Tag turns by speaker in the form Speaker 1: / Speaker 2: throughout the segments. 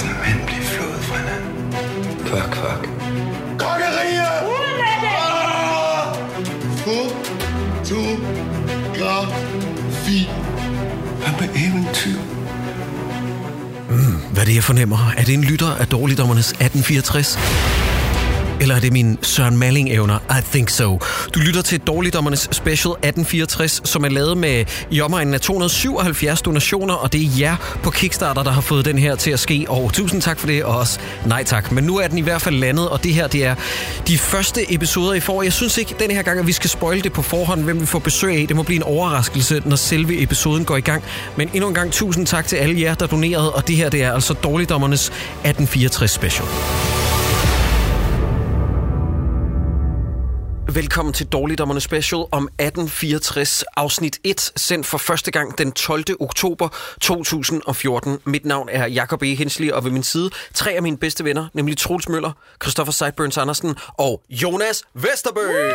Speaker 1: voksne mænd blive flået fra hinanden. Kvak, kvak.
Speaker 2: Kokkerier! Fotografi.
Speaker 1: Hvad med eventyr?
Speaker 3: Hvad er det, jeg fornemmer? Er det en lytter af Dårligdommernes 1864? Eller er det mine Søren Malling-evner? I think so. Du lytter til Dårligdommernes Special 1864, som er lavet med i omegnen af 277 donationer, og det er jer på Kickstarter, der har fået den her til at ske. Og tusind tak for det, og også nej tak. Men nu er den i hvert fald landet, og det her, det er de første episoder, I får. Jeg synes ikke den her gang, at vi skal spoile det på forhånd, hvem vi får besøg af. Det må blive en overraskelse, når selve episoden går i gang. Men endnu en gang tusind tak til alle jer, der donerede, og det her, det er altså Dårligdommernes 1864 Special. Velkommen til Dårligdommerne Special om 1864, afsnit 1, sendt for første gang den 12. oktober 2014. Mit navn er Jacob E. Hensley, og ved min side 3 af mine bedste venner, nemlig Troels Møller, Christoffer Sideburns Andersen og Jonas Vesterbø.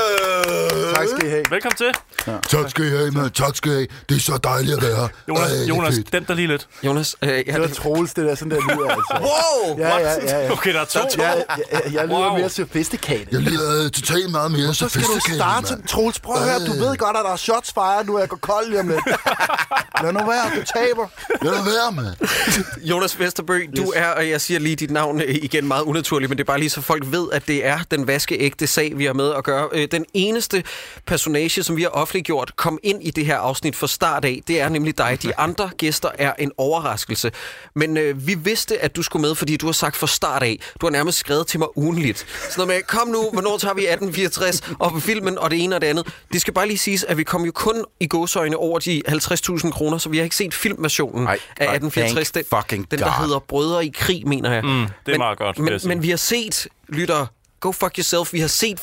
Speaker 4: Tak skal I have.
Speaker 5: Velkommen til.
Speaker 4: Ja. Tak skal I have, man. Tak skal I have. Det er så dejligt at være her.
Speaker 5: Jonas, dæmp dig lige lidt.
Speaker 3: Jonas,
Speaker 4: det var Troels, det der sådan der lyder, altså.
Speaker 3: Wow!
Speaker 4: Ja.
Speaker 5: Okay, der er to.
Speaker 4: Jeg lyder mere sofistikated.
Speaker 2: Jeg lyder totalt meget mere
Speaker 4: så skal du starte, Troels. Prøv at høre, du ved godt, at der er shots fired, nu er jeg går kold lige om lidt. Lad nu være, du taber.
Speaker 2: Lad nu være, mand.
Speaker 3: Jonas Vesterbø, du er, og jeg siger lige dit navn igen meget unaturligt, men det er bare lige så folk ved, at det er den vaskeægte sag, vi har med at gøre. Den eneste personage, som vi har offentliggjort, kom ind i det her afsnit fra start af, det er nemlig dig. De andre gæster er en overraskelse. Men vi vidste, at du skulle med, fordi du har sagt fra start af. Du har nærmest skrevet til mig ugenligt. Sådan noget med, kom nu, hvornår tager vi 1864 og på filmen og det ene og det andet. Det skal bare lige siges, at vi kom jo kun i gåseøjne over de 50.000 kroner, så vi har ikke set filmversionen af 1864. Den der hedder Brødre i krig, mener jeg.
Speaker 5: Det er meget godt.
Speaker 3: Men vi har set, lytter, go fuck yourself, vi har set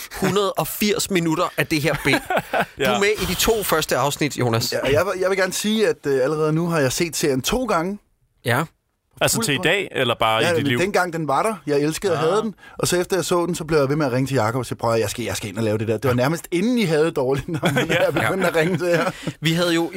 Speaker 3: 480 minutter af det her bit. Du er med i de 2 første afsnit, Jonas.
Speaker 4: Ja, jeg vil gerne sige, at allerede nu har jeg set serien 2 gange.
Speaker 3: Ja.
Speaker 5: Altså til i dag, eller bare i dit liv?
Speaker 4: Dengang den var der. Jeg elskede at have den. Og så efter jeg så den, så blev jeg ved med at ringe til Jacob og sige, prøv at jeg skal ind og lave det der. Det var nærmest inden I havde dårligt, når jeg begyndte at ringe til jer.
Speaker 3: Vi havde jo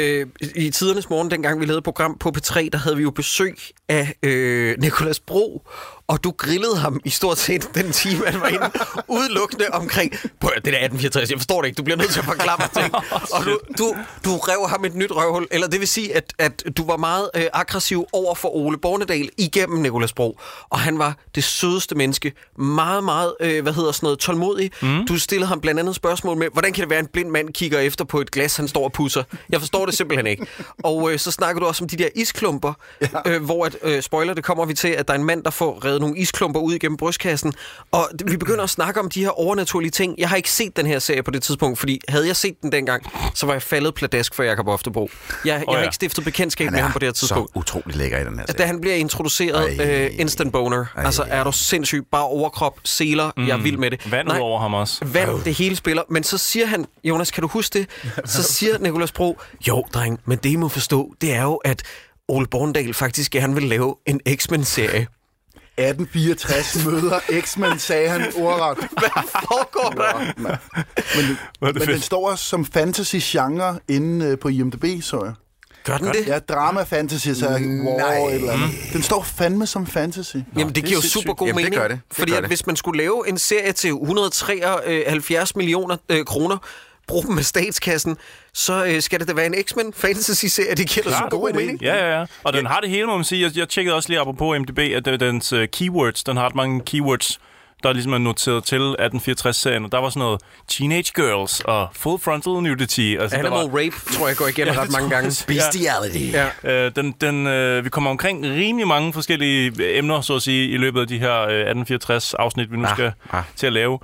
Speaker 3: i tidernes morgen, dengang vi lavede et program på P3, der havde vi jo besøg af Nicolas Bro. Og du grillede ham i stort set den time, han var inde, udelukkende omkring, det der 1864, jeg forstår det ikke, du bliver nødt til at forklare mig ting. Og du rev ham et nyt røvhul, eller det vil sige, at du var meget aggressiv over for Ole Bornedal igennem Nicolas Bro. Og han var det sødeste menneske, meget, meget, tålmodig. Du stillede ham blandt andet spørgsmål med, hvordan kan det være, en blind mand kigger efter på et glas, han står og pusser? Jeg forstår det simpelthen ikke. Og så snakker du også om de der isklumper, hvor spoiler, det kommer vi til, at der er en mand, der får nogle isklumper ud igennem brystkassen. Og vi begynder at snakke om de her overnaturlige ting. Jeg har ikke set den her serie på det tidspunkt, fordi havde jeg set den dengang, så var jeg faldet pladask for Jacob Oftebro. Jeg har ikke stiftet bekendtskab med ham på det her tidspunkt.
Speaker 6: Han er så utrolig lækker i den her serie.
Speaker 3: Da han bliver introduceret, instant boner. Altså er du sindssygt, bare overkrop, seler, jeg er vild med det.
Speaker 5: Vand over ham også.
Speaker 3: Vand, det hele spiller. Men så siger han, Jonas, kan du huske det? Så siger Nicolas Bro, jo dreng, men det I må forstå, det er jo, at Ole Bornedal faktisk gerne vil lave en X-Men-serie.
Speaker 4: 1864 møder X-Men, sagde han ordret.
Speaker 3: Hvad foregår der?
Speaker 4: Men den står også som fantasy-genre inde på IMDb, så jeg.
Speaker 3: Gør den det?
Speaker 4: Ja, drama-fantasy, så war eller et eller andet. Den står fandme som fantasy.
Speaker 3: Jamen, det giver jo super god mening.
Speaker 6: Det gør det.
Speaker 3: Fordi at hvis man skulle lave en serie til 173 millioner kroner, bruge dem med statskassen, så skal det da være en X-Men fantasy-serie. Det giver da super god mening.
Speaker 5: Ja. Og den har det hele, må man sige. Jeg tjekkede også lige apropos MDB, at dens keywords, den har ret mange keywords, der ligesom er noteret til 1864-serien. Og der var sådan noget teenage girls og full frontal nudity. Altså,
Speaker 3: Animal rape, tror jeg, går igen ret mange gange.
Speaker 6: Bestiality.
Speaker 5: Ja. Vi kommer omkring rimelig mange forskellige emner, så at sige, i løbet af de her 1864-afsnit, vi nu skal til at lave.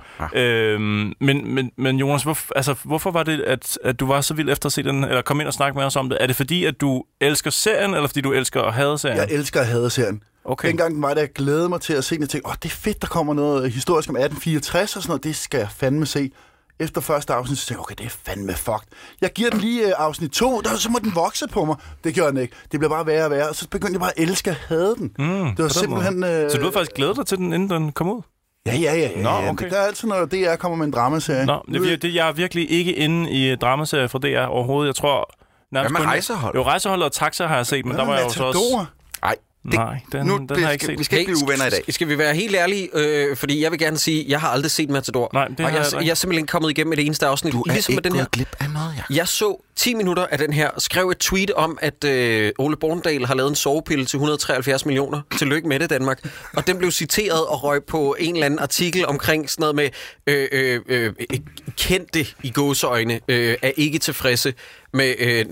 Speaker 5: Men Jonas, hvorfor var det, at du var så vild efter at se den, eller komme ind og snakke med os om det? Er det fordi, at du elsker serien, eller fordi du elsker at hade serien?
Speaker 4: Jeg elsker at hade serien. Okay. Dengang den var det, jeg glædede mig til at se den. Jeg tænkte, det er fedt, der kommer noget historisk om 1864 og sådan noget. Det skal jeg fandme se. Efter første afsnit, så tænkte jeg, okay, det er fandme fucked. Jeg giver den lige afsnit 2, så må den vokse på mig. Det gjorde den ikke. Det blev bare værre og værre. Og så begyndte jeg bare at elske at hade den. Det var simpelthen...
Speaker 5: Så du har faktisk glædet dig til den, inden den kom ud?
Speaker 4: Ja.
Speaker 5: Nå, okay.
Speaker 4: Det er altid, når DR kommer med en dramaserie.
Speaker 5: Nå, jeg er virkelig ikke inde i dramaserie fra DR overhovedet. Jeg tror...
Speaker 6: Hvad med Rejsehold?
Speaker 5: Jo, Rejsehold og Taxa har jeg set, men der var jeg jo så også...
Speaker 6: Nej.
Speaker 5: Nej, den har jeg ikke set.
Speaker 6: Vi skal ikke blive uvenner i dag.
Speaker 3: Skal vi være helt ærlige? Fordi jeg vil gerne sige, jeg har aldrig set Matador.
Speaker 5: Nej, det
Speaker 3: og jeg er simpelthen kommet igennem det eneste afsnit.
Speaker 6: Du er
Speaker 3: ligesom
Speaker 6: ikke
Speaker 3: med den her.
Speaker 6: gået glip af noget, ja.
Speaker 3: Jeg så 10 minutter af den her, skrev et tweet om, at Ole Bornedal har lavet en sovepille til 173 millioner. Tillykke med det, Danmark. Og den blev citeret og røg på en eller anden artikel omkring sådan noget med kendte i gåseøjne er ikke tilfredse med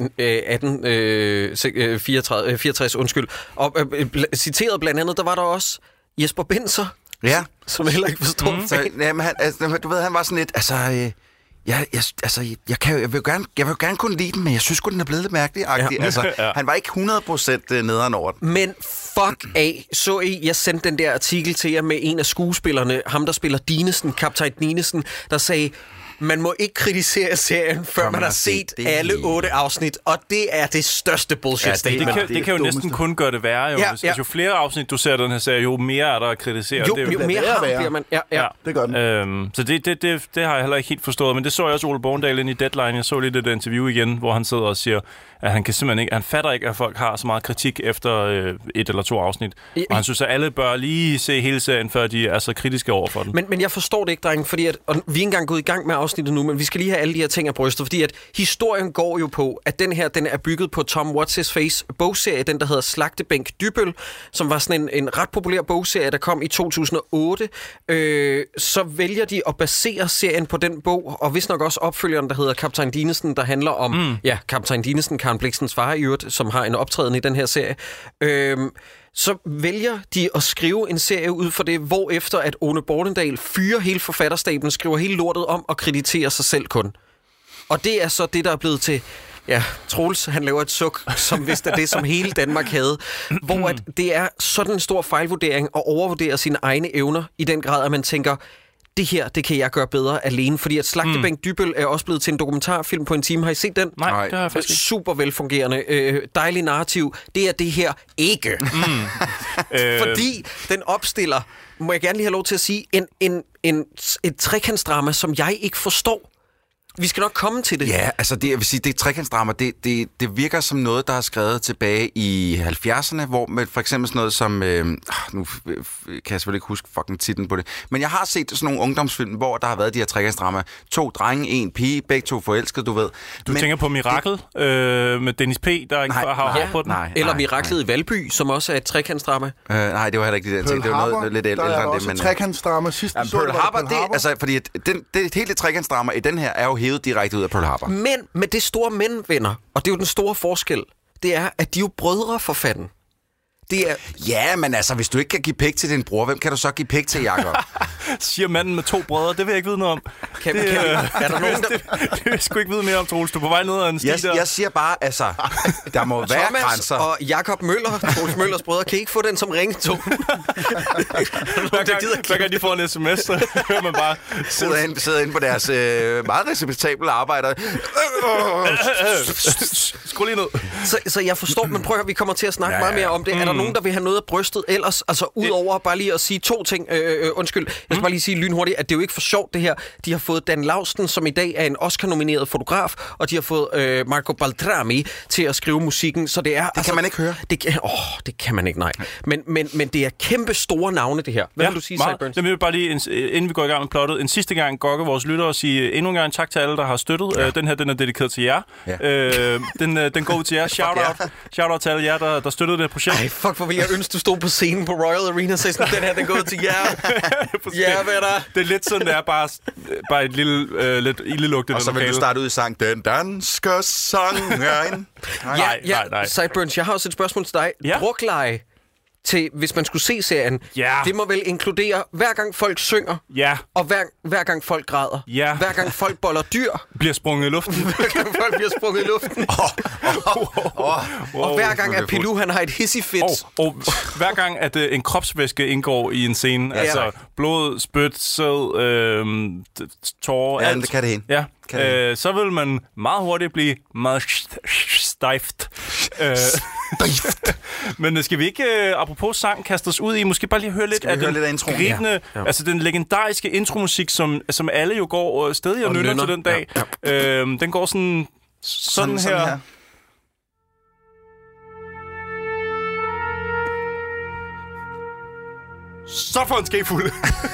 Speaker 3: 1864, undskyld. Og citeret blandt andet, der var der også Jesper Binzer,
Speaker 6: Ja.
Speaker 3: som heller ikke forstår
Speaker 6: Så, jamen, du ved, han var sådan lidt, jeg vil jo gerne kunne lide den, men jeg synes den er blevet lidt mærkelig-agtig.
Speaker 3: Ja.
Speaker 6: Altså, han var ikke 100% nederen over den.
Speaker 3: Men fuck af, så I, jeg sendte den der artikel til jer med en af skuespillerne, ham der spiller Dinesen, kaptajn Dinesen, der sagde, man må ikke kritisere serien, før man har set alle 8 afsnit, og det er det største bullshit statement.
Speaker 5: Det kan jo næsten kun gøre det værre. Jo. Jo flere afsnit, du ser den her serie, jo mere er der at kritisere.
Speaker 3: Jo mere ham bliver man. Ja.
Speaker 4: Det gør den.
Speaker 5: Så det har jeg heller ikke helt forstået. Men det så jeg også Ole Bornedal ind i Deadline. Jeg så lidt et interview igen, hvor han sidder og siger, at han kan simpelthen ikke, han fatter ikke, at folk har så meget kritik efter 1 eller 2 afsnit. Og han synes, at alle bør lige se hele serien, før de er så kritiske over for den. Men
Speaker 3: jeg forstår det ikke, drenge, fordi at, og vi er ikke engang gået i gang med afsnittet nu, men vi skal lige have alle de her ting af brystet, fordi at historien går jo på, at den er bygget på Tom What's Face bogserie, den der hedder Slagtebænk Dybbøl, som var sådan en ret populær bogserie, der kom i 2008. Så vælger de at basere serien på den bog, og vist nok også opfølgeren, der hedder Kaptajn Dinesen, der handler om, Kaptajn Dinesen, Karen Blixens far i øvrigt, som har en optræden i den her serie. Så vælger de at skrive en serie ud for det, hvor efter at Ole Bornedal fyrer hele forfatterstaben, skriver hele lortet om og krediterer sig selv kun. Og det er så det, der er blevet til... Ja, Troels, han laver et suk, som hvis det er det, som hele Danmark havde. Hvor at det er sådan en stor fejlvurdering at overvurdere sine egne evner i den grad, at man tænker... Det her, det kan jeg gøre bedre alene, fordi at Slagtebænk Dybbøl er også blevet til en dokumentarfilm på en time. Har I set den?
Speaker 5: Nej, det har jeg faktisk ikke.
Speaker 3: Super velfungerende, dejlig narrativ. Det er det her ikke. Fordi den opstiller, må jeg gerne lige have lov til at sige, et trekantsdrama, som jeg ikke forstår. Vi skal nok komme til det.
Speaker 6: Ja, altså jeg vil sige, det trekantsdrama, det virker som noget, der er skrevet tilbage i 70'erne, hvor med for eksempel sådan noget som, nu kan jeg selvfølgelig ikke huske fucking titlen på det, men jeg har set sådan nogle ungdomsfilm, hvor der har været de her trekantsdrama. 2 drenge, 1 pige, begge 2 forelskede, du ved.
Speaker 5: Du tænker på Mirakel med Dennis P., der ikke har hår på den?
Speaker 3: Eller Miraklet i Valby, som også er et trekantsdrama.
Speaker 6: Nej, det var heller ikke det. Det var noget lidt ældre end det.
Speaker 4: Men trekantsdrama sidste
Speaker 6: Pearl Harbor, det altså fordi det hele trekantsdrama i den her er jo hævet direkte ud af Pearl Harbor.
Speaker 3: Men med det store venner, og det er jo den store forskel, det er, at de er jo brødre for fanden. Det er...
Speaker 6: Ja, men altså, hvis du ikke kan give pæk til din bror, hvem kan du så give pæk til, Jacob?
Speaker 5: Siger manden med 2 brødre, det vil jeg ikke vide noget om.
Speaker 3: Er der nogen, der...
Speaker 5: Det vil jeg sgu ikke vide mere om, Troels. Du er på vej ned ad en sti der.
Speaker 6: Jeg siger bare, altså, der må være
Speaker 3: Thomas
Speaker 6: grænser.
Speaker 3: og Jacob Møller, Troels Møllers brødre, kan I ikke få den som ringetone?
Speaker 5: Hver gang de får en sms, så hører man bare...
Speaker 6: Sidder inde på deres meget respektable arbejder.
Speaker 5: Skru lige ned.
Speaker 3: Så jeg forstår, men prøv at vi kommer til at snakke meget mere om det. Er der nogen, der vil have noget af brystet ellers? Altså udover bare lige at sige 2 ting. Undskyld, jeg skal bare lige sige lynhurtigt, at det er jo ikke for sjovt det her. De har fået Dan Lausten, som i dag er en Oscar-nomineret fotograf, og de har fået Marco Baltrami til at skrive musikken, så det er...
Speaker 6: Det kan man ikke høre.
Speaker 3: Det kan man ikke, nej. Men det er kæmpe store navne, det her. Hvad vil du sige, Sideburns?
Speaker 5: Jeg vil bare lige, inden vi går i gang med plottet, en sidste gang gokke vores lyttere og sige endnu en gang tak til alle, der har støttet. Ja. Den her, den er dedikeret til jer. Ja. Den går ud til jer. Shout-out til alle jer, der støttede det her projekt.
Speaker 3: Ej, fuck, hvor ville jeg ønske, du stod på scenen på Royal Arena og sagde sådan, den her, den går ud til jer. Ja, hvad der?
Speaker 5: Det er lidt sådan, det er bare et lille, lidt ildelugtet.
Speaker 6: Og så vil du starte ud i sang, den danske sangeren.
Speaker 3: Nej. Sideburns, jeg har også et spørgsmål til dig.
Speaker 5: Ja.
Speaker 3: Brugleje til, hvis man skulle se serien, det må vel inkludere, hver gang folk synger, og hver gang folk græder, hver gang folk boller dyr,
Speaker 5: bliver sprunget i luften,
Speaker 3: hver gang folk bliver sprunget i luften, og hver gang at Pilou, han har et hissig-fit.
Speaker 5: Og hver gang, at en kropsvæske indgår i en scene, altså blod, spyt, sæd, tårer, alt.
Speaker 6: Det kan det hende.
Speaker 5: Ja. Så vil man meget hurtigt blive meget stejft. Men skal vi ikke, apropos sang, kaste os ud i, måske bare lige høre lidt af den gribende, altså den legendariske intromusik, som alle jo går stadig og nynner til den dag. Den går sådan her. Så får en skefuld.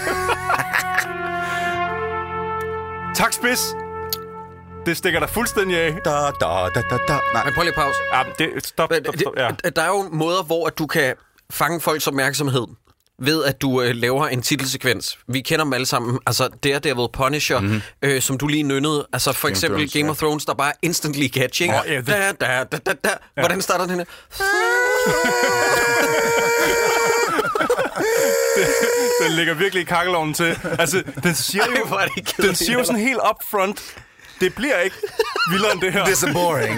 Speaker 5: Tak, Spids. Det stikker der fuldstændig af.
Speaker 6: Nej.
Speaker 3: Men prøv lige pause.
Speaker 5: Ja, stop. Ja.
Speaker 3: Der er jo måder, hvor at du kan fange folks opmærksomhed ved, at du laver en titelsekvens. Vi kender dem alle sammen. Altså, Daredevil, Punisher, som du lige nynnede. Altså, for eksempel Game of Thrones, der bare instantly catching. Hvordan starter den her?
Speaker 5: Den ligger virkelig i kakkelovnen til. Altså, den siger jo sådan helt upfront. Det bliver ikke vildere end det her.
Speaker 6: Det er så boring.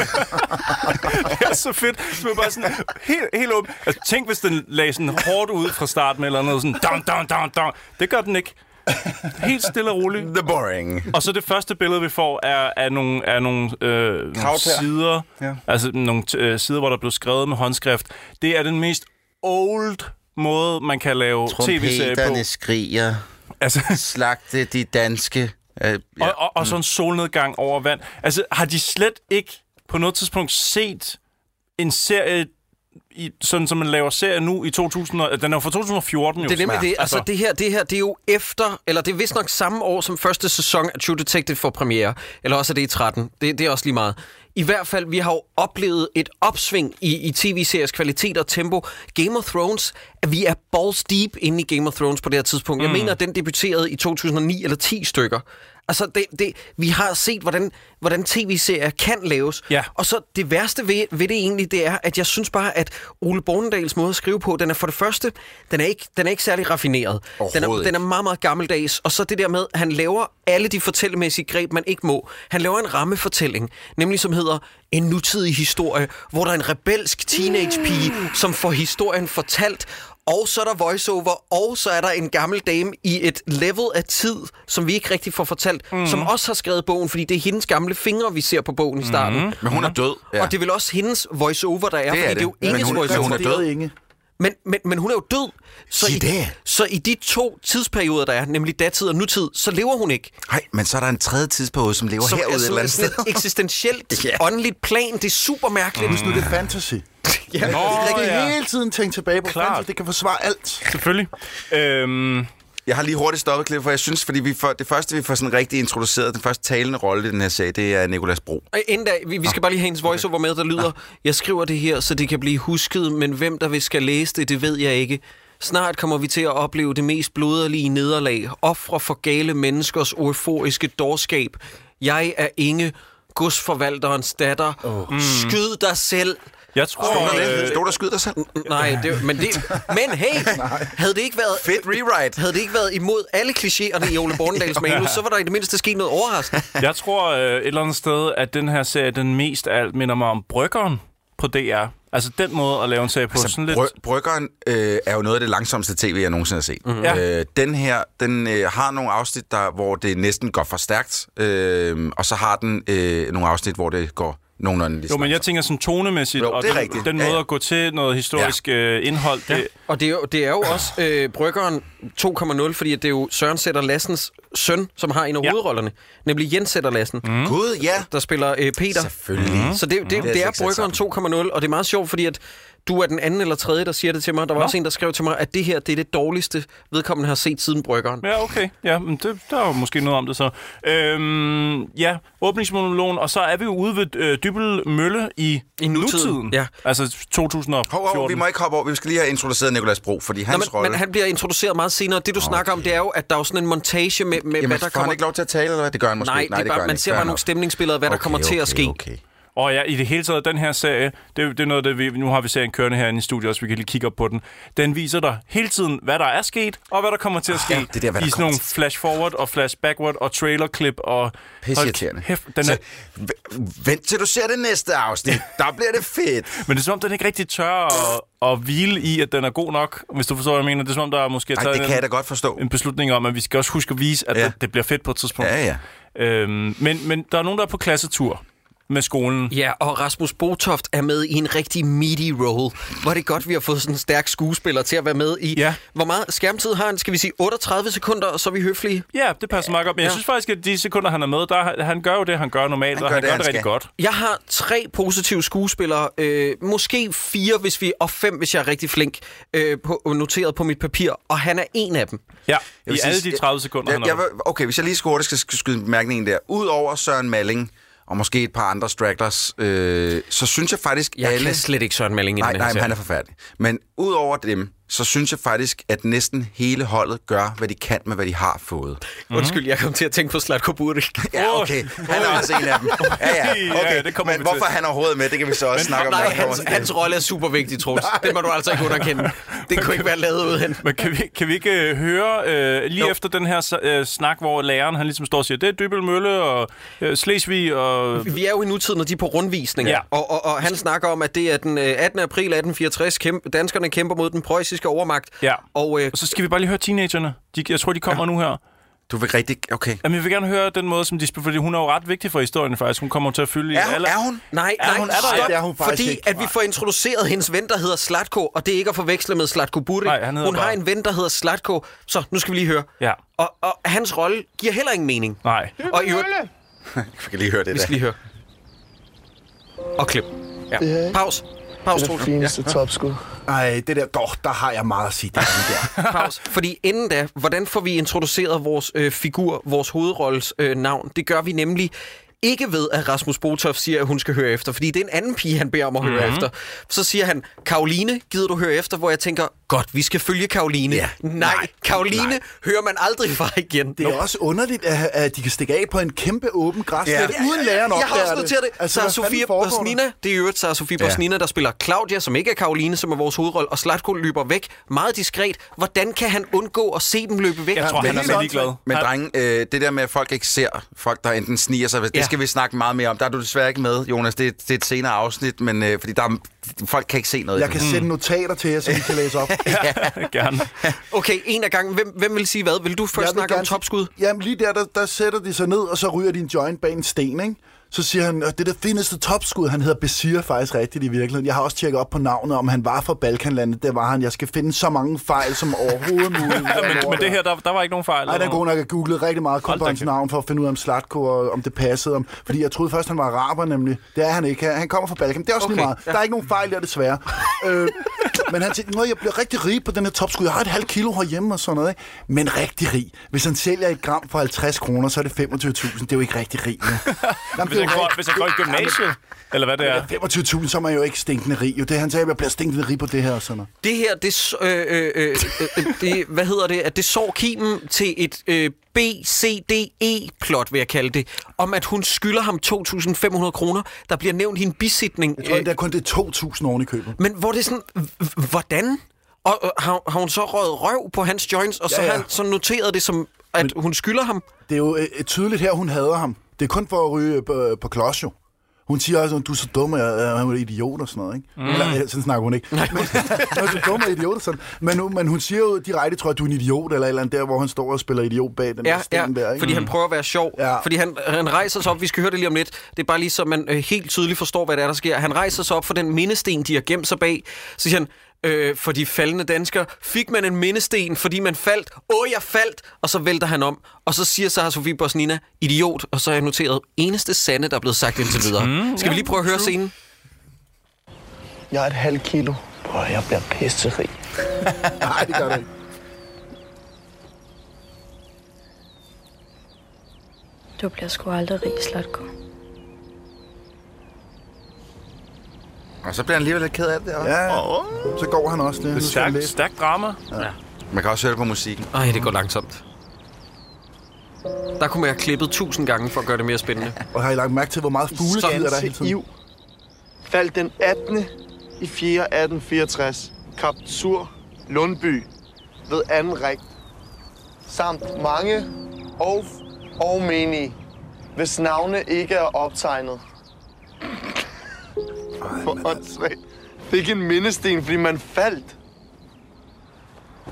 Speaker 5: Det er så fedt. Det er bare sådan helt åben. Altså, tænk, hvis den lagde sådan hårdt ud fra starten, eller noget sådan down. Det gør den ikke. Helt stille og roligt.
Speaker 6: The boring.
Speaker 5: Og så det første billede, vi får, er nogle sider. Ja. Altså nogle sider, hvor der blev skrevet med håndskrift. Det er den mest old måde, man kan lave tv-serie på.
Speaker 6: Trompeterne skriger.
Speaker 5: Altså,
Speaker 6: slagte de danske...
Speaker 5: Og så en solnedgang over vand. Altså, har de slet ikke på noget tidspunkt set en serie, sådan som man laver serie nu i 2000... Den er jo fra 2014 jo.
Speaker 3: Det er nemlig det. Altså, det her, det er jo efter... Eller det er vist nok samme år som første sæson af True Detective får premiere. Eller også er det i 13. Det er også lige meget. I hvert fald, vi har jo oplevet et opsving i tv-series kvalitet og tempo. Game of Thrones, at vi er balls deep inde i Game of Thrones på det her tidspunkt. Jeg mener, at den debuterede i 2009 eller 10 stykker. Altså, vi har set, hvordan tv-serier kan laves. Ja. Og så det værste ved det egentlig, det er, at jeg synes bare, at Ole Bornedals måde at skrive på, den er for det første, den er ikke særlig raffineret. Den er meget, meget gammeldags. Og så det der med, at han laver alle de fortællemæssige greb, man ikke må. Han laver en rammefortælling, nemlig som hedder en nutidig historie, hvor der er en rebelsk teenagepige, som får historien fortalt, og så er der voiceover, og så er der en gammel dame i et level af tid, som vi ikke rigtig får fortalt, som også har skrevet bogen, fordi det er hendes gamle fingre, vi ser på bogen i starten.
Speaker 6: Men hun er død.
Speaker 3: Ja. Og det er vel også hendes voiceover, der er, fordi det er jo Inges voiceover.
Speaker 6: Hun er død, Inge.
Speaker 3: Men hun er jo død. Så i de to tidsperioder, der er, nemlig datid og nutid, så lever hun ikke.
Speaker 6: Nej, men så er der en tredje tidsperiode, som lever herude et eller andet sted.
Speaker 3: Sådan et eksistentielt, åndeligt plan. Det er super mærkeligt.
Speaker 4: Hvis nu det er fantasy.
Speaker 3: Ja.
Speaker 4: Jeg kan hele tiden tænke tilbage på fantasy. Det kan forsvare alt.
Speaker 5: Selvfølgelig.
Speaker 6: Jeg har lige hurtigt stoppet, Cliff, for jeg synes, fordi det første, vi får sådan rigtig introduceret, den første talende rolle i den her serie, det er Nicolas Bro.
Speaker 3: Inden da, vi skal bare lige have hendes voiceover med, der lyder, jeg skriver det her, så det kan blive husket, men hvem der vil skal læse det, det ved jeg ikke. Snart kommer vi til at opleve det mest bloderlige nederlag, ofre for gale menneskers euforiske dårskab. Jeg er Inge, godsforvalterens datter. Skyd dig selv.
Speaker 5: Jeg tror...
Speaker 6: Stod der skyd dig selv?
Speaker 3: Nej, men hey, havde det ikke været...
Speaker 6: Fedt rewrite.
Speaker 3: Havde det ikke været imod alle klichéerne i Ole Bornedals manus, så var der i det mindste sket noget overraskende.
Speaker 5: Jeg tror et eller andet sted, at den her serie, den mest af alt minder mig om Bryggeren på DR. Altså den måde at lave en serie på. Sådan lidt...
Speaker 6: Bryggeren er jo noget af det langsomste tv, jeg nogensinde har set. Den her, den har nogle afsnit, hvor det næsten går for stærkt, og så har den nogle afsnit, hvor det går nogenlunde lige.
Speaker 5: Jo, men jeg tænker sådan tonemæssigt, og den måde at gå til noget historisk indhold.
Speaker 3: Ja. Og det er jo også Bryggeren 2.0, fordi det er jo Søren Sætter Lassens søn, som har en af hovedrollerne, nemlig Jens Sætter Lassen.
Speaker 6: Gud, ja.
Speaker 3: Der spiller Peter.
Speaker 6: Selvfølgelig.
Speaker 3: Så det er Bryggeren 2.0, og det er meget sjovt, fordi at du er den anden eller tredje, der siger det til mig. Der var også en, der skrev til mig, at det her, det er det dårligste, vedkommende har set siden Bryggeren.
Speaker 5: Ja, okay. Ja, men der er jo måske noget om det så. Åbningsmonologen, og så er vi jo ude ved Dybbøl Mølle i nutiden. Ja. Altså 2014.
Speaker 6: Vi må ikke hoppe over. Vi skal lige have introduceret Nicolas Bro, fordi hans rolle...
Speaker 3: Men han bliver introduceret meget senere. Det, du snakker om, det er jo, at der er jo sådan en montage med
Speaker 6: hvad der kommer... Han ikke lov til at tale, eller hvad? Det gør han måske.
Speaker 3: Nej, man ser bare nogle stemningsbilleder, hvad der kommer til at ske.
Speaker 6: Okay.
Speaker 5: Og ja, i det hele taget, den her serie, det er noget, det nu har vi serien kørende herinde i studiet, så vi kan lige kigge op på den. Den viser dig hele tiden, hvad der er sket, og hvad der kommer til at ske.
Speaker 6: Det der,
Speaker 5: i sådan nogle flash-forward og flash-backward og trailer-klip og...
Speaker 6: Pisseirriterende. Vent til du ser det næste afsnit. Der bliver det fedt.
Speaker 5: Men det er som om, den ikke rigtig tør at hvile i, at den er god nok, hvis du forstår, hvad jeg mener. Det er som om, der måske
Speaker 6: det kan jeg da godt forstå.
Speaker 5: En beslutning om, at vi skal også huske at vise, at det bliver fedt på et tidspunkt.
Speaker 6: Ja.
Speaker 5: Men der er nogen, der er på klassetur. med skolen.
Speaker 3: Ja, og Rasmus Botoft er med i en rigtig meaty role. Hvor det godt, vi har fået sådan en stærk skuespiller til at være med i.
Speaker 5: Ja.
Speaker 3: Hvor meget skærmtid har han? Skal vi sige 38 sekunder, og så er vi høflige?
Speaker 5: Ja, det passer meget godt. Men jeg synes faktisk, at de sekunder, han er med, han gør jo det, han gør normalt, og han gør det rigtig godt.
Speaker 3: Jeg har 3 positive skuespillere. Måske 4, og 5, hvis jeg er rigtig flink, noteret på mit papir. Og han er en af dem.
Speaker 5: Ja, i alle de 30 sekunder,
Speaker 6: okay, hvis jeg lige skal skyde en bemærkning der. Udover Søren Malling, og måske et par andre stragglers, så synes jeg faktisk,
Speaker 3: jeg kan slet ikke Søren Malling i
Speaker 6: nej, han er forfærdelig. Men udover dem, så synes jeg faktisk, at næsten hele holdet gør, hvad de kan med, hvad de har fået.
Speaker 3: Undskyld, jeg kom til at tænke på Zlatko Buric.
Speaker 6: Ja, okay. Han er også en af dem. Ja. Okay, det men hvorfor han overhovedet med, det kan vi så også snakke om.
Speaker 3: Nej, hans rolle er super vigtig, Troels. Det må du altså ikke underkende. Det kunne ikke være lavet uden.
Speaker 5: Men kan vi ikke høre lige efter den her snak, hvor læreren han ligesom står og siger, det er Dybbøl Mølle og Slesvig og...
Speaker 3: Vi er jo i nutiden, når de er på rundvisning. Ja. Og han snakker om, at det er den 18. april 1864. Danskerne kæmper mod den preussiske overmagt.
Speaker 5: Ja, og så skal vi bare lige høre teenagerne. Jeg tror, de kommer nu her.
Speaker 6: Du vil rigtig... Okay.
Speaker 5: Jamen, jeg vil gerne høre den måde, som de spiller, fordi hun er jo ret vigtig for historien, faktisk. Hun kommer til at fylde i alle...
Speaker 6: Er hun?
Speaker 3: Nej,
Speaker 4: det er hun faktisk
Speaker 3: fordi
Speaker 4: ikke.
Speaker 3: at vi får introduceret hendes ven, der hedder Zlatko, og det er ikke at forveksle med Zlatko Buric. Hun har en ven, der hedder Zlatko. Så, nu skal vi lige høre.
Speaker 5: Ja.
Speaker 3: Og hans rolle giver heller ingen mening.
Speaker 5: Nej.
Speaker 3: Og i
Speaker 6: vi kan lige høre det der.
Speaker 3: Vi skal lige høre. Og klip. Ja. Pause.
Speaker 7: Det er det fineste topskud.
Speaker 4: Ej, det der har jeg meget at sige. Det der.
Speaker 3: Pause. Fordi inden da, hvordan får vi introduceret vores figur, vores hovedrolles navn? Det gør vi nemlig ikke ved, at Rasmus Botoft siger, at hun skal høre efter, fordi det er en anden pige, han beder om at høre efter. Så siger han, Karoline, gider du høre efter? Hvor jeg tænker, godt, vi skal følge Karoline. Ja. Nej, Karoline hører man aldrig fra igen.
Speaker 4: Det er også underligt, at de kan stikke af på en kæmpe åben græslæt, uden læreren opdager det.
Speaker 3: Jeg har også noteret det. Altså, Sofie Bosnina, det er jo Sofie Bosnina, der spiller Claudia, som ikke er Karoline, som er vores hovedrolle, og Zlatko løber væk meget diskret. Hvordan kan han undgå at se dem løbe væk?
Speaker 5: Jeg tror, han er ligeglad.
Speaker 6: Men drenge, det der med, at folk ikke ser folk, der enten sniger sig, det skal vi snakke meget mere om. Der er du desværre ikke med, Jonas. Det er et senere afsnit, men fordi folk kan ikke se noget.
Speaker 4: Jeg kan sende notater til jer, så I kan læse op.
Speaker 5: Ja, gerne.
Speaker 3: Okay, en af gangen. Hvem vil sige hvad? Vil du først snakke om topskud?
Speaker 4: Jamen lige der sætter de sig ned, og så ryger de en joint bag en sten, ikke? Så siger han, at det er det fineste topskud. Han hedder Besir faktisk rigtigt i virkeligheden. Jeg har også tjekket op på navnet, om han var fra Balkanlandet. Det var han. Jeg skal finde så mange fejl som overhovedet muligt.
Speaker 5: men det her, der var ikke nogen fejl?
Speaker 4: Nej, der er god nok. Jeg googlede rigtig meget kun på hans navn for at finde ud af om Zlatko og om det passede. Fordi jeg troede først, han var araber nemlig. Det er han ikke. Han kommer fra Balkan. Det er også lige meget. Der er ikke nogen fejl der, desværre. Men han tænkte, jeg bliver rigtig rig på den her topskud. Jeg har et halvt kilo herhjemme og sådan noget. Ikke? Men rigtig rig. Hvis han sælger et gram for 50 kroner, så er det 25.000. Det er jo ikke rigtig rig.
Speaker 5: Hvis jeg går i gymnasiet, eller hvad det er.
Speaker 4: 25.000, så er man jo ikke stinkende rig. Jo, det han sagde, at jeg bliver stinkende rig på det her og sådan noget.
Speaker 3: Det her, hvad hedder det? At det sår kimen til et BCDE-plot, vil jeg kalde det, om at hun skylder ham 2.500 kroner. Der bliver nævnt i en bisætning.
Speaker 4: Jeg tror, det er kun det 2.000 oven i købet.
Speaker 3: Men hvor det er sådan, hvordan? Og har hun så røget røv på hans joints, og så har han så noteret det som, at hun skylder ham?
Speaker 4: Det er jo tydeligt her, hun hader ham. Det er kun for at ryge på klods, jo. Hun siger også, at du er så dum, at han er idiot og sådan noget, ikke? Eller, sådan snakker hun ikke. Men, du er så dum og idiot og sådan. Men hun siger jo direkte, tror jeg, at du er en idiot, eller andet der, hvor han står og spiller idiot bag den der sten der, ikke?
Speaker 3: Fordi han prøver at være sjov. Ja. Fordi han rejser sig op, vi skal høre det lige om lidt. Det er bare lige så, man helt tydeligt forstår, hvad der sker. Han rejser sig op for den mindesten, de har gemt sig bag. Så siger han, for de faldende danskere, fik man en mindesten, fordi man faldt. Jeg faldt! Og så vælter han om. Og så siger så Sofie Bosnina, idiot. Og så har jeg noteret, eneste sande, der er blevet sagt indtil videre. Skal vi lige prøve at høre scenen?
Speaker 7: Jeg har et halvt kilo, og jeg bliver pisserig.
Speaker 4: Nej, det gør det ikke.
Speaker 8: Du bliver sgu aldrig rig, Zlatko.
Speaker 6: Og så bliver han alligevel lidt ked af det.
Speaker 4: Ja, så går han også.
Speaker 5: Det er stærkt drama.
Speaker 6: Ja. Man kan også høre det på musikken.
Speaker 3: Det går langsomt. Der kunne man have klippet 1000 gange for at gøre det mere spændende.
Speaker 4: Og har I lagt mærke til, hvor meget fugle gider der hele tiden?
Speaker 7: Faldt den 18. i 4. 1864. Kap Sur, Lundby, ved anden rigt. Samt mange og menige, hvis navne ikke er optegnet. Fik en mindesten, fordi man faldt.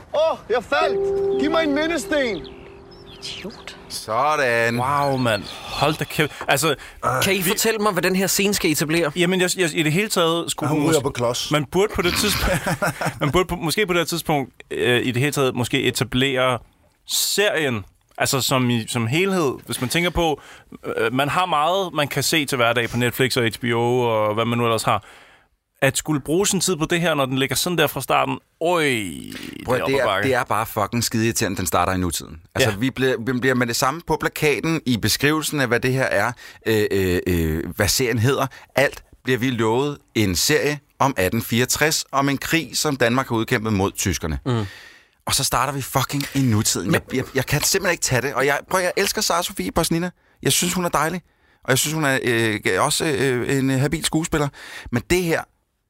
Speaker 7: Jeg faldt! Giv mig en mindesten!
Speaker 8: Idiot.
Speaker 6: Sådan.
Speaker 5: Wow, mand. hold da kæft. Altså,
Speaker 3: kan I fortælle mig, hvad den her scene skal etablere?
Speaker 5: Jamen, i det hele taget skulle
Speaker 4: hun ryger på klods.
Speaker 5: Man burde på det tidspunkt, måske på det tidspunkt, i det hele taget, måske etablere serien, altså som helhed. Hvis man tænker på, man har meget, man kan se til hverdag på Netflix og HBO og hvad man nu ellers har. At skulle bruge sin tid på det her, når den ligger sådan der fra starten,
Speaker 6: det er bare fucking skideirriterende, den starter i nutiden. Altså, vi bliver med det samme på plakaten i beskrivelsen af, hvad det her er, hvad serien hedder. Alt bliver vi lovet en serie om 1864, om en krig, som Danmark har udkæmpet mod tyskerne. Og så starter vi fucking i nutiden. Jeg kan simpelthen ikke tage det. Og jeg elsker Sara Sofie Bosnina. Jeg synes, hun er dejlig. Og jeg synes, hun er også en habil skuespiller. Men det her,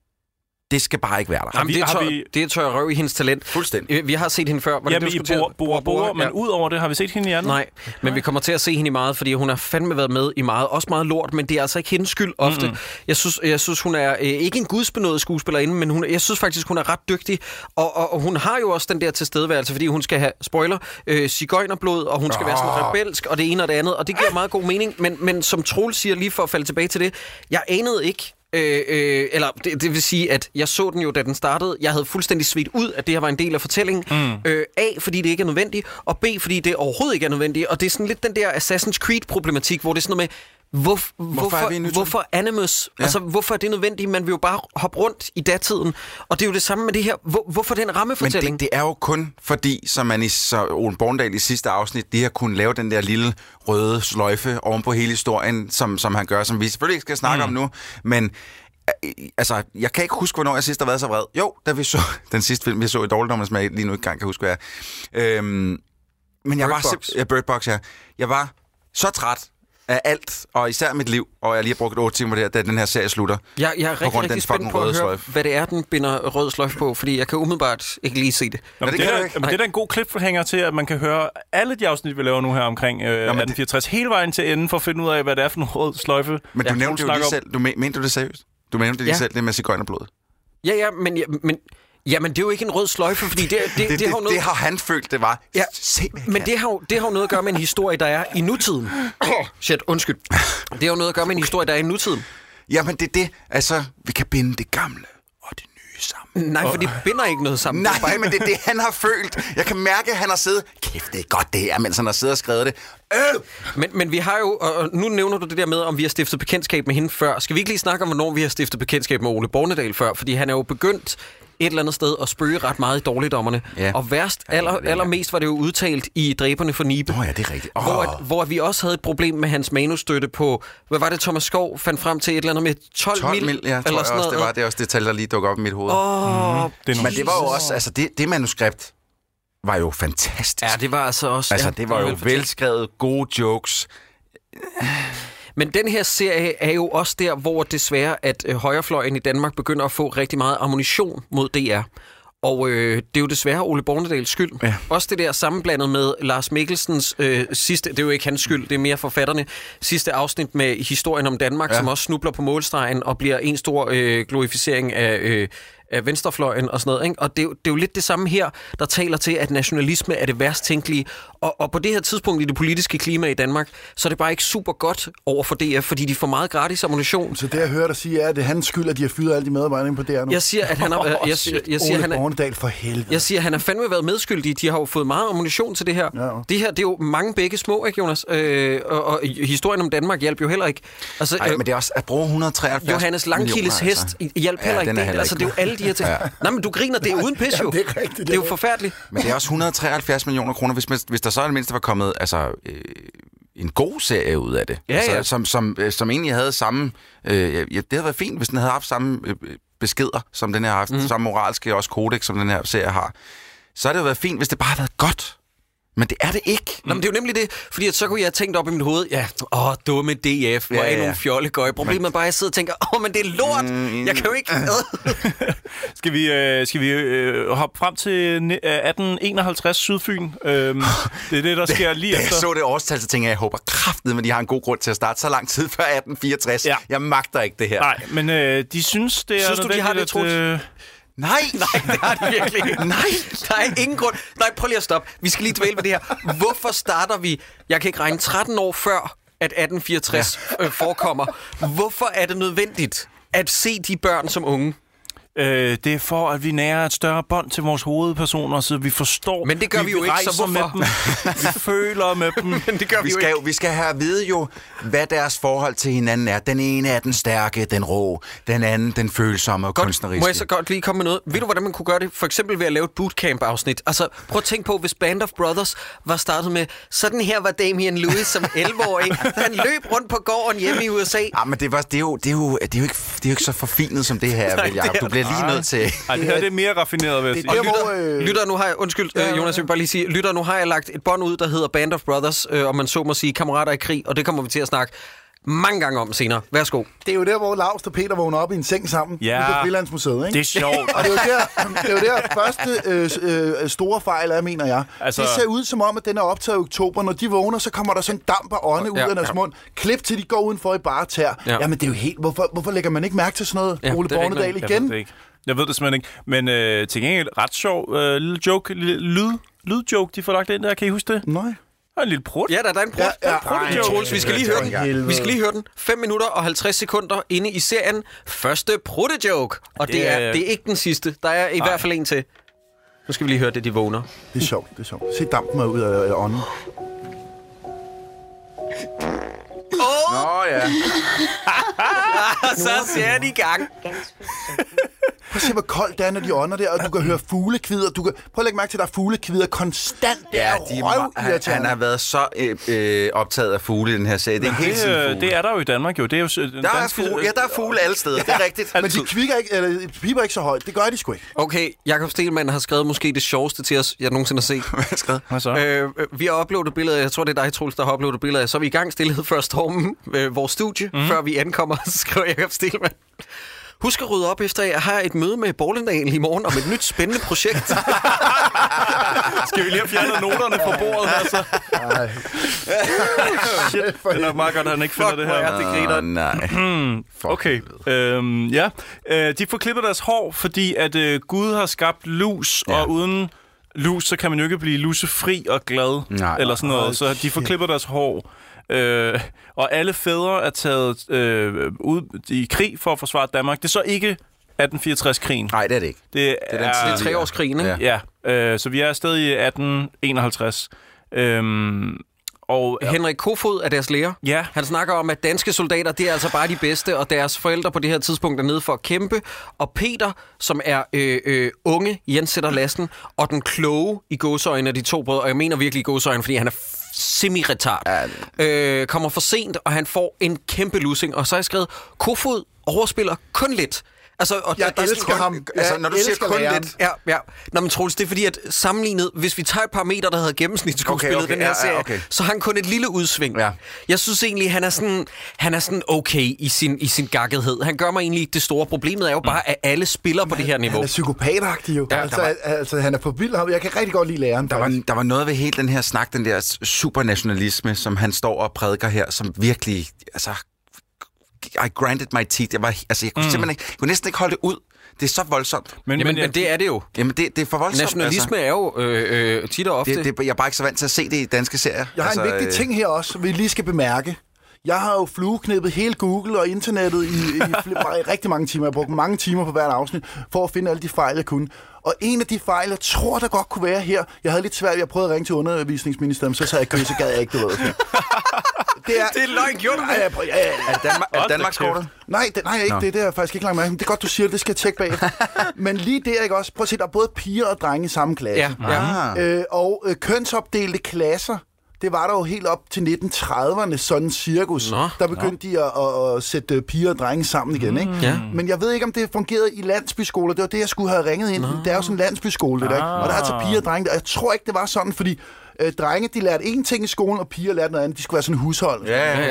Speaker 6: det skal bare ikke være der.
Speaker 3: Jamen, det tør røv i hendes talent.
Speaker 6: Fuldstændig.
Speaker 3: Vi har set hende før.
Speaker 5: Jamen, i Bora, men ud over det har vi set hende i andet.
Speaker 3: Nej, men vi kommer til at se hende i meget, fordi hun har fandme været med i meget. Også meget lort, men det er altså ikke hendes skyld ofte. Jeg synes, hun er ikke en gudsbenådet skuespillerinde, men jeg synes faktisk, hun er ret dygtig. Og hun har jo også den der tilstedeværelse, fordi hun skal have, spoiler, sigøjnerblod, og hun skal være sådan rebelsk, og det ene og det andet. Og det giver meget god mening. Men som Troels siger, lige for at falde tilbage til det, jeg anede ikke, eller det vil sige, at jeg så den jo, da den startede. Jeg havde fuldstændig svedt ud, at det her var en del af fortællingen. A, fordi det ikke er nødvendigt, og B, fordi det overhovedet ikke er nødvendigt. Og det er sådan lidt den der Assassin's Creed-problematik, hvor det er sådan noget med, hvorfor Animus? Ja. Altså, hvorfor er det nødvendigt? Man vil jo bare hoppe rundt i datiden. Og det er jo det samme med det her. Hvorfor den rammefortælling?
Speaker 6: Men det er jo kun fordi, som man i Ole Bornedal i sidste afsnit, det har kunnet lave den der lille røde sløjfe oven på hele historien, som han gør, som vi selvfølgelig ikke skal snakke om nu. Men altså, jeg kan ikke huske, hvornår jeg sidst har været så vred. Jo, da vi så den sidste film, vi så i Dårligdommer, som jeg lige nu ikke engang kan huske, hvad jeg men jeg var Bird Box, ja. Jeg var så træt af alt, og især mit liv, og jeg lige har brugt 8 timer der, da den her serie slutter.
Speaker 3: Jeg er rigtig spændt på at høre, hvad det er, den binder rød sløjfe på, fordi jeg kan umiddelbart ikke lige se det.
Speaker 5: Det er da en god cliffhanger til, at man kan høre alle de afsnit, vi laver nu her omkring 1864, hele vejen til enden, for at finde ud af, hvad det er for en rød sløjfe.
Speaker 6: Men du nævnte jo lige selv, mente du det seriøst? Du nævnte det lige selv, det med sigøjnerblodet.
Speaker 3: Ja, men det er jo ikke en rød sløjfe, fordi det har noget...
Speaker 6: Det har han følt, det var.
Speaker 3: Ja, men det har jo noget at gøre med en historie, der er i nutiden. Undskyld. Det har jo noget at gøre med en historie, der er i nutiden.
Speaker 6: Jamen, det. Altså, vi kan binde det gamle og det nye sammen.
Speaker 3: Nej, for det binder ikke noget sammen.
Speaker 6: Nej, men det er det, han har følt. Jeg kan mærke, at han har siddet... Kæft, det er godt det her, mens han har siddet og skrevet det.
Speaker 3: Men vi har jo... Og nu nævner du det der med, om vi har stiftet bekendtskab med hende før. Skal vi ikke lige snakke om, hvornår vi har stiftet bekendtskab med Ole Bornedal før? Fordi han er jo begyndt et eller andet sted at spøge ret meget i Dårligdommerne. Ja. Og værst, allermest var det jo udtalt i Dræberne for Nibe.
Speaker 6: Ja, det er rigtigt.
Speaker 3: Hvor vi også havde et problem med hans manusstøtte på... Hvad var det, Thomas Skov fandt frem til? Et eller andet med 12 mil?
Speaker 6: Ja, eller sådan noget. Det er også detaljer, der lige dukker op i mit hoved. Men det var jo også... Altså, det manuskript var jo fantastisk.
Speaker 3: Ja, det var altså også...
Speaker 6: Altså, det var jo velskrevet, gode jokes.
Speaker 3: Men den her serie er jo også der, hvor desværre, at højrefløjen i Danmark begynder at få rigtig meget ammunition mod DR. Og det er jo desværre Ole Bornedals skyld. Ja. Også det der sammenblandet med Lars Mikkelsens sidste, det er jo ikke hans skyld, det er mere forfatterne, sidste afsnit med historien om Danmark, som også snubler på målstregen og bliver en stor glorificering af venstrefløjen og sådan noget. Ikke? Og det er jo lidt det samme her, der taler til, at nationalisme er det værst tænkelige. Og på det her tidspunkt i det politiske klima i Danmark, så er det bare ikke super godt over for DF, fordi de får meget gratis ammunition.
Speaker 4: Så det, jeg hører dig sige, er, at det er hans skyld, at de har fyret alle de medarbejdere på DR nu?
Speaker 3: Jeg siger, at han har...
Speaker 4: Ole Bornedal, for helvede.
Speaker 3: Jeg siger, at han har fandme været medskyldig. De har jo fået meget ammunition til det her. Ja. Det her, det er jo mange begge små, ikke, Jonas? Og historien om Danmark hjalp jo heller ikke. Altså,
Speaker 6: men det er også at bruge 173
Speaker 3: Johannes Langkildes hest hjalp heller ikke. Altså, det er jo alle de her ting. Nej, men du griner, det er uden pis jo.
Speaker 4: Det er rigtigt.
Speaker 3: Det er jo forfærdeligt.
Speaker 6: Men det er også 173 millioner kroner, hvis der så det mindste var kommet en god serie ud af det.
Speaker 3: Ja,
Speaker 6: altså, som egentlig havde samme... det havde været fint, hvis den havde haft samme beskeder, som den her har haft. Samme moralske også kodex, som den her serie har. Så havde det jo været fint, hvis det bare havde været godt. Men det er det ikke.
Speaker 3: Nå, men det er jo nemlig det, fordi at så kunne jeg have tænkt op i mit hoved, dumme DF, hvor er nogle fjollegøj. Problemet er bare, at jeg sidder og tænker, men det er lort, jeg kan jo ikke...
Speaker 5: Skal vi hoppe frem til 1851 Sydfyn? Det er det, der sker lige efter.
Speaker 6: Da jeg så det årstal, så tænker jeg håber kraftigt, men de har en god grund til at starte så lang tid før 1864. Ja. Jeg magter ikke det her.
Speaker 5: Nej, men de synes, det er...
Speaker 3: Synes du, de har det, Troels?
Speaker 6: Nej,
Speaker 3: det har de virkelig ikke.
Speaker 6: Nej,
Speaker 3: der er ingen grund. Nej, prøv lige at stoppe. Vi skal lige dvæle ved det her. Hvorfor starter vi, jeg kan ikke regne, 13 år før at 1864 forekommer. Hvorfor er det nødvendigt at se de børn som unge?
Speaker 5: Det er for, at vi nærer et større bånd til vores hovedpersoner, så vi forstår...
Speaker 3: Men det gør vi jo ikke, så hvorfor?
Speaker 5: Med dem. Vi føler med dem. Men
Speaker 3: det gør vi jo ikke.
Speaker 6: Vi skal have at vide jo, hvad deres forhold til hinanden er. Den ene er den stærke, den rå. Den anden, den følsomme og kunstneriske.
Speaker 3: Må jeg så godt lige komme med noget? Ved du, hvordan man kunne gøre det? For eksempel ved at lave et bootcamp-afsnit. Altså, prøv at tænke på, hvis Band of Brothers var startet med, sådan her var Damian Lewis som 11-årig. Han løb rundt på gården hjemme i USA.
Speaker 6: Ja, men det er jo ikke så forfinet som det her, vel, Jacob? Du bliver lige nødt til...
Speaker 5: Ej, det her det er mere raffineret, vil jeg sige.
Speaker 3: Lytter, nu har jeg... Undskyld, Jonas, jeg vil bare lige sige... Lytter, nu har jeg lagt et bånd ud, der hedder Band of Brothers, og man så må sige kammerater i krig, og det kommer vi til at snakke mange gange om senere. Værsgo.
Speaker 4: Det er jo der, hvor Laust og Peter vågner op i en seng sammen.
Speaker 5: Ja,
Speaker 4: på Frilandsmuseet, ikke?
Speaker 5: Det er sjovt.
Speaker 4: Og det er jo der første store fejl er, mener jeg. Altså... Det ser ud som om, at den er optaget i oktober. Når de vågner, så kommer der sådan damp og ånde ud af deres mund. Klip til, de går udenfor i bare tær. Ja. Jamen, det er jo helt... Hvorfor lægger man ikke mærke til sådan noget, Ole Bornedal, igen?
Speaker 5: Jeg ved det simpelthen ikke. Men til gengæld ret sjov lille joke, lydjoke, de får lagt ind der. Kan I huske det?
Speaker 4: Nej.
Speaker 5: Og en lille prut.
Speaker 3: Ja, der er en prut. Vi skal lige høre den. Vi skal lige høre den. 5 minutter og 50 sekunder inde i serien. Første pruttejoke. Og det er ikke den sidste. Der er i hvert fald en til. Nu skal vi lige høre det, de vågner.
Speaker 4: Det er sjovt. Se dampen ud af ånden.
Speaker 6: Nå ja.
Speaker 3: Så ser de i gang.
Speaker 4: Prøv at se, hvor koldt det er, når de ånder der, og du kan høre fuglekvider. Prøv at lægge mærke til, at der er fuglekvider konstant.
Speaker 6: Ja, han har været så optaget af fugle i den her serie. Det er helt sådan
Speaker 5: det er der jo i Danmark, jo. Det er jo
Speaker 6: der er fugle alle steder, det er rigtigt.
Speaker 4: Men de kvikker ikke, eller de piper ikke så højt. Det gør de sgu ikke.
Speaker 3: Okay, Jakob Stelmann har skrevet måske det sjoveste til os, jeg nogensinde har set.
Speaker 6: Hvad har skrevet?
Speaker 5: Hvad så?
Speaker 3: Vi har uploadet billeder, jeg tror, det er dig, Troels, der har uploadet billeder. Så er vi i gang stillhed før stormen, vores studie, før vi ankommer, så skriver Jakob Stelmann. Husk at rydde op efter, at jeg har et møde med Borlendal i morgen om et nyt spændende projekt.
Speaker 5: Skal vi lige have fjernet noterne fra bordet her, så? Shit, det er nok meget godt, at han ikke finder det her.
Speaker 3: Det griner.
Speaker 6: Nej.
Speaker 5: Okay. De får klippet deres hår, fordi at Gud har skabt lus, og uden lus, så kan man jo ikke blive lusefri og glad. Eller sådan noget. Så de får klippet deres hår. Og alle fædre er taget ud i krig for at forsvare Danmark. Det er så ikke 1864-krigen.
Speaker 6: Nej, det er det ikke.
Speaker 5: Det er
Speaker 3: 3-årskrigen, ikke?
Speaker 5: Ja. Så vi er stadig i 1851. Og
Speaker 3: Henrik Kofod er deres lærer.
Speaker 5: Ja.
Speaker 3: Han snakker om, at danske soldater, det er altså bare de bedste, og deres forældre på det her tidspunkt er nede for at kæmpe. Og Peter, som er unge, Jens sætter lasten, og den kloge i gåseøjne af de to brødre, og jeg mener virkelig i gåseøjne, fordi han er semi-retard, kommer for sent, og han får en kæmpe lussing. Og så har jeg skrevet, Kofod overspiller kun lidt. Altså, og
Speaker 4: jeg elsker ham.
Speaker 6: Altså, når du siger kun lidt...
Speaker 3: Ja. Nå, men Troels, det er fordi, at sammenlignet, hvis vi tager et par meter, der hedder gennemsnitsskuespillet den her serie, så har han kun et lille udsving. Ja. Jeg synes egentlig, han er sådan okay i sin gakkethed. Han gør mig egentlig det store. Problemet er jo bare, at alle spiller på det her niveau.
Speaker 4: Han er psykopatagtig jo. Ja, altså, han er for vild. Jeg kan rigtig godt lide læreren.
Speaker 6: Der var noget ved hele den her snak, den der supernationalisme, som han står og prædiker her, som virkelig... Altså, I grinded my teeth. Jeg kunne simpelthen ikke, jeg kunne næsten ikke holde det ud. Det er så voldsomt.
Speaker 3: Men det er det jo.
Speaker 6: Jamen, det er for voldsomt.
Speaker 3: Nationalisme er jo tit og ofte...
Speaker 6: Jeg er bare ikke så vant til at se det i danske serier.
Speaker 4: Jeg har en vigtig ting her også, vi lige skal bemærke. Jeg har jo flueknippet hele Google og internettet i rigtig mange timer. Jeg har brugt mange timer på hvert afsnit, for at finde alle de fejl, jeg kunne. Og en af de fejl, jeg tror, der godt kunne være her... Jeg havde lidt svært, jeg prøvede at ringe til undervisningsministeriet, så sagde jeg, så gad jeg ikke, du ved.
Speaker 3: Det er løgn gjort.
Speaker 6: Er Danmarkskortet?
Speaker 4: Nej, ikke. Det er jeg faktisk ikke langt med. Det er godt, du siger det. Det skal jeg tjekke bagefter. Men lige der, ikke også? Prøv at se, der er både piger og drenge i samme klasse. Ja. Og kønsopdelte klasser. Det var der jo helt op til 1930'erne, sådan en cirkus. Der begyndte de at sætte piger og drenge sammen igen. Ikke? Ja. Men jeg ved ikke, om det fungerede i landsbyskoler. Det var det, jeg skulle have ringet ind. Det er jo sådan en landsbyskole, det der. Og der er altså piger og drenge. Og jeg tror ikke, det var sådan, fordi drenge, de lærte én ting i skolen, og piger lærte noget andet. De skulle være sådan en hushold.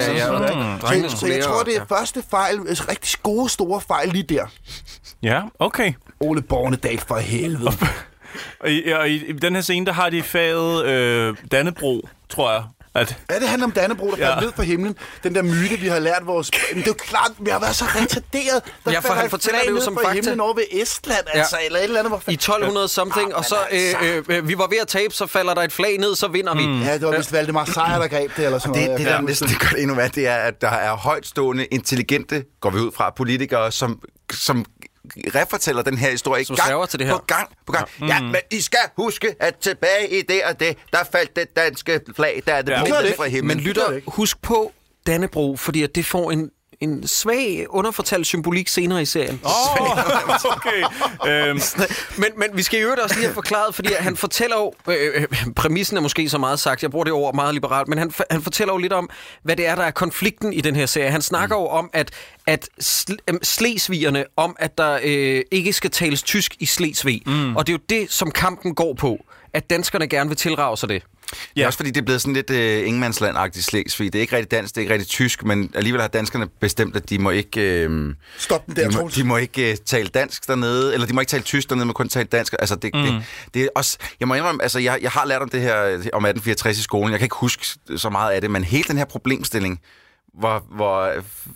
Speaker 4: Så jeg tror, det er første fejl, rigtig gode, store fejl lige der.
Speaker 5: Ja, okay.
Speaker 4: Ole Bornedal for helvede.
Speaker 5: Og i den her scene, der har de faget Dannebro, tror jeg.
Speaker 4: det handler om Dannebrog, der faldt ned fra himlen. Den der myte, vi har lært vores... Men det er jo klart, vi har været så retarderet. Der
Speaker 3: for han fortæller det jo som fakta.
Speaker 4: Himlen over ved Estland, altså, eller et eller andet.
Speaker 3: I 1200 something, og så vi var ved at tabe, så falder der et flag ned, så vinder vi.
Speaker 4: Ja, det var vist Valdemar Sejr, der greb det, eller sådan noget.
Speaker 6: Det der næsten gør det endnu værre, det er, at der er højtstående, intelligente, går vi ud fra, politikere, som refortæller den her historie gang
Speaker 3: til det her.
Speaker 6: på gang. Ja, men I skal huske, at tilbage i det og det, der faldt det danske flag, der er det fra himlen.
Speaker 3: Men lytter, husk på Dannebrog, fordi at det får en svag underfortalt symbolik senere i serien.
Speaker 5: Okay.
Speaker 3: Men vi skal jo også lige have forklaret, fordi han fortæller jo, præmissen er måske så meget sagt, jeg bruger det ord meget liberalt, men han fortæller jo lidt om, hvad det er, der er konflikten i den her serie. Han snakker jo om, at slesvigerne, om at der ikke skal tales tysk i Slesvig. Og det er jo det, som kampen går på, at danskerne gerne vil tilrage sig det.
Speaker 6: Ja, også fordi det er blevet sådan lidt ingenmandsland-agtigt Slesvig. Det er ikke rigtig dansk, det er ikke rigtig tysk, men alligevel har danskerne bestemt, at de må ikke...
Speaker 4: Stop den der,
Speaker 6: de må ikke tale dansk dernede, eller de må ikke tale tysk dernede, men kun tale dansk. Altså, det er også... Jeg må indrømme, altså, jeg har lært om det her, om 1864 i skolen. Jeg kan ikke huske så meget af det, men hele den her problemstilling, hvor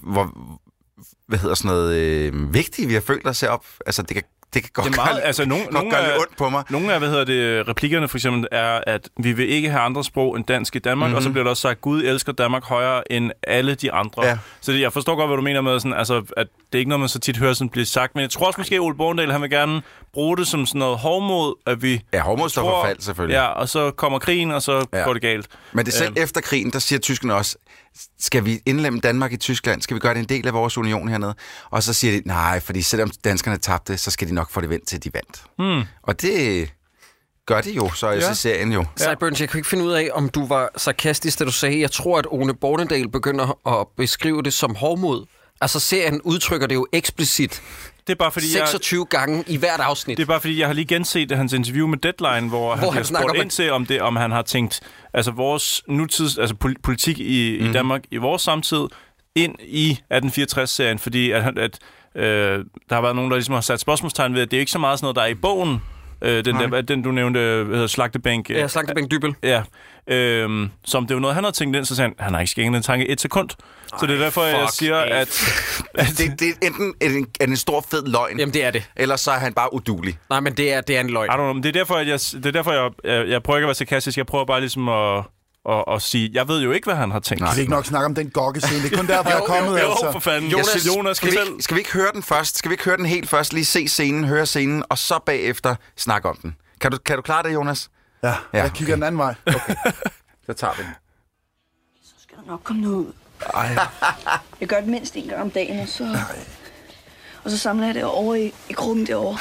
Speaker 6: hvad hedder sådan noget, vigtigt, vi har følt os op. Altså, det kan godt gøre lidt ondt på mig.
Speaker 5: Nogle af, replikkerne for eksempel, er, at vi vil ikke have andre sprog end dansk i Danmark, og så bliver der også sagt, Gud elsker Danmark højere end alle de andre. Ja. Så jeg forstår godt, hvad du mener med, sådan, altså, at det er ikke noget, man så tit hører sådan blive sagt, men jeg tror også måske, Ole Bornedal, han vil gerne bruge det som sådan noget hovmod, at vi...
Speaker 6: Ja, hovmod står for fald, selvfølgelig.
Speaker 5: Ja, og så kommer krigen, og så går det galt.
Speaker 6: Men det selv efter krigen, der siger tyskerne også, skal vi indlemme Danmark i Tyskland? Skal vi gøre det en del af vores union hernede? Og så siger de, nej, fordi selvom danskerne tabte, så skal de nok få det vendt til de vandt. Og det gør de jo, så i serien jo.
Speaker 3: Sideburns, jeg kunne ikke finde ud af, om du var sarkastisk, da du sagde, jeg tror, at Ole Bornedal begynder at beskrive det som hovmod. Altså serien udtrykker det jo eksplicit.
Speaker 5: Det er bare fordi
Speaker 3: 26 gange i hvert afsnit.
Speaker 5: Det er bare fordi, jeg har lige genset hans interview med Deadline, hvor han bliver spurgt ind til, om han har tænkt, altså vores nutids, altså politik i Danmark i vores samtid, ind i 1864-serien, fordi at der har været nogen, der ligesom har sat spørgsmålstegn ved, at det er ikke så meget sådan noget, der er i bogen, den du nævnte, hedder Slagtebænk.
Speaker 3: Ja, Slagtebænk Dybbøl.
Speaker 5: Ja, som det er jo noget, han har tænkt ind, så sagde han har ikke skænket en tanke et sekund. Så det er derfor, jeg siger, at
Speaker 6: det er enten en stor fed løgn.
Speaker 3: Jamen, det er det.
Speaker 6: Eller så er han bare uduelig.
Speaker 3: Nej, men det er en løgn.
Speaker 5: Det er derfor, jeg prøver ikke at være sarkastisk. Jeg prøver bare ligesom at sige, jeg ved jo ikke, hvad han har tænkt.
Speaker 4: Kan vi ikke nok snakke om den gokkescene? Det er kun derfor, jeg er kommet, altså.
Speaker 5: Jo, for fanden.
Speaker 6: Jonas, skal vi ikke høre den først? Skal vi ikke høre den helt først? Lige se scenen, høre scenen, og så bagefter snakke om den. Kan du klare det, Jonas?
Speaker 4: Ja, jeg kigger den anden vej.
Speaker 6: Okay. Så tager vi den.
Speaker 8: Så skal der nok komme noget ud.
Speaker 4: Ej.
Speaker 8: Jeg gør det mindst en gang om dagen, og så samler jeg det over i krukken derovre.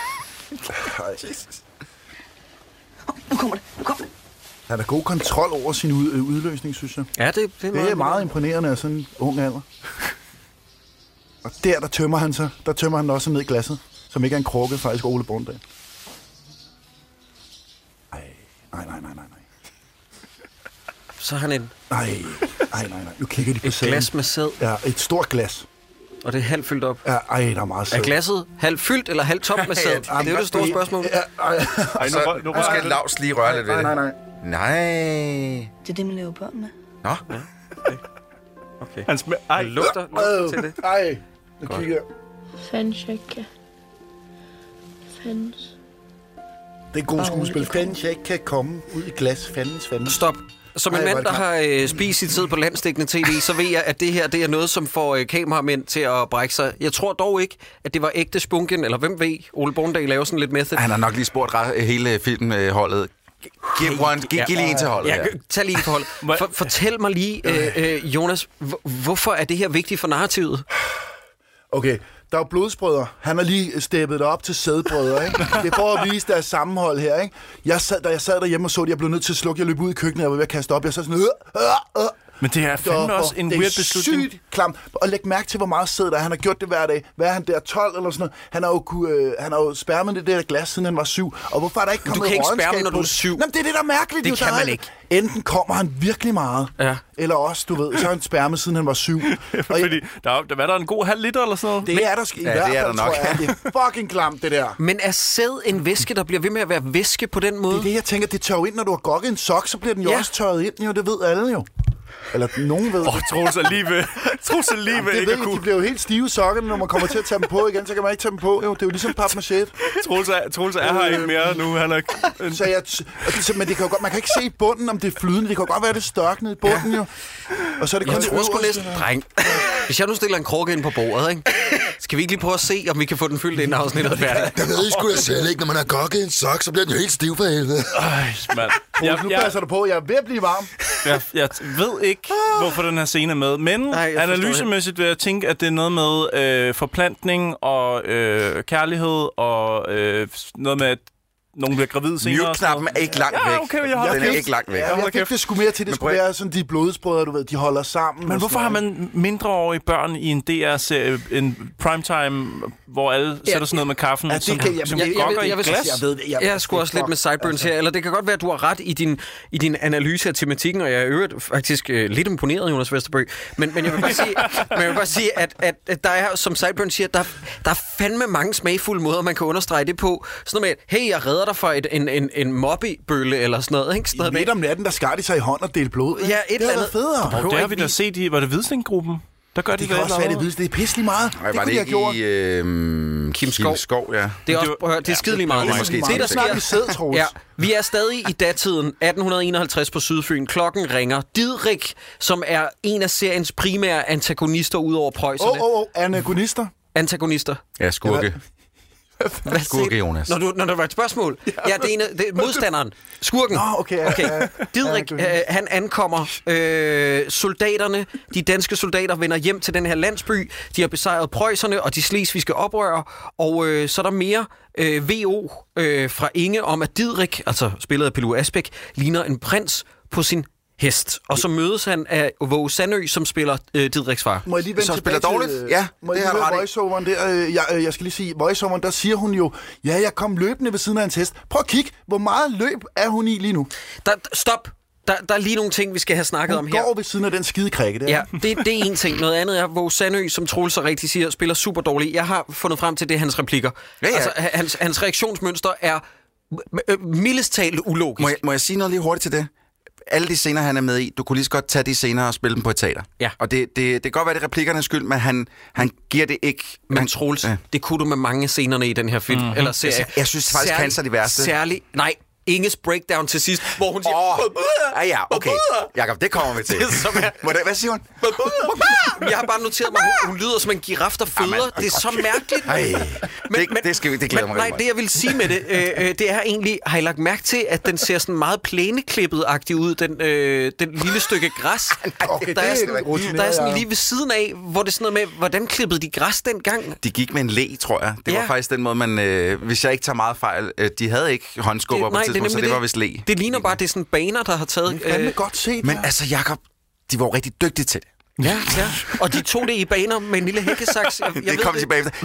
Speaker 8: Nu kommer det.
Speaker 4: Han har god kontrol over sin udløsning, synes jeg.
Speaker 3: Ja, det
Speaker 4: er meget imponerende af sådan en ung alder. Og der tømmer han sig. Der tømmer han også ned i glasset, som ikke er en krukke, faktisk Ole Bornedal. Nej.
Speaker 3: Så har han en...
Speaker 4: Nej. Nu kigger de på
Speaker 3: et glas med sæd.
Speaker 4: Ja, et stort glas.
Speaker 3: Og det er halvt fyldt op.
Speaker 4: Ja, der er meget sæd.
Speaker 3: Er glasset halvt fyldt eller halvt tom med sæd? Det er jo det store spørgsmål.
Speaker 6: Nu skal Lars lige røre lidt ved det. Nej.
Speaker 8: Det er det, man laver børn med.
Speaker 6: Nå.
Speaker 3: Ja, okay.
Speaker 5: Han
Speaker 3: lugter til det.
Speaker 4: Ej, nu kigger jeg.
Speaker 8: Fandshake. Fandens.
Speaker 4: Det er god skuespil. Fandens jeg ikke kan komme ud i glas. Fandens.
Speaker 3: Stop. Som en mand, der har spist sit tid på landsdækkende tv, så ved jeg, at det her det er noget, som får kameramænd til at brække sig. Jeg tror dog ikke, at det var ægte spunken, eller hvem ved, Ole Bornedal laver sådan lidt method.
Speaker 6: Han har nok lige spurgt hele filmholdet. Giv lige en til holdet.
Speaker 3: Ja, tag lige en til holdet. Fortæl mig lige, Jonas, hvorfor er det her vigtigt for narrativet?
Speaker 4: Okay, der er jo blodsbrødre. Han har lige steppet op til sædbrødre, ikke? Det er for at vise deres sammenhold her, ikke? Da jeg sad derhjemme og så det, jeg blev nødt til at slukke. Jeg løb ud i køkkenet, jeg var ved at kaste op. Jeg sad sådan...
Speaker 5: Men det er fandme også en weird beslutning.
Speaker 4: Det er sygt klamt. Og læg mærke til, hvor meget sæd der er. Han har gjort det hver dag. Hvad er han der, 12 eller sådan noget? Han har jo spærmet det der glas, siden han var 7. Og hvorfor er der ikke kommet
Speaker 3: rådenskab? Du kan ikke spærme, når
Speaker 4: på
Speaker 3: du er 7.
Speaker 4: Jamen, det er det, der er mærkeligt.
Speaker 3: Det kan man ikke.
Speaker 4: Enten kommer han virkelig meget, eller også, du ved, så har han spærmet, siden han var 7.
Speaker 5: Fordi der er en god halv liter eller sådan noget.
Speaker 4: Det er der i hvert fald, tror jeg. Det er fucking klamt, det der.
Speaker 3: Men er sæd en væske, der bliver ved med at være væske på den måde?
Speaker 4: Det er det, jeg tænker. Det tørrer ind, når du har gokket en sok, så bliver den jo også tørret ind. Jo, det ved alle jo. Eller nogen ved.
Speaker 5: Troels er lige ved ikke at kunne.
Speaker 4: De bliver jo helt stive sokkerne, når man kommer til at tage dem på igen, så kan man ikke tage dem på. Jo, det er jo ligesom papmaché.
Speaker 5: Troels er her ikke mere nu. Han er...
Speaker 4: Men det kan jo godt, man kan ikke se i bunden, om det er flydende. Det kan jo godt være, det er størknet i bunden, jo. Og så er det kun
Speaker 3: dreng. Hvis jeg nu stiller en krukke ind på bordet, ikke? Skal vi ikke lige prøve at se, om vi kan få den fyldt ind afsnittet færdigt?
Speaker 2: Jeg ved I sgu da selv ikke, når man har gokket en sok, så bliver den jo helt stiv for helvede.
Speaker 5: Mand.
Speaker 4: Nu passer du på, jeg er ved at blive varm.
Speaker 5: Jeg ved ikke, hvorfor den her scene er med, men analysemæssigt vil jeg tænke, at det er noget med forplantning og kærlighed og noget med, at nogen bliver gravid senere.
Speaker 6: Mute-knappen er ikke langt væk.
Speaker 5: Ja, okay,
Speaker 6: den er ikke langt væk.
Speaker 4: Jeg fik det sgu mere til, det skulle være sådan de blodsbrødre, du ved, de holder sammen.
Speaker 5: Men hvorfor har man mindreårige børn i en DR-serie, en primetime, hvor alle sætter sådan noget med kaffen, som gokker i glas?
Speaker 3: Jeg er sgu også lidt med sideburns her, eller det kan godt være, at du har ret i din analyse af tematikken, og jeg er øvrigt faktisk lidt imponeret, Jonas Vesterbø. Men jeg vil bare sige, at der er, som sideburns siger, der er fandme mange smagfulde måder, man kan understrege det på. Sådan noget med, hey, jeg redder dig for en mobbybølle eller sådan noget, ikke? Sådan
Speaker 4: midt om natten, der skar de sig i hånd og delte blod.
Speaker 3: Ja, et eller andet.
Speaker 4: Federe.
Speaker 5: Det har vi da set i, var det Hvidstengruppen? Der gør
Speaker 4: det kan også være, det er pisselig meget.
Speaker 6: Det kunne de have gjort. Kim Skov, ja.
Speaker 3: Det er også det er skidelig meget.
Speaker 4: Det der sker.
Speaker 3: Ja, vi er stadig i datiden 1851 på Sydfyn. Klokken ringer. Didrik, som er en af seriens primære antagonister ud over preusserne.
Speaker 4: Antagonister?
Speaker 6: Ja, skurke.
Speaker 3: Hvad skurke, Jonas? Når der var et spørgsmål. Ja, det er modstanderen. Skurken.
Speaker 4: Okay.
Speaker 3: Didrik, han ankommer. Soldaterne, de danske soldater, vender hjem til den her landsby. De har besejret preusserne og de slesvigske oprørere. Og så er der mere VO fra Inge om, at Didrik, altså spillet af Pelu Asbæk, ligner en prins på sin hest. Og så mødes han af Våge Sandø, som spiller Didriks far.
Speaker 4: Må jeg lige vende tilbage
Speaker 6: dårligt? Ja,
Speaker 4: det har du ret i. Voiceoveren der, jeg skal lige sige, voiceoveren, der siger hun jo, jeg kom løbende ved siden af hans hest. Prøv at kigge, hvor meget løb er hun i lige nu?
Speaker 3: Stop! Der er lige nogle ting, vi skal have snakket om her.
Speaker 4: Hun går ved siden af den skide krikke der.
Speaker 3: Ja, det er en ting. Noget andet er, Våge Sandø, som Troels så rigtig siger, spiller super dårligt. Jeg har fundet frem til det, hans replikker.
Speaker 6: Ja.
Speaker 3: Altså, hans reaktionsmønster er mildest talt ulogisk.
Speaker 6: Må jeg sige noget lige hurtigt til det? Alle de scener, han er med i, du kunne lige så godt tage de scener og spille dem på et teater.
Speaker 3: Ja.
Speaker 6: Og det kan godt være, det er replikkernes skyld, men han giver det ikke...
Speaker 3: Men Troels, det kunne du med mange scenerne i den her film. Eller serie.
Speaker 6: Jeg synes faktisk, han er de værste.
Speaker 3: Særligt... Nej, Inges breakdown til sidst, hvor hun siger...
Speaker 6: Ja, okay. Jakob, det kommer vi til. Hvad siger hun?
Speaker 3: Jeg har bare noteret mig, hun lyder som en giraf, der føder. Det er så mærkeligt.
Speaker 6: Det glæder mig.
Speaker 3: Nej, det jeg vil sige med det er egentlig, har I lagt mærke til, at den ser sådan meget plæneklippet-agtig ud, den lille stykke græs.
Speaker 4: Okay,
Speaker 3: der er sådan lige ved siden af, hvor det er sådan noget med, hvordan klippede de græs dengang?
Speaker 6: De gik med en læ, tror jeg. Det var faktisk den måde, man... hvis jeg ikke tager meget fejl, de havde ikke håndskubber på tidspunkt, så det var vist læ.
Speaker 3: Det ligner bare, det er sådan baner, der har taget...
Speaker 4: Det er godt set.
Speaker 6: Men altså, Jakob, de var jo rigtig dygtige til det.
Speaker 3: Ja. Og de tog det i baner med en lille hækkesaks.
Speaker 6: Det kom tilbage efter.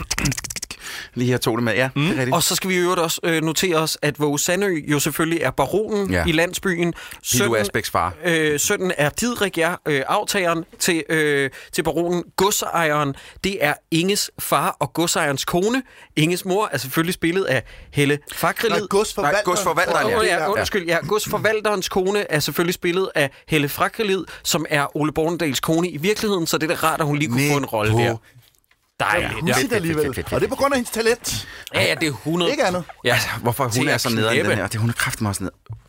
Speaker 6: Lige her tog det med, ja. Det er rigtigt.
Speaker 3: Og så skal vi jo også notere os, at Våge Sandø jo selvfølgelig er baronen i landsbyen.
Speaker 6: Pilo Asbæks far.
Speaker 3: Sønnen er Didrik, aftageren til baronen. Godsejeren, det er Inges far og godsejerens kone. Inges mor er selvfølgelig spillet af Helle Frakrelid.
Speaker 6: Godsforvalteren,
Speaker 3: Godsforvalterens kone er selvfølgelig spillet af Helle Frakrelid, som er Ole Bornedals kone i virkeligheden, så det er rart, at hun lige kunne få en rolle der. Dejligt.
Speaker 4: Hun siger det alligevel. Og det er på grund af hendes talent.
Speaker 3: Ja, det er 100.
Speaker 4: Ikke andet.
Speaker 6: Ja, altså, hvorfor hun er så nede i den her? Hun er kraftigt meget ned.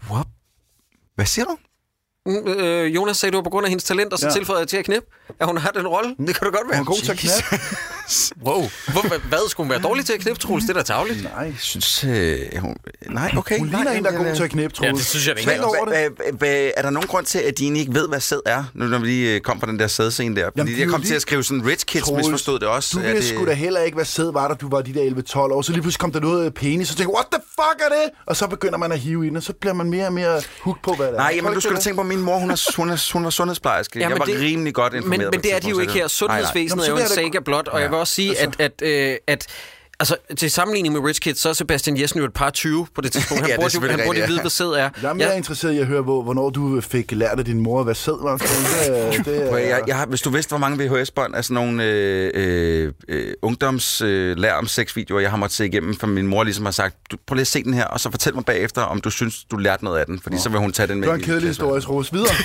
Speaker 6: Hvad siger du?
Speaker 3: Jonas sagde, du var på grund af hendes talent, og så tilføjede jeg til at knip. At hun har den rolle. Det kan da godt være.
Speaker 4: Hun er god til at knip.
Speaker 3: Wow. Hvad skulle hun være dårlig til at knip, Troels? Det er da tarveligt.
Speaker 4: Nej,
Speaker 6: jeg synes... Nej, okay.
Speaker 4: Hun ligner en, der er god til at knip, Troels.
Speaker 3: Ja, det synes jeg ikke.
Speaker 6: Er der nogen grund til, at de egentlig ikke ved, hvad sæd er? Nu når vi lige kom på den der sædscene der. Fordi jeg kom til at skrive sådan, Rich Kids misforstod det også.
Speaker 4: Du vidste sgu da heller ikke, hvad sæd var, da du var de der 11-12 år. Så lige pludselig kom der noget penis, og tænkte, what the fuck er det? Og så begynder man at hive ind, og så bliver man mere og mere hooked på, hvad det er.
Speaker 6: Nej, men du skulle tænke på, min mor, hun var sundhedsplejerske. Jeg var rimelig godt informeret.
Speaker 3: Men det er de jo ikke her. Sundhedsvæsenet er jo en saga blot, og jeg vil også sige, at altså, til sammenligning med Rich Kid, så er Sebastian Jessen jo et par 20 på det tidspunkt. Han burde jo vide, hvad sæd er.
Speaker 4: Jeg er mere interesseret i at høre, hvornår du fik lært af din mor, hvad sæd var.
Speaker 6: Hvis du vidste, hvor mange VHS-bånd af sådan nogle ungdomslærer om sexvideoer, jeg har måttet se igennem, for min mor ligesom har sagt, prøv lige at se den her, og så fortæl mig bagefter, om du synes, du lærte noget af den, fordi så vil hun tage den med.
Speaker 4: Det var en kedelig historie, Ros. Videre.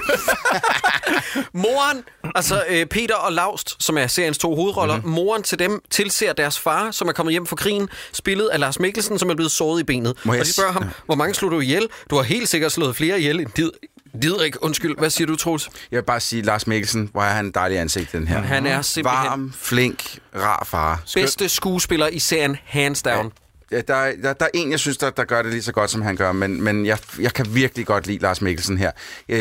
Speaker 3: Moren, altså Peter og Laust, som er seriens 2 hovedroller, moren til dem tilser deres far, som er kommet hjem fra krigen, spillet af Lars Mikkelsen, som er blevet såret i benet. Og de spørger ham, hvor mange slog du ihjel? Du har helt sikkert slået flere ihjel end Didrik. Undskyld, hvad siger du, Troels?
Speaker 6: Jeg vil bare sige, Lars Mikkelsen, hvor er han dejlig ansigt, den her.
Speaker 3: Han er simpelthen
Speaker 6: varm, flink, rar far.
Speaker 3: Bedste skuespiller i serien, hands down.
Speaker 6: Ja, der er en, jeg synes, der gør det lige så godt, som han gør, men jeg kan virkelig godt lide Lars Mikkelsen her.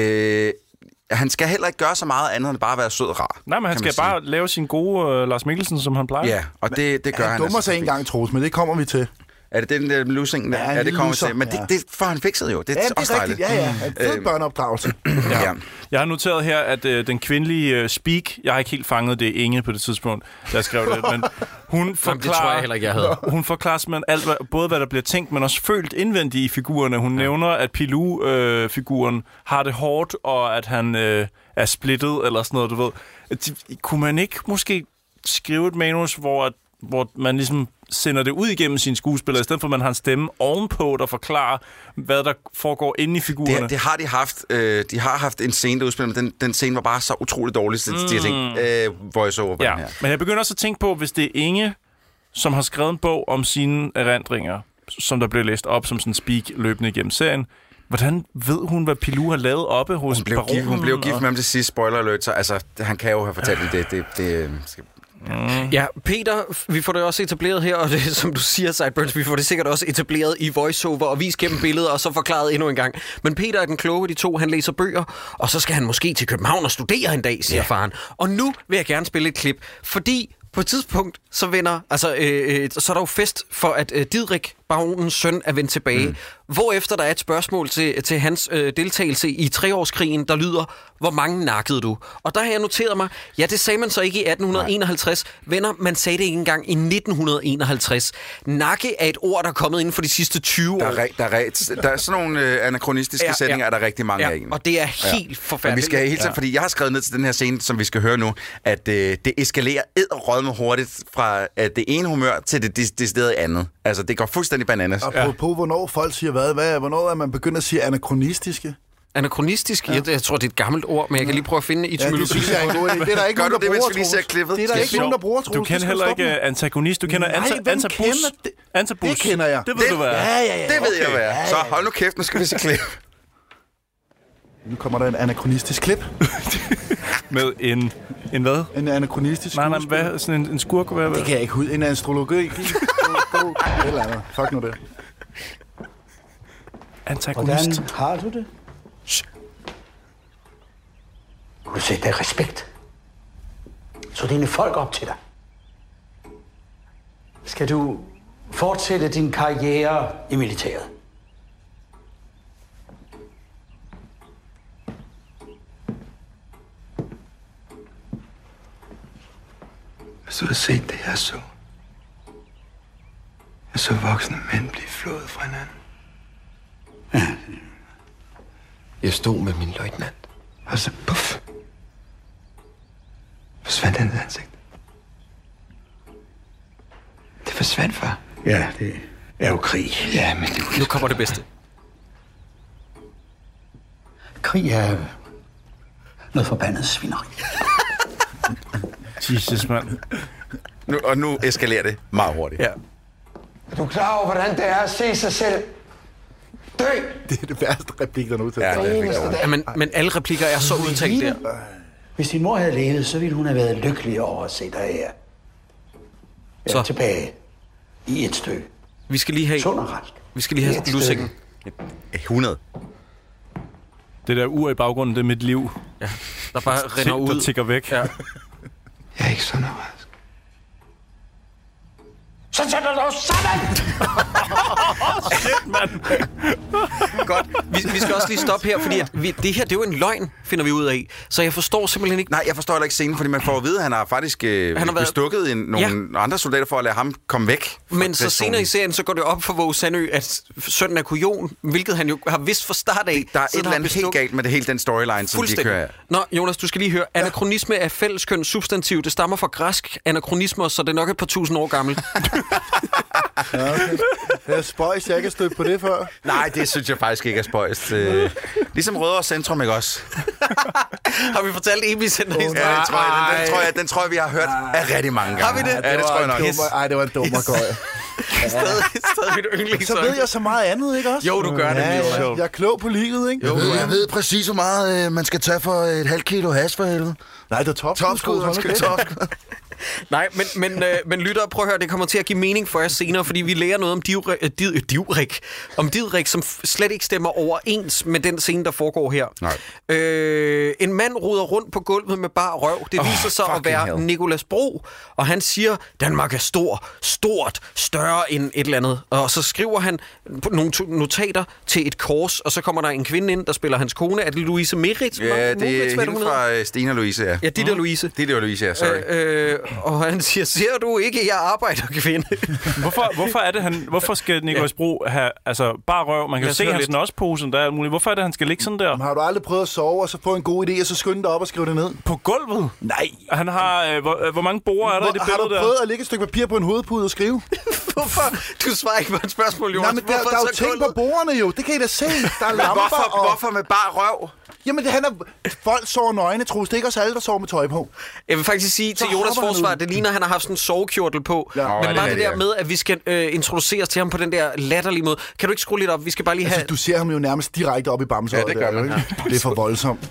Speaker 6: Han skal heller ikke gøre så meget andet, end bare være sød og rar.
Speaker 5: Nej, men han skal bare lave sin gode Lars Mikkelsen, som han plejer.
Speaker 6: Ja, og det gør han.
Speaker 4: Han dummer sig en gang, Troels, men det kommer vi til.
Speaker 6: Er det den der lusing? Ja, det kommer til. Men det får han fikset jo. Det er også dejligt.
Speaker 4: Ja. En fed børneopdragelse.
Speaker 6: Ja.
Speaker 5: Jeg har noteret her, at den kvindelige speak, jeg har ikke helt fanget det Inge på det tidspunkt, der skrev det, men hun forklarer,
Speaker 3: det tror jeg heller ikke, jeg havde.
Speaker 5: Hun forklarer simpelthen alt, både hvad der bliver tænkt, men også følt indvendigt i figurerne. Hun nævner, at Pilou-figuren har det hårdt, og at han er splittet, eller sådan noget, du ved. Kunne man ikke måske skrive et manus, hvor man ligesom sender det ud igennem sine skuespillere, i stedet for at man har en stemme ovenpå, der forklarer, hvad der foregår inde i figurerne?
Speaker 6: Det har de haft. De har haft en scene, der udspiller, men den scene var bare så utrolig dårlig, så de har tænkt, voice-over på den her.
Speaker 5: Men jeg begynder også at tænke på, hvis det er Inge, som har skrevet en bog om sine erindringer, som der bliver læst op som sådan en speak løbende igennem serien, hvordan ved hun, hvad Pilou har lavet oppe hos baronen?
Speaker 6: Hun blev gift med ham til sidst, spoiler alert, så altså, han kan jo have fortalt det.
Speaker 3: Ja, Peter, vi får det også etableret her, og det, som du siger, Sideburns, vi får det sikkert også etableret i voiceover og vist gennem billeder, og så forklaret endnu en gang. Men Peter er den kloge af de to, han læser bøger, og så skal han måske til København og studere en dag, siger faren. Og nu vil jeg gerne spille et klip, fordi på et tidspunkt, så så er der jo fest for, at Didrik, baronens søn, er vendt tilbage. Hvorefter der er et spørgsmål til hans deltagelse i 3-årskrigen, der lyder, hvor mange nakkede du? Og der har jeg noteret mig, ja, det sagde man så ikke i 1851. Venner, man sagde det ikke engang i 1951. Nakke er et ord, der er kommet inden for de sidste 20 år.
Speaker 6: Der er sådan nogle anakronistiske sætninger, er der rigtig mange af.
Speaker 3: Og det er helt forfærdeligt.
Speaker 6: Men vi skal hele tiden, fordi jeg har skrevet ned til den her scene, som vi skal høre nu, at det eskalerer edderrødme hurtigt fra det ene humør til det deciderede andet. Altså, det går fuldstændig bananas.
Speaker 4: Apropos, hvornår folk siger hvornår er man begyndt at sige anakronistiske?
Speaker 3: Anachronistisk? Ja. Jeg tror, det er et gammelt ord, men jeg kan lige prøve at finde etymologi.
Speaker 4: Det er der ikke nogen, der bruger,
Speaker 6: det er
Speaker 4: der ikke nogen, der bruger,
Speaker 5: Du kender heller ikke antagonist. Du kender antabus.
Speaker 4: Det kender jeg.
Speaker 5: Det ved du, hvad er.
Speaker 6: Det ved jeg, hvad er. Så hold nu kæft, nu skal vi se klip.
Speaker 4: Nu kommer der en anachronistisk klip.
Speaker 5: Med en hvad?
Speaker 4: En anachronistisk
Speaker 5: Nej, hvad? Sådan en skurk? Hvad?
Speaker 4: Det kan jeg ikke huske. En astrologi. Eller andet. Fuck nu det.
Speaker 5: Antagonist.
Speaker 9: Hvordan har du det? Du vil sætte dig respekt. Så dine folk op til dig. Skal du fortsætte din karriere i militæret?
Speaker 1: Hvis du havde set det, jeg så. Jeg så voksne mænd blive flået fra hinanden.
Speaker 9: Ja.
Speaker 1: Jeg stod med min løjtnant. Og så puff. Forsvandt hans ansigt. Det forsvandt, far.
Speaker 9: Ja, det er jo krig.
Speaker 1: Ja, men det
Speaker 3: Nu kommer det bedste.
Speaker 9: Krig er noget forbandet svineri.
Speaker 5: Jesus, mand.
Speaker 6: Nu eskalerer det meget hurtigt.
Speaker 3: Ja.
Speaker 7: Er du klar over, hvordan det er at se sig selv dø?
Speaker 4: Det er det værste replik, der nu til.
Speaker 3: Ja, men alle replikker er så udtænkt der.
Speaker 9: Hvis din mor havde levet, så ville hun have været lykkelig over at se dig her.
Speaker 3: Så.
Speaker 9: Tilbage i et stykke.
Speaker 3: Vi skal lige have...
Speaker 9: Sund og rask.
Speaker 3: Vi skal lige have lussingen.
Speaker 6: 100.
Speaker 5: Det der ur i baggrunden, det er mit liv.
Speaker 3: Ja, der bare rinder ud.
Speaker 5: Der tikker væk.
Speaker 3: Ja.
Speaker 1: Jeg er ikke sådan rask.
Speaker 9: Så sætter du sammen!
Speaker 5: Shit, mand.
Speaker 3: Godt. Vi skal også lige stoppe her, fordi det her, det er jo en løgn, finder vi ud af. Så jeg forstår simpelthen ikke...
Speaker 6: Nej, jeg forstår heller ikke scenen, fordi man får at vide, at han har faktisk bestukket nogle andre soldater for at lade ham komme væk.
Speaker 3: Men så senere i serien, så går det op for Våge Sandø, at sønnen er kujon, hvilket han jo har vidst fra start af.
Speaker 6: Der er et eller andet helt galt med det hele den storyline, som de kører af.
Speaker 3: Nå, Jonas, du skal lige høre. Anakronisme er fælleskøn substantiv. Det stammer fra græsk anakronismer, så det er nok et par tusind år gammelt.
Speaker 4: Ja, okay. Det er spøjst, jeg ikke har stødt på det før.
Speaker 6: Nej, det synes jeg faktisk ikke er spøjst. Ligesom Rødovre Centrum, ikke også?
Speaker 3: Har vi fortalt Epicenter?
Speaker 6: Ja, den tror jeg, vi har hørt af rigtig mange gange.
Speaker 3: Har vi det?
Speaker 6: Ja, det tror jeg nok.
Speaker 4: Ej, det var en dummergøj.
Speaker 3: Stadig mit yndlings.
Speaker 4: Så ved jeg så meget andet, ikke også?
Speaker 3: Jo, du gør det.
Speaker 4: Jeg er klog på livet, ikke?
Speaker 2: Jo, jeg ved præcis, hvor meget man skal tage for et halvt kilo hash for helvede.
Speaker 4: Nej, det er topskud.
Speaker 3: Nej, men lytter, prøv at høre, det kommer til at give mening for jer senere, fordi vi lærer noget om Didrik, som slet ikke stemmer overens med den scene, der foregår her. En mand ruder rundt på gulvet med bar røv. Det viser sig at være Nicolas Bro, og han siger, Danmark er stort, større end et eller andet. Og så skriver han nogle notater til et kors, og så kommer der en kvinde ind, der spiller hans kone. Er det Louise Meritz?
Speaker 6: Ja, det er hende fra Stina Louise, ja.
Speaker 3: Ja, Ditte Louise.
Speaker 6: Ditte Louise, ja, sorry.
Speaker 3: Og han siger, ser du ikke, jeg arbejder, kvinde?
Speaker 5: Hvorfor skal Nicolas Bro have bare røv? Man kan jo se hans nospose, der er muligt. Hvorfor er det, han skal ligge sådan der?
Speaker 4: Har du aldrig prøvet at sove, og så få en god idé, og så skynde dig op og skrive det ned?
Speaker 5: På gulvet?
Speaker 4: Nej.
Speaker 5: Han har... Hvor mange borer er der i det billede der?
Speaker 4: Har du prøvet at lægge et stykke papir på en hovedpude og skrive?
Speaker 3: Hvorfor? Du svarer ikke på et spørgsmål, Jonas.
Speaker 4: Nej, men der er jo ting på bordene jo. Det kan I da se. Der er lamper
Speaker 6: Hvorfor med bare røv?
Speaker 4: Jamen, folk sover nøgne, Troels. Det er ikke os alle, der sover med tøj på.
Speaker 3: Jeg vil faktisk sige til Jonas forsvar, det ligner, at han har haft sådan en sovekjortel på. Ja. Men bare det der med, at vi skal introduceres til ham på den der latterlige måde. Kan du ikke skrue lidt op? Vi skal bare lige have...
Speaker 4: Du ser ham jo nærmest direkte op i bamsøjet.
Speaker 6: Ja, det gør man.
Speaker 4: Det er for voldsomt.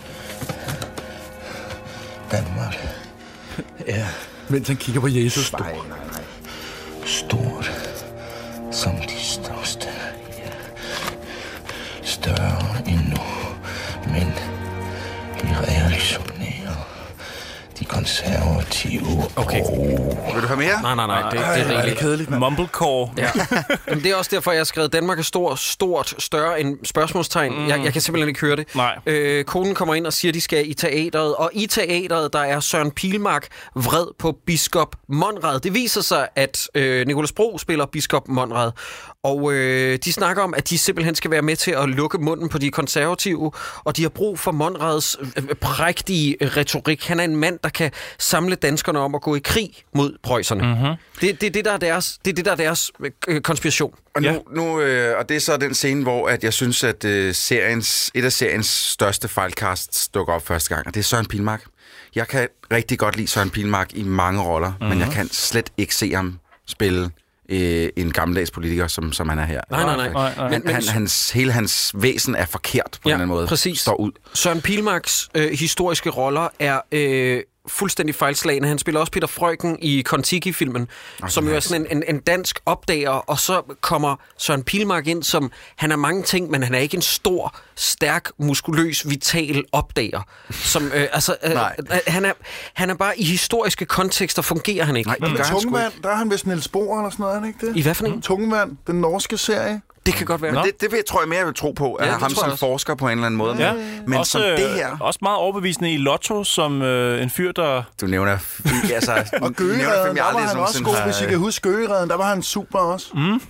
Speaker 9: Danmark.
Speaker 4: Ja. Mens han kigger på Jesus.
Speaker 9: Nej. Stort. Som de største. Ja. Større endnu. Men de reaktionære, de konservative.
Speaker 6: Okay. Vil du have mere?
Speaker 3: Nej. Det er rigtig
Speaker 4: kedeligt.
Speaker 5: Mumblecore.
Speaker 3: Ja. Men det er også derfor, jeg har skrevet, Danmark er stort, større end spørgsmålstegn. Jeg kan simpelthen ikke høre det.
Speaker 5: Nej.
Speaker 3: Konen kommer ind og siger, at de skal i teateret. Og i teateret, der er Søren Pilmark vred på biskop Monrad. Det viser sig, at Nicolas Bro spiller biskop Monrad. Og de snakker om, at de simpelthen skal være med til at lukke munden på de konservative, og de har brug for Monrads prægtige retorik. Han er en mand, der kan samle danskerne om at gå i krig mod preusserne. Mm-hmm. Det er det, der er deres konspiration.
Speaker 6: Og og det er så den scene, hvor at jeg synes, at et af seriens største fejlcasts dukker op første gang, og det er Søren Pilmark. Jeg kan rigtig godt lide Søren Pilmark i mange roller, men jeg kan slet ikke se ham spille en gammeldags politiker, som han er her.
Speaker 3: Nej.
Speaker 6: Men hele hans væsen er forkert på en eller anden måde.
Speaker 3: Præcis.
Speaker 6: Står ud.
Speaker 3: Søren Pilmarks historiske roller er fuldstændig fejlslagne. Han spiller også Peter Freuchen i Kon-Tiki-filmen, som jo er sådan en dansk opdager, og så kommer Søren Pilmark ind, som han er mange ting, men han er ikke en stor, stærk, muskuløs, vital opdager. Som, han er bare i historiske kontekster, fungerer han ikke.
Speaker 4: Nej, men Tungevand, der er han vist Niels Bohr eller sådan noget, er han ikke det?
Speaker 3: I hvad for en?
Speaker 4: Tungevand, den norske serie.
Speaker 3: Det kan godt være.
Speaker 6: Men det tror jeg mere, jeg vil tro på, at ham som forsker på en eller anden måde.
Speaker 5: Ja.
Speaker 6: Men også, som det her...
Speaker 5: Også meget overbevisende i Lotto, som en fyr, der...
Speaker 6: Du nævner...
Speaker 4: og Gøgeredden, der var han også god, hvis I kan huske Gøgeredden. Der var han super også.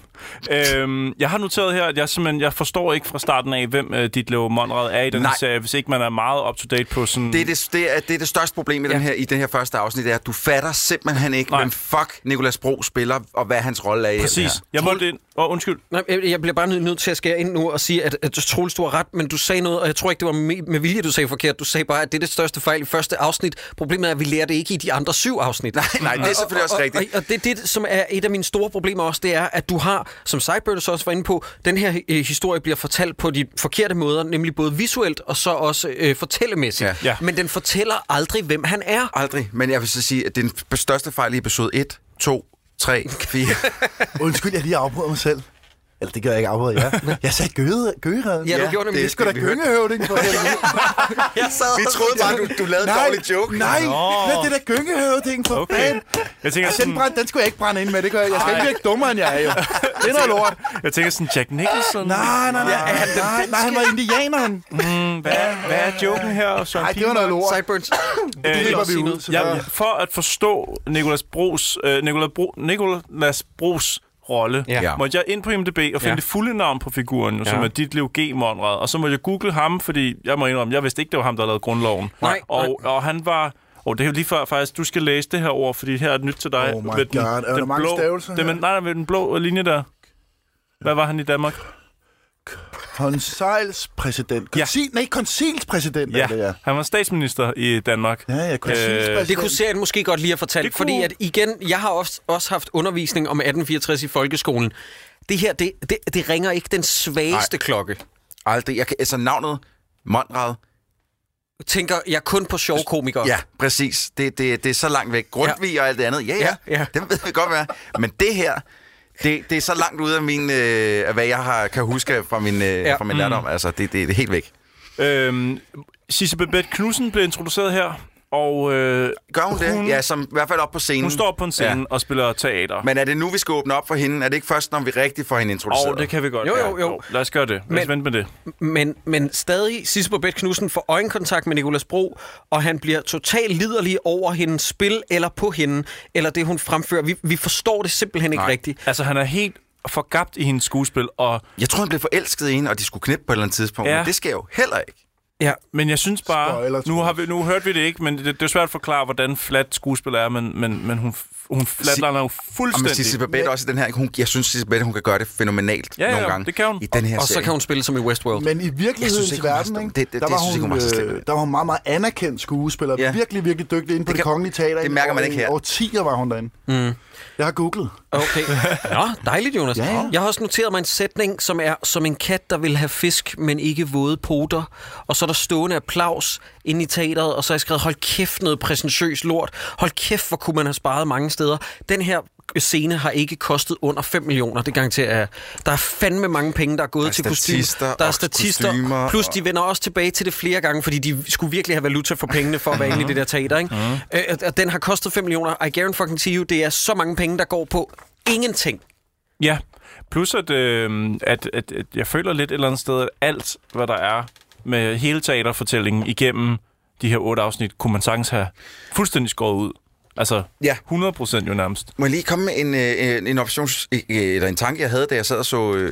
Speaker 5: Jeg har noteret her, at jeg forstår ikke fra starten af, hvem Ditlev Monrad er i den her serie, hvis ikke man er meget up-to-date på sådan...
Speaker 6: Det er det største problem i den her første afsnit, er, at du fatter simpelthen ikke, hvem fuck Nicolas Bro spiller, og hvad hans rolle er i.
Speaker 5: Præcis. Jeg målte ind. Undskyld.
Speaker 3: Nej, jeg bliver bare nødt til at skære ind nu og sige, at Troels, du har ret, men du sagde noget, og jeg tror ikke, det var med vilje, du sagde forkert. Du sagde bare, at det er det største fejl i første afsnit. Problemet er, at vi lærer det ikke i de andre 7 afsnit.
Speaker 6: Nej, det er selvfølgelig også rigtigt.
Speaker 3: Og det, som er et af mine store problemer også, det er, at du har, som Sideburns også var inde på, den her historie bliver fortalt på de forkerte måder, nemlig både visuelt og så også fortællemæssigt.
Speaker 6: Ja.
Speaker 3: Men den fortæller aldrig, hvem han er.
Speaker 6: Aldrig. Men jeg vil så sige, at den største fejl i episode 1, 2, 3, 4...
Speaker 4: Undskyld, jeg lige afbryder mig selv. Eller det gør jeg ikke afbryde, ja. Jeg sagde gøgereden.
Speaker 3: Ja, du gjorde
Speaker 4: det er sgu da gyngehøvding for helvede.
Speaker 6: Vi troede bare, du lavede en dårlig joke.
Speaker 4: Nej, det er da gyngehøvding for fanden.
Speaker 5: Jeg tænker
Speaker 4: den skulle jeg ikke brænde ind med, det gør jeg. Jeg skal ikke virke dummere, end jeg er jo. Det er noget lort.
Speaker 5: Jeg tænker sådan Jack Nicholson.
Speaker 4: Nej, han var indianeren.
Speaker 5: Hvad er joken her?
Speaker 4: Nej, det var noget lort.
Speaker 3: Sideburns.
Speaker 4: Det klipper vi ud.
Speaker 5: For at forstå Nicolas Bros rolle, måtte jeg ind på IMDb og finde det fulde navn på figuren, som er Ditlev G. Monrad, og så måtte jeg google ham, fordi jeg må indrømme, jeg vidste ikke, det var ham, der lavede grundloven. Og han var... det er jo lige før faktisk, du skal læse det her ord, fordi her er det nyt til dig.
Speaker 4: Oh my god, er der mange stavelser her?
Speaker 5: Nej, med den blå linje der. Hvad var han i Danmark?
Speaker 4: Konselspræsident. Konsilspræsident.
Speaker 5: Ja, han var statsminister i Danmark.
Speaker 4: Ja, konsilspræsident.
Speaker 3: Det kunne serien måske godt lige have fortalt, fordi at igen, jeg har også haft undervisning om 1864 i folkeskolen. Det her, det ringer ikke den svageste klokke.
Speaker 6: Aldrig. Navnet Monrad
Speaker 3: tænker jeg kun på sjove komikere.
Speaker 6: Ja, præcis. Det er så langt væk. Grundtvig og alt det andet. Ja. Det ved vi godt være. Men det her, det er så langt ude af min, hvad jeg kan huske fra min lærdom. Altså, det er helt væk.
Speaker 5: Sisse Babette Knudsen blev introduceret her. Og,
Speaker 6: gør hun det? Ja, som i hvert fald op på scenen.
Speaker 5: Hun står på en scene og spiller teater.
Speaker 6: Men er det nu, vi skal åbne op for hende? Er det ikke først, når vi rigtig får hende introduceret?
Speaker 5: Det kan vi godt.
Speaker 3: Jo.
Speaker 5: Lad os gøre det. Lad os vente med det.
Speaker 3: Men stadig, Sisse Babette Knudsen får øjenkontakt med Nicolas Bro, og han bliver totalt liderlig over hendes spil, eller på hende, eller det, hun fremfører. Vi forstår det simpelthen ikke rigtigt.
Speaker 5: Altså, han er helt forgabt i hendes skuespil, og...
Speaker 6: Jeg tror, han blev forelsket i hende, og de skulle knippe på et eller andet tidspunkt, men det sker jo heller ikke.
Speaker 5: Ja, men jeg synes bare... Nu hørte vi det ikke, men det er svært at forklare, hvordan flat skuespil er, men hun flatlander jo fuldstændig.
Speaker 6: Og Sisse Babette også i den her... Jeg synes, Sisse Babette, hun kan gøre det fænomenalt nogle gange.
Speaker 5: Det kan hun.
Speaker 6: I den her
Speaker 3: og så kan hun spille som i Westworld.
Speaker 4: Men i virkelighedens verden, der var hun meget, meget anerkendt skuespiller. Ja. Virkelig, virkelig dygtig inde på det kongelige teater.
Speaker 6: Det mærker man ikke her.
Speaker 4: Årtier var hun derinde. Jeg har googlet.
Speaker 3: Okay. Nå, dejligt, Jonas. Ja. Jeg har også noteret mig en sætning, som er som en kat, der vil have fisk, men ikke våde poter. Og så er der stående applaus inde i teateret, og så har jeg skrevet, hold kæft, noget præsentøs lort. Hold kæft, hvor kunne man have sparet mange steder. Den her scene har ikke kostet under 5 millioner. Det garanterer jeg. Der er fandme mange penge, der er gået til kostymer. Der er statister. Plus, de vender også tilbage til det flere gange, fordi de skulle virkelig have valuta for pengene for at være inde i det der teater. Ikke? Den har kostet 5 millioner. I guarantee fucking to you, det er så mange penge, der går på ingenting.
Speaker 5: Ja, plus at jeg føler lidt et eller andet sted, at alt, hvad der er med hele teaterfortællingen igennem de her 8 afsnit, kunne man sagtens have fuldstændig skåret ud. Altså, 100% jo nærmest.
Speaker 6: Må jeg lige komme med en option, eller en tanke, jeg havde, da jeg sad og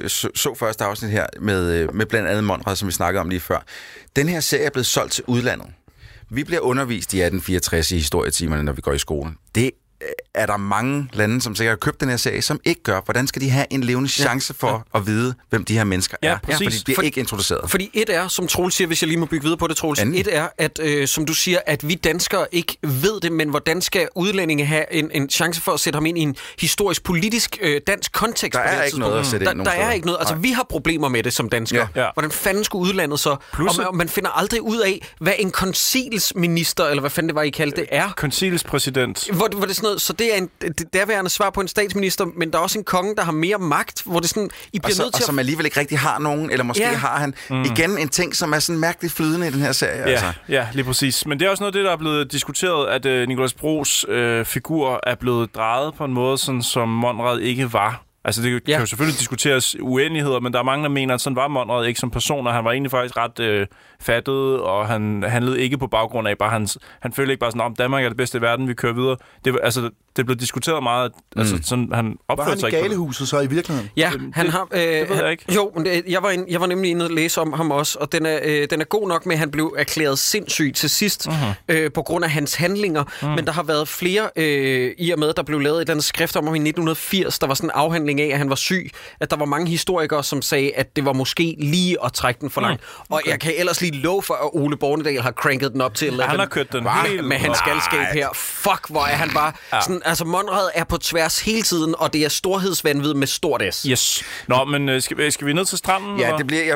Speaker 6: så første afsnit her, med blandt andet Monrad, som vi snakkede om lige før. Den her serie er blevet solgt til udlandet. Vi bliver undervist i 1864 i historietimerne, når vi går i skolen. Det er der mange lande, som sikkert har købt den her serie, som ikke gør. Hvordan skal de have en levende chance for at vide, hvem de her mennesker er? Fordi de bliver ikke introduceret.
Speaker 3: Fordi et er, som Troels siger, hvis jeg lige må bygge videre på det, Troels. Et er, at som du siger, at vi danskere ikke ved det, men hvordan skal udlændinge have en chance for at sætte ham ind i en historisk, politisk, dansk kontekst?
Speaker 6: Der er ikke noget at sætte ind.
Speaker 3: Der er ikke noget. Altså, vi har problemer med det som danskere. Ja. Hvordan fanden skulle udlandet så? Og man finder aldrig ud af, hvad en konsilsminister, eller hvad fanden det var, I kaldte det, er.
Speaker 5: Konsilspræsident.
Speaker 3: Hvor det sådan noget, så det er derværende svar på en statsminister, men der er også en konge, der har mere magt, hvor det sådan, I bliver nødt til
Speaker 6: og som alligevel ikke rigtig har nogen, eller måske har han igen en ting, som er sådan mærkeligt flydende i den her serie.
Speaker 5: Ja, lige præcis. Men det er også noget af det, der er blevet diskuteret, at Nicolas Bros figur er blevet drejet på en måde, sådan som Monrad ikke var. Altså, det kan jo selvfølgelig diskuteres uenigheder, men der er mange, der mener, at sådan var Monrad ikke som person, og han var egentlig faktisk ret fattet, og han handlede ikke på baggrund af, bare han følte ikke bare sådan, Danmark er det bedste i verden, vi kører videre. Det blev diskuteret meget, altså sådan, han opførte sig ikke.
Speaker 4: Var han i Galehuset så i virkeligheden?
Speaker 3: Ja, han har...
Speaker 5: det ved jeg ikke.
Speaker 3: Jo, jeg var nemlig inde og læse om ham også, og den er god nok med, at han blev erklæret sindssyg til sidst, på grund af hans handlinger, men der har været flere i og med, der blev lavet et eller andet skrift om ham i 1980, der var sådan en afhandling af, at han var syg, at der var mange historikere, som sagde, at det var måske lige at trække den for langt. Og jeg kan ellers lige love for, at Ole Bornedal har cranket den op til 11.
Speaker 5: Han har kørt den helt
Speaker 3: med hans galskab her. Fuck, hvor er han bare... Sådan, altså, Monrad er på tværs hele tiden, og det er storhedsvanvid med stort S.
Speaker 5: Yes. Nå, men skal vi ned til stranden?
Speaker 6: Ja, det bliver...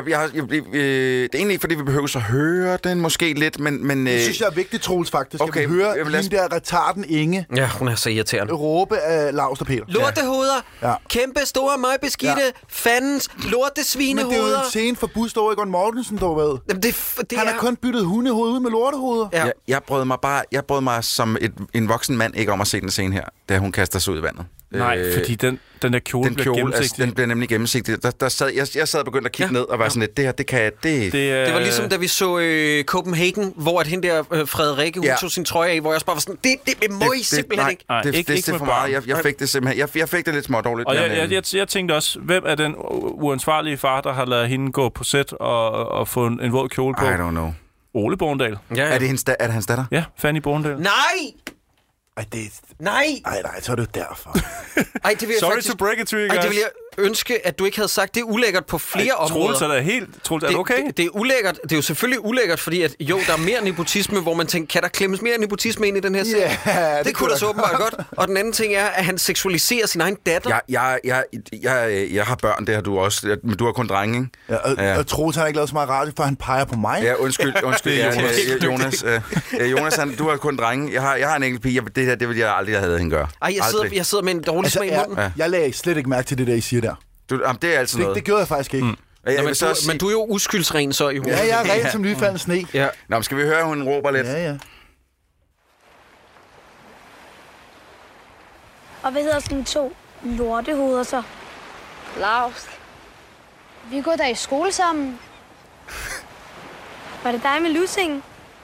Speaker 6: det er egentlig ikke, fordi vi behøver så høre den måske lidt, men
Speaker 4: det synes jeg er vigtigt, Troels, faktisk. Okay, skal vi høre hende der retarden Inge?
Speaker 3: Ja, hun er så irriterende.
Speaker 4: Råbe af Laust og Peter.
Speaker 3: Lortehoveder!
Speaker 4: Ja.
Speaker 3: Kæmpe kæmpe store møgbeskidte fandens lortesvinehoveder.
Speaker 4: Men det er jo en scene for Buster Egon Mortensen, du ved.
Speaker 3: Jamen,
Speaker 4: Han har kun byttet hundehoved ud med lortehoveder.
Speaker 3: Ja.
Speaker 6: Jeg brød mig som en voksen mand ikke om at se den scene her, da hun kaster sig ud i vandet.
Speaker 5: Nej, fordi den der kjole bliver gennemsigtig.
Speaker 6: Den bliver nemlig gennemsigtig. Jeg sad og begyndte at kigge ned og var sådan lidt, det her, det kan jeg...
Speaker 3: Det var ligesom, da vi så Copenhagen, hvor at hende der Frederikke, hun tog sin trøje af, hvor jeg også bare var sådan, det må I simpelthen ikke.
Speaker 5: Nej,
Speaker 6: det er for meget. Jeg fik det simpelthen... Jeg fik det lidt smådårligt.
Speaker 5: Og jeg tænkte også, hvem er den uansvarlige far, der har ladet hende gå på sæt og få en våd kjole på?
Speaker 6: I don't know.
Speaker 5: Ole Borndal.
Speaker 6: Ja. Er det hans datter?
Speaker 5: Ja, Fanny Borndal.
Speaker 3: Nej!
Speaker 4: Nej, så er det jo derfor.
Speaker 3: Ej, det vil jeg
Speaker 5: Sorry to break it to you guys.
Speaker 3: Ej, det vil jeg ønske, at du ikke havde sagt. Det er ulækkert på flere områder.
Speaker 5: Troels, er det okay?
Speaker 3: Det er ulækkert. Det er jo selvfølgelig ulækkert, fordi at, der er mere nepotisme, hvor man tænker, kan der klemmes mere nepotisme ind i den her serie?
Speaker 4: Yeah,
Speaker 3: det kunne da så åbenbart godt. Og den anden ting er, at han seksualiserer sin egen datter.
Speaker 6: Jeg har børn, det har du også. Men du har kun drenge, ikke?
Speaker 4: Og Troels har ikke lavet så meget radio, for han peger på mig.
Speaker 6: Ja, undskyld Jonas. Jonas, du har kun drenge. Jeg har en enkelt pige. Det her, det ville jeg aldrig have hende gøre.
Speaker 3: Ej, jeg sidder med en dårlig smag i munden.
Speaker 4: Jeg lagde slet ikke mærke til det, der I siger der.
Speaker 6: Det er altid noget.
Speaker 4: Det gjorde jeg faktisk ikke.
Speaker 3: Men du er jo uskyldsren så i hovedet.
Speaker 4: Ja, jeg er ren som nyfaldet sne.
Speaker 3: Ja.
Speaker 6: Nå, men skal vi høre, hun råber lidt?
Speaker 4: Ja.
Speaker 10: Og hvad hedder sådan 2 lortehoveder så?
Speaker 11: Laust.
Speaker 10: Vi går da i skole sammen. Var det dig med lussingen?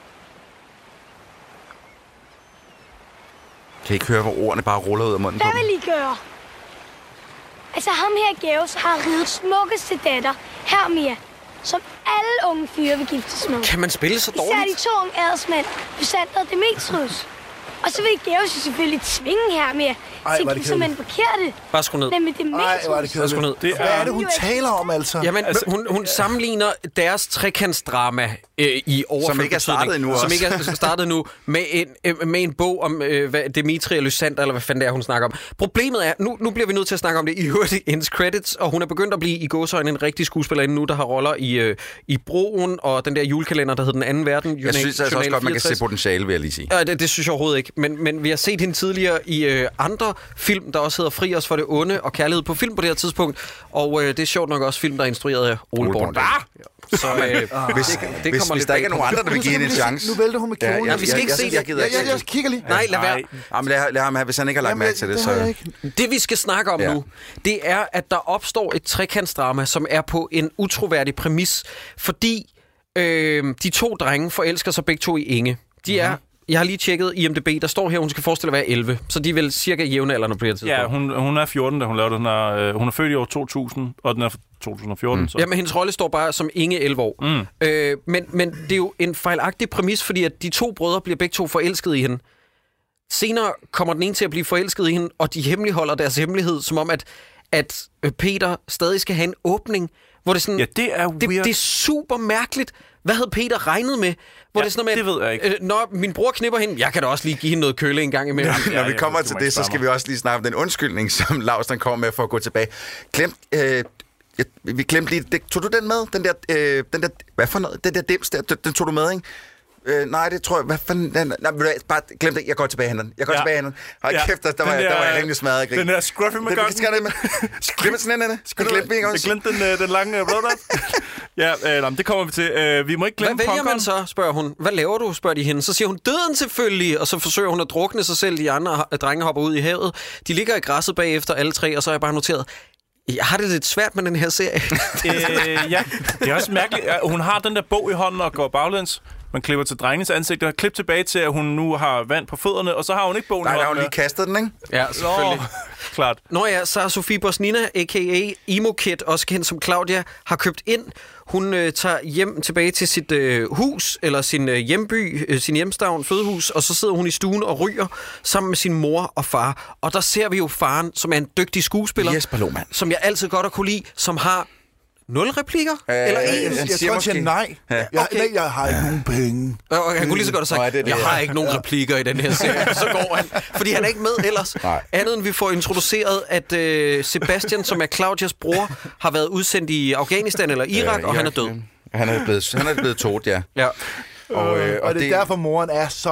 Speaker 6: Kan I ikke høre, hvor ordene bare ruller ud af munden på
Speaker 10: Hvad vil I gøre? Altså ham her Gæves har ridet smukkeste datter, Hermia, som alle unge fyre vil giftes med.
Speaker 3: Kan man spille så dårligt?
Speaker 10: Især de 2 unge adelsmænd, Lysander og Demetrius. Og så vil Gæves jo selvfølgelig tvinge Hermia til at give sig med en forkerte.
Speaker 3: Bare skru ned.
Speaker 10: Nemlig Demetrius.
Speaker 4: Hvad er det, hun taler om, altså?
Speaker 3: Jamen, hun sammenligner deres trekantsdrama i overført
Speaker 6: som ikke er startet endnu
Speaker 3: som ikke er startet nu, med en bog om Dimitri og Lysander, eller hvad fanden det er, hun snakker om. Problemet er, nu bliver vi nødt til at snakke om det i hendes credits, og hun er begyndt at blive i gåseøjne en rigtig skuespillerinde nu, der har roller i Broen, og den der julekalender, der hedder Den Anden Verden.
Speaker 6: Jeg synes altså også godt, man kan se potentiale, vil jeg lige sige.
Speaker 3: Det synes jeg overhovedet ikke. Men vi har set hende tidligere i andre film, der også hedder Fri os for det onde og Kærlighed på film på det her tidspunkt. Og det er sjovt nok også film, der er instrueret af Ole Borndal. Så
Speaker 6: hvis der ikke er nogen andre, der vil give hende en chance.
Speaker 4: Nu vælter hun med kjolen.
Speaker 3: Ja, vi skal ikke se det.
Speaker 4: Jeg kigger lige.
Speaker 3: Nej, lad være.
Speaker 6: Jamen, lad ham have, hvis han ikke har lagt mærke til det. Så...
Speaker 3: Det, vi skal snakke om nu, det er, at der opstår et trekantsdrama, som er på en utroværdig præmis, fordi de 2 drenge forelsker sig begge 2 i Inge. De er... Jeg har lige tjekket IMDb, der står her, hun skal forestille at være 11. Så de er vel cirka jævnaldrende på det tidspunkt.
Speaker 5: Ja, hun er 14, da hun lavede den her. Hun er født i år 2000, og den er fra 2014. Så.
Speaker 3: Ja, men hendes rolle står bare som Inge 11 år. Men det er jo en fejlagtig præmis, fordi at de 2 brødre bliver begge 2 forelskede i hende. Senere kommer den ene til at blive forelsket i hende, og de hemmeligholder deres hemmelighed, som om, at Peter stadig skal have en åbning. Hvor det sådan,
Speaker 5: det er weird.
Speaker 3: Det er super mærkeligt. Hvad havde Peter regnet med? Hvor det er sådan
Speaker 5: det ved jeg ikke.
Speaker 3: Når min bror knipper hende, jeg kan da også lige give hende noget køle en gang imellem.
Speaker 6: Når vi kommer til det, så skal vi også lige snakke om den undskyldning, som Laustsen kommer med for at gå tilbage. Vi glemte lige... Tog du den med? Den der... Hvad for noget? Den der dims der, den tog du med, ikke? Nej, det tror jeg... Hvad fanden... Nej, bare glem det. Jeg går tilbage henden. Hold kæft, der var jeg rimelig smadret af grin.
Speaker 5: Den der Scruffy McGucken.
Speaker 6: Glem sådan en.
Speaker 5: Jeg glemte den lange blodret. Ja, det kommer vi til. Vi må ikke glemme
Speaker 3: Hvad vælger man så, spørger hun. Hvad laver du, spørger de hende. Så siger hun, døden selvfølgelig. Og så forsøger hun at drukne sig selv. De andre drenge hopper ud i havet. De ligger i græsset bagefter alle 3, og så er jeg bare noteret... Jeg har det lidt svært med den her serie.
Speaker 5: Ja, det er også mærkeligt. Hun har den der bog i hånden og går baglæns. Man klipper til drengens ansigt og klip tilbage til, at hun nu har vand på fødderne, og så har hun ikke bogen i hånden.
Speaker 6: Nej, har hun lige kastet den, ikke?
Speaker 3: Ja, selvfølgelig.
Speaker 5: Klart.
Speaker 3: Nå ja, så er Sofie Bosnina, a.k.a. Emo Kid, også kendt som Claudia, har købt ind. Hun tager hjem tilbage til sit hus, eller sin hjemby, sin hjemstavn, fødehus, og så sidder hun i stuen og ryger sammen med sin mor og far. Og der ser vi jo faren, som er en dygtig skuespiller,
Speaker 6: Jesper Lohmann,
Speaker 3: som jeg altid godt har kunne lide, som har 0 replikker? Eller 1?
Speaker 4: Jeg tror, han nej. Ja. Jeg har ikke nogen penge.
Speaker 3: Han kunne lige så godt have sagt, jeg har ikke nogen replikker i den her serie. Så går han. Fordi han er ikke med ellers. Andet end vi får introduceret, at Sebastian, som er Claudias bror, har været udsendt i Afghanistan eller Irak, og han er død.
Speaker 6: Han er blevet tot, ja.
Speaker 3: Ja.
Speaker 4: Og det er derfor, moren er så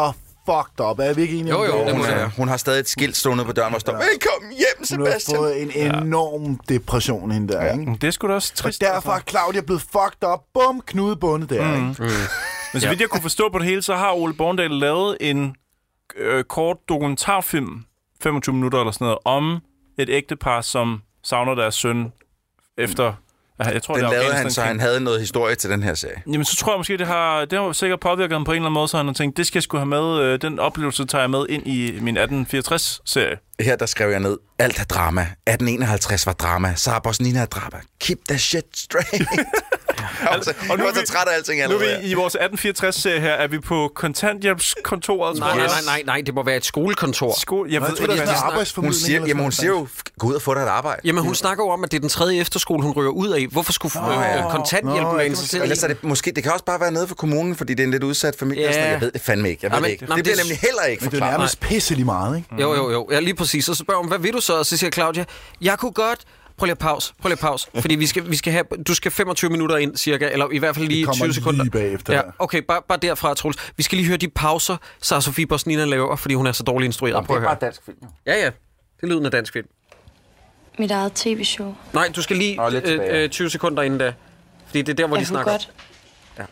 Speaker 4: fucked up. Er vi ikke enige om det?
Speaker 6: Hun har stadig et skilt stående på døren, hvor står, velkommen hjem, Sebastian.
Speaker 4: Hun har fået en enorm depression hende der, ikke?
Speaker 5: Det er sgu da også trist.
Speaker 4: Og derfor er Claudia blevet fucked up. Bum, knudebundet der, ikke?
Speaker 5: Men så vidt jeg kunne forstå på det hele, så har Ole Borndal lavet en kort dokumentarfilm, 25 minutter eller sådan noget, om et ægtepar, som savner deres søn efter... Jeg tror,
Speaker 6: den lavede han, så han havde noget historie til den her serie.
Speaker 5: Jamen, så tror jeg måske, det har sikkert påvirket ham på en eller anden måde, så han har tænkt, det skal jeg sgu have med, den oplevelse tager jeg med ind i min 1864-serie.
Speaker 6: Her, der skrev jeg ned, alt er drama. 1851 var drama. Sarah Bosnina er drama. Keep that shit straight. Og nu er vi så træt af alting allerede.
Speaker 5: Nu er vi i vores 1864-serie her, er vi på kontanthjælpskontoret.
Speaker 3: Nej, det må være et skolekontor.
Speaker 5: Jeg ved
Speaker 6: ikke, hun siger jo, gå ud og få dig et arbejde.
Speaker 3: Jamen, hun snakker jo om, at det er den tredje efterskole, hun ryger ud af. Hvorfor skulle kontanthjælpen være interesseret?
Speaker 6: Ellers er det måske, det kan også bare være nede for kommunen, fordi det er en lidt udsat familie.
Speaker 3: Ja.
Speaker 6: Jeg ved det fandme ikke. Det bliver nemlig heller ikke forklaret.
Speaker 4: Det er nærmest pisselig meget, ikke?
Speaker 3: Jo. Ja, lige præcis. Og så spørger hun, hvad vil du så? Og så siger Claudia, jeg kunne godt... Prøv lige at pause. Fordi vi skal have... Du skal 25 minutter ind, cirka. Eller i hvert fald lige 20 sekunder.
Speaker 4: Lige bagefter.
Speaker 3: Ja, okay, bare derfra, Troels. Vi skal lige høre de pauser, Sarah Sofie Bosnina laver, fordi hun er så dårligt instrueret.
Speaker 6: Det er bare dansk film, jo.
Speaker 3: Ja. Det lyder af dansk film.
Speaker 8: Mit eget tv-show.
Speaker 3: Nej, du skal lige 20 sekunder inden da. Fordi det er der, hvor de snakker.
Speaker 8: Godt.
Speaker 3: Ja.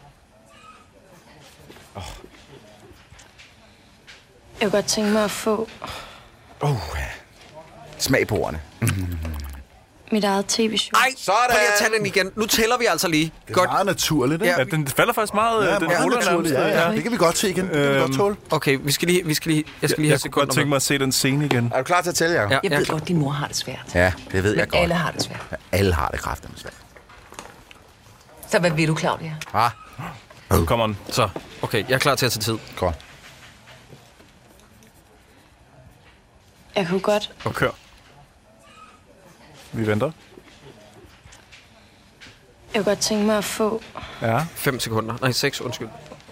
Speaker 8: Jeg kunne godt tænke mig at få...
Speaker 6: Smag på ordene.
Speaker 8: Mit eget tv-show.
Speaker 3: Ej, prøv lige at tage den igen. Nu tæller vi altså lige.
Speaker 4: Det er meget naturligt, ikke?
Speaker 5: Ja, den falder faktisk meget...
Speaker 4: naturligt, ja. Det kan vi godt se igen. Det kan vi godt tåle.
Speaker 3: Okay, jeg skal lige have sekunder.
Speaker 5: Jeg kunne godt tænke mig at se den scene igen.
Speaker 6: Er du klar til at tælle, Jacob?
Speaker 11: Ja, jeg ved godt, din mor har det svært.
Speaker 6: Ja, det ved jeg godt.
Speaker 11: Alle har det svært.
Speaker 6: Ja, alle har det kraftigt svært.
Speaker 11: Så hvad vil du, Claudia?
Speaker 5: Come on.
Speaker 3: Så, okay, jeg er klar til at tage tid.
Speaker 6: Godt.
Speaker 8: Jeg kunne godt...
Speaker 5: Og kør. Vi venter.
Speaker 8: Jeg kunne godt tænke mig at få...
Speaker 5: Ja.
Speaker 3: 5 sekunder. Nej, 6, undskyld.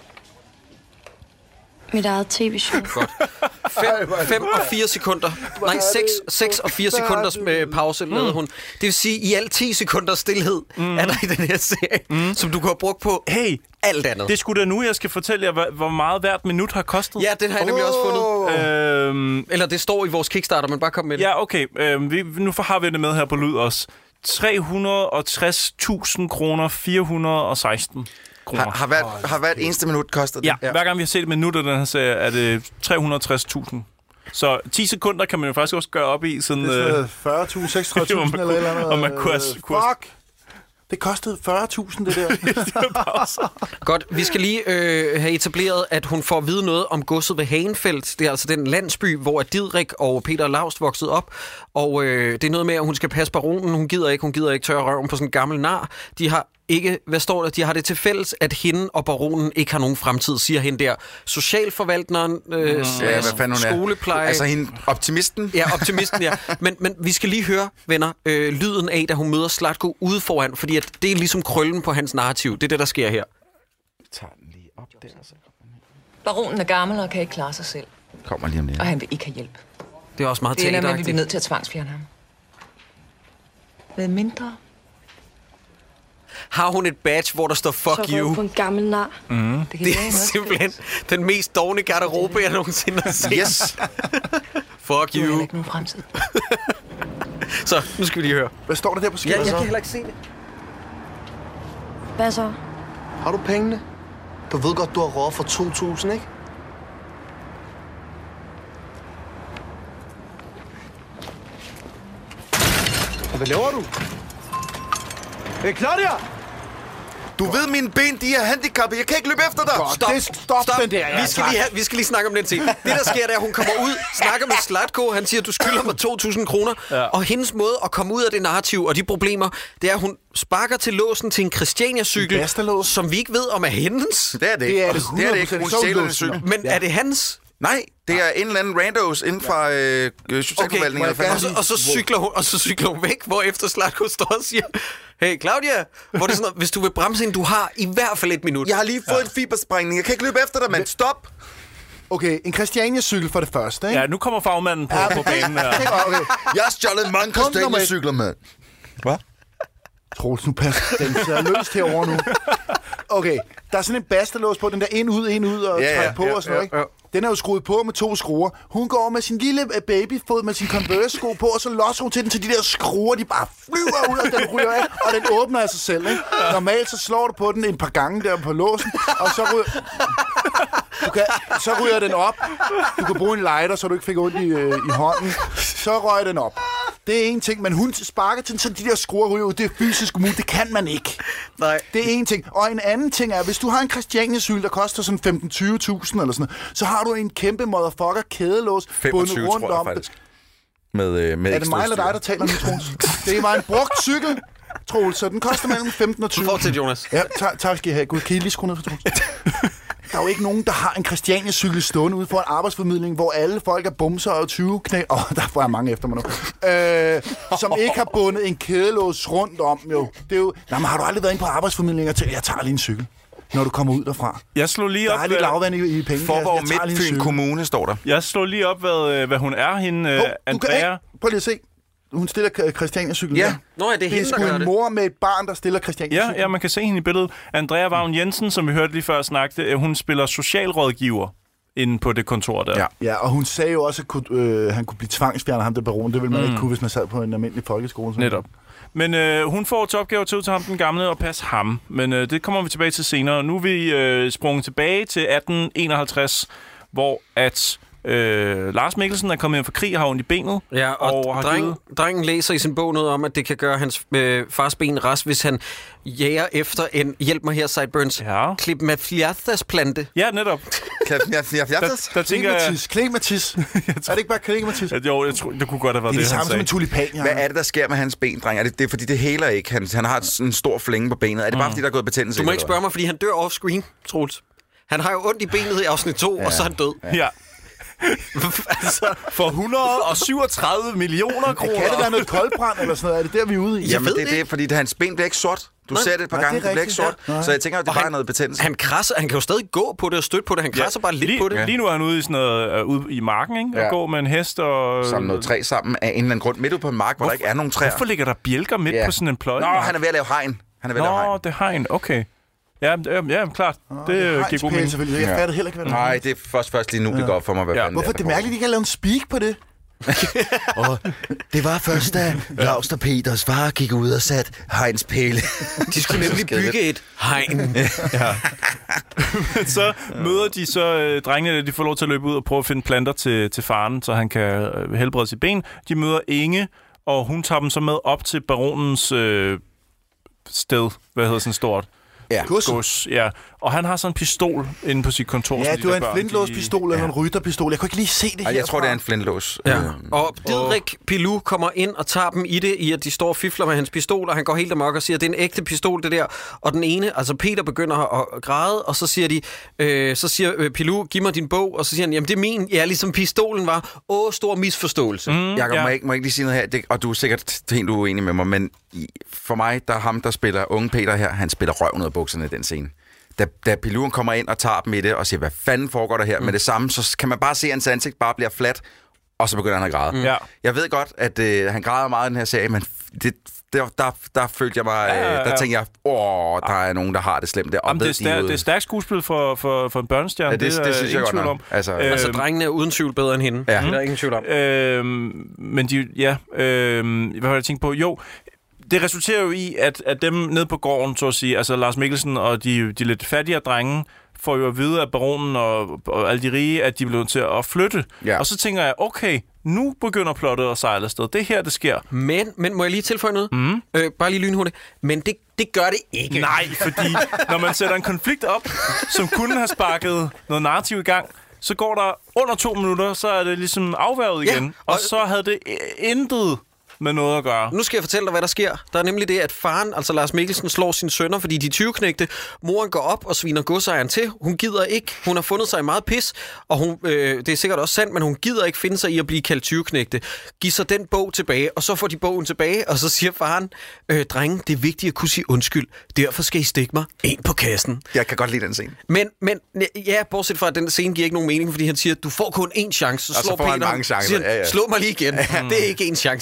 Speaker 8: Mit eget tv-show.
Speaker 3: Godt. 5 og 4 sekunder. Nej, 6 og 4 sekunders med pause lavede hun. Det vil sige, i alt 10 sekunders stillhed er der i den her serie, som du kan have brugt på alt andet.
Speaker 5: Det skulle da nu, jeg skal fortælle jer, hvor meget hvert minut har kostet.
Speaker 3: Ja, det har jeg nemlig også fundet. Eller det står i vores Kickstarter, men bare kom med det.
Speaker 5: Ja, okay. Nu har vi det med her på lyd også. 360.000 kroner 416.
Speaker 6: Har hvert eneste minut kostet det?
Speaker 5: Ja, hver gang vi har set et minut af den her serie, er det 360.000. Så 10 sekunder kan man jo faktisk også gøre op i. Sådan,
Speaker 4: det er 40.000, 36.000 eller et eller andet.
Speaker 5: Og man kunne
Speaker 4: fuck! Det kostede 40.000, det der.
Speaker 3: Godt, vi skal lige have etableret, at hun får at vide noget om godset ved Hagenfeldt. Det er altså den landsby, hvor Didrik og Peter Laust voksede op. Og det er noget med, at hun skal passe baronen. Hun gider ikke tørre røven på sådan en gammel nar. De har ikke, hvad står der? De har det til fælles, at hende og baronen ikke har nogen fremtid, siger hende der. Socialforvalteren, skolepleje...
Speaker 6: Altså hende, optimisten?
Speaker 3: Ja, optimisten, ja. Men vi skal lige høre, venner, lyden af, da hun møder Zlatko ude foran, fordi at det er ligesom krøllen på hans narrativ. Det er det, der sker her.
Speaker 6: Tag den lige op der, så.
Speaker 11: Baronen er gammel og kan ikke klare sig selv.
Speaker 6: Kommer lige om lidt.
Speaker 11: Og han vil ikke have hjælp.
Speaker 3: Det er også meget
Speaker 11: teateragtigt. Det er vi bliver nødt til at tvangsfjerne ham. Med mindre...
Speaker 3: Har hun et badge, hvor der står fuck
Speaker 8: så
Speaker 3: you?
Speaker 8: Så på en gammel nar.
Speaker 3: Det er simpelthen den mest dovne garderobe, jeg nogensinde har set.
Speaker 6: Yes.
Speaker 3: Fuck you.
Speaker 11: Du har ikke nogen fremtid.
Speaker 3: Så, nu skal vi lige høre.
Speaker 4: Hvad står der der på skiltet?
Speaker 3: Ja, jeg kan heller ikke se det.
Speaker 8: Hvad så?
Speaker 7: Har du pengene? Du ved godt, du har råd for 2.000, ikke? Hvad laver du? Hey, Claudia!
Speaker 6: Du ved, mine ben, de er handicappet. Jeg kan ikke løbe efter dig.
Speaker 3: Stop den der. Ja, vi skal lige snakke om den ting. Det, der sker, det er, at hun kommer ud, snakker med Zlatko. Han siger, du skylder mig 2.000 kroner. Ja. Og hendes måde at komme ud af det narrativ og de problemer, det er, at hun sparker til låsen til en Christiania-cykel, som vi ikke ved, om er hendes.
Speaker 6: Det er det ikke. Det er det ikke. Hun stjæler en cykel.
Speaker 3: Men er det hans?
Speaker 6: Nej, det er en eller anden randos inden fra socialforvaltningen.
Speaker 3: Okay, og så cykler hun væk, hvor efter Zlatko står og siger, hey Claudia, hvor det sådan noget, hvis du vil bremse hende, du har i hvert fald 1 minut.
Speaker 6: Jeg har lige fået en fibersprængning, jeg kan ikke løbe efter dig, men stop!
Speaker 4: Okay, en Christiania-cykel for det første, ikke?
Speaker 5: Ja, nu kommer fagmanden på banen her.
Speaker 4: Okay.
Speaker 6: Jeg har stjålet mange Christiania-cykler, mand. Hvad?
Speaker 4: Troels, nu passer den seriøst herovre nu. Okay, der er sådan en bastelås på, den der ind, ud og træk på og sådan noget, ikke? Den er jo skruet på med 2 skruer. Hun går med sin lille babyfod med sin Converse-sko på, og så losser hun til den, til de der skruer, de bare flyver ud, og den ryger af, og den åbner af sig selv, ikke? Normalt så slår du på den et par gange der på låsen, og så ryger den op. Du kan bruge en lighter, så du ikke fik ondt i hånden. Så rører den op. Det er en ting, men hun sparker til den, så de der skruer ryger ud. Det er fysisk umuligt. Det kan man ikke.
Speaker 3: Nej.
Speaker 4: Det er en ting. Og en anden ting er, hvis du har en Christiania-cykel, der koster sådan 15-20.000 eller sådan noget, så har du en kæmpe motherfucker kædelås bundet rundt om det.
Speaker 6: Med
Speaker 4: er det mig eller dig, der taler nu, Troels? Det var en brugt cykel, Troels, så den koster mellem 15 og 20.
Speaker 3: Fortsæt, Jonas.
Speaker 4: Ja, tak skal I have. Gud, kan I lige skrue ned for Troels? Der er jo ikke nogen, der har en Christiania-cykel stående ude for en arbejdsformidling, hvor alle folk er bumser og 20 knæ. Der får jeg mange efter mig nu. Som ikke har bundet en kædelås rundt om, jo. Det er jo... Nej, men har du aldrig været inde på arbejdsformidling og tænkt, jeg tager lige en cykel, når du kommer ud derfra?
Speaker 5: Jeg slog lige op...
Speaker 4: Der er lidt lavvand i penge.
Speaker 6: Forborg Midtfyn Kommune står der.
Speaker 5: Jeg slog lige op, hvad hun er, hende Andrea.
Speaker 4: Prøv lige at se. Hun stiller Christiania-cyklen.
Speaker 6: Ja.
Speaker 3: Nå, er det hende,
Speaker 4: der gør det? Det er sgu en mor med et barn, der stiller Christiania-cyklen.
Speaker 5: Ja, man kan se hende i billedet. Andrea Vagn Jensen, som vi hørte lige før snakke, hun spiller socialrådgiver inde på det kontor der.
Speaker 4: Ja, og hun sagde jo også, at han kunne blive tvangsfjernet, ham der baron. Det ville man ikke kunne, hvis man sad på en almindelig folkeskole.
Speaker 5: Netop. Men hun får til opgave til ham, den gamle, og passe ham. Men det kommer vi tilbage til senere. Nu er vi sprunget tilbage til 1851, hvor at... Lars Mikkelsen er kommet hjem fra krig og har ondt i benet.
Speaker 3: Ja, og drengen læser i sin bog noget om, at det kan gøre hans fars ben rask, hvis han jager efter en, hjælp mig her, Sideburns, klipmafliathas-plante.
Speaker 5: Ja, netop.
Speaker 6: Klipmafliathas?
Speaker 5: Der tænker jeg...
Speaker 4: Klematis. Er det ikke bare klematis?
Speaker 5: Jo, jeg tror, det kunne godt have været
Speaker 4: det,
Speaker 5: det,
Speaker 4: han sagde. Det er det samme som en tulipan. Ja.
Speaker 6: Hvad er det, der sker med hans ben, dreng? Det er fordi, det heler ikke. Han har en stor flænge på benet. Er det bare, fordi der er gået betændelse?
Speaker 3: Du må ikke spørge mig, fordi han dør off-screen, Troels. Han har jo ondt i benet i afsnit 2, og så er han død.
Speaker 5: Ja. Altså, for 137 millioner kroner.
Speaker 4: Kan det være noget koldbrand eller sådan noget? Er det der, vi er ude i?
Speaker 6: Jamen, det er fordi hans ben bliver ikke sort. Du ser det et par gange, det bliver ikke sort. Ja. Så jeg tænker, at det er bare noget betændelse.
Speaker 3: Han krasser, han kan jo stadig gå på det og støtte på det. Han krasser bare lidt på det.
Speaker 5: Lige nu er han ude i sådan noget, ude i marken, ikke? Og gå med en hest og...
Speaker 6: Sammen noget træ sammen af en eller anden grund midt ude på en mark, hvor der ikke er nogen træer.
Speaker 5: Hvorfor ligger der bjelker midt på sådan en pløje?
Speaker 6: Nå, han er ved at lave hegn.
Speaker 5: Det er hegn, okay. Ja, klart. Det giver god mening.
Speaker 4: Jeg fatter heller ikke, hvad det er.
Speaker 6: Nej, det er først lige nu, det går op for mig, hvad fanden
Speaker 4: hvorfor det er mærkeligt, at de kan lave en speak på det?
Speaker 6: Og det var først, da Laust og Peters far gik ud og satte hegnspæle.
Speaker 3: De skulle nemlig bygge et hegn.
Speaker 5: Ja. Så møder de drengene, de får lov til at løbe ud og prøve at finde planter til faren, så han kan helbrede sit ben. De møder Inge, og hun tager dem så med op til baronens sted. Hvad hedder sådan stort?
Speaker 6: Ja.
Speaker 5: Gods, ja. Og han har sådan en pistol inde på sit kontor.
Speaker 4: Ja, du har en flintlåspistol eller en rytterpistol. Jeg kunne ikke lige se det her.
Speaker 6: Jeg tror, det er en flintlås.
Speaker 3: Ja. Og Didrik Pilou kommer ind og tager dem i det, i at de står og fifler med hans pistol, og han går helt amok og siger, at det er en ægte pistol, det der. Og den ene, altså Peter, begynder at græde, og så siger de, Pilou, giv mig din bog, og så siger han, jamen det er min, ja, ligesom pistolen var. Stor misforståelse.
Speaker 6: Jakob, må jeg ikke lige sige noget her, og du er sikkert helt uenig med mig, men for mig, der er ham, der spiller unge Peter her, han spiller røven ud af bukserne i den scene. Da Piluen kommer ind og tager dem i det og siger, hvad fanden foregår der her? Med det samme, så kan man bare se, at hans ansigt bare bliver fladt, og så begynder han at græde. Ja. Jeg ved godt, at han græder meget i den her serie, men der følte jeg mig... Der tænkte jeg, der er nogen, der har det slemt der.
Speaker 5: Jamen, det er stærkt skuespil for en børnestjerne.
Speaker 6: Ja, det synes jeg godt nok.
Speaker 3: Altså, drengene er uden tvivl bedre end hende. Ja. Det er ingen tvivl om.
Speaker 5: Men hvad har jeg tænkt på? Jo, det resulterer jo i, at dem nede på gården, så at sige, altså Lars Mikkelsen og de lidt fattigere drenge, får jo at vide af baronen og alle de rige, at de bliver nødt til at flytte. Ja. Og så tænker jeg, okay, nu begynder plottet at sejle afsted. Det her, det sker.
Speaker 3: Men må jeg lige tilføje noget? Bare lige lynhurtigt. Men det gør det ikke.
Speaker 5: Nej, fordi når man sætter en konflikt op, som kunne have sparket noget narrativ i gang, så går der under 2 minutter, så er det ligesom afværget igen. Og så havde det intet med noget at gøre.
Speaker 3: Nu skal jeg fortælle dig, hvad der sker. Der er nemlig det, at faren, altså Lars Mikkelsen, slår sine sønner, fordi de er 20-knægte. Moren går op og sviner godsejeren til. Hun gider ikke. Hun har fundet sig i meget pis, og hun, det er sikkert også sandt, men hun gider ikke finde sig i at blive kaldt 20-knægte. Giv så den bog tilbage, og så får de bogen tilbage, og så siger faren, drenge, det er vigtigt at kunne sige undskyld. Derfor skal I stikke mig ind på kassen.
Speaker 6: Jeg kan godt lide den scene.
Speaker 3: Men ja, bortset fra, at den scene giver ikke nogen mening, fordi han siger, du får kun én chance. Så slår Peter,
Speaker 6: mange chancer.
Speaker 3: Siger, slå mig lige igen. Det er ikke én chance.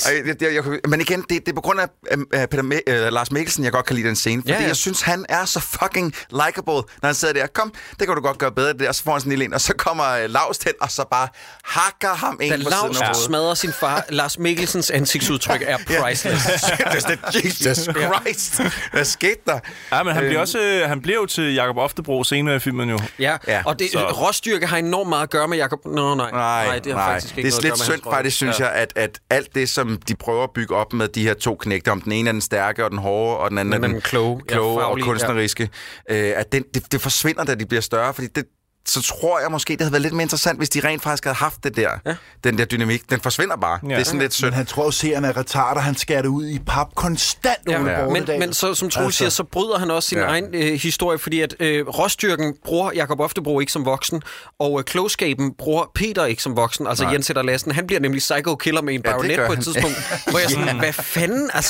Speaker 6: men igen, det er på grund af Lars Mikkelsen, jeg godt kan lide den scene. Fordi jeg synes, han er så fucking likable, når han sidder der. Kom, det kan du godt gøre bedre, det der. Og så får han sådan en lille ind, og så kommer Laust hen, og så bare hakker ham ind på siden af
Speaker 3: Laust smadrer sin far. Lars Mikkelsens ansigtsudtryk er priceless.
Speaker 6: Jesus Christ. Hvad skete der?
Speaker 5: Ja, men han bliver jo til Jakob Oftebro senere i filmen jo.
Speaker 3: Ja, og råstyrke har enormt meget at gøre med Jakob. Nej, det har faktisk ikke
Speaker 6: det er lidt synd faktisk, synes jeg, at alt det, som de prøver at bygge op med de her to knægter, om den ene er den stærke og den hårde, og den anden er den kloge og kunstneriske, at det forsvinder, da de bliver større, fordi så tror jeg måske, det havde været lidt mere interessant, hvis de rent faktisk havde haft det der. Den der dynamik, den forsvinder bare. Ja. Det er sådan lidt synd.
Speaker 4: Men han tror jo, seeren er retarder, han skærer det ud i pap konstant.
Speaker 3: Men så, som Troels siger, så bryder han også sin egen historie, fordi at råstyrken bruger Jakob Oftebro ikke som voksen, og klogskaben bruger Peter ikke som voksen, altså Jens Etter Lassen. Han bliver nemlig psycho-killer med en baronet på et tidspunkt, hvor jeg sådan, hvad fanden, altså...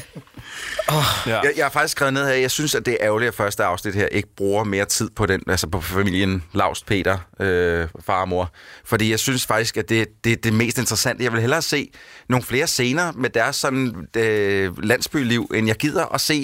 Speaker 6: Jeg har faktisk skrevet ned her, jeg synes, at det er ærgerligt, at første afsnit her ikke bruger mere tid på den, altså på familien Laust, Peter, far og mor. Fordi jeg synes faktisk, at det er det mest interessante. Jeg vil hellere se nogle flere scener med deres sådan landsbyliv, end jeg gider at se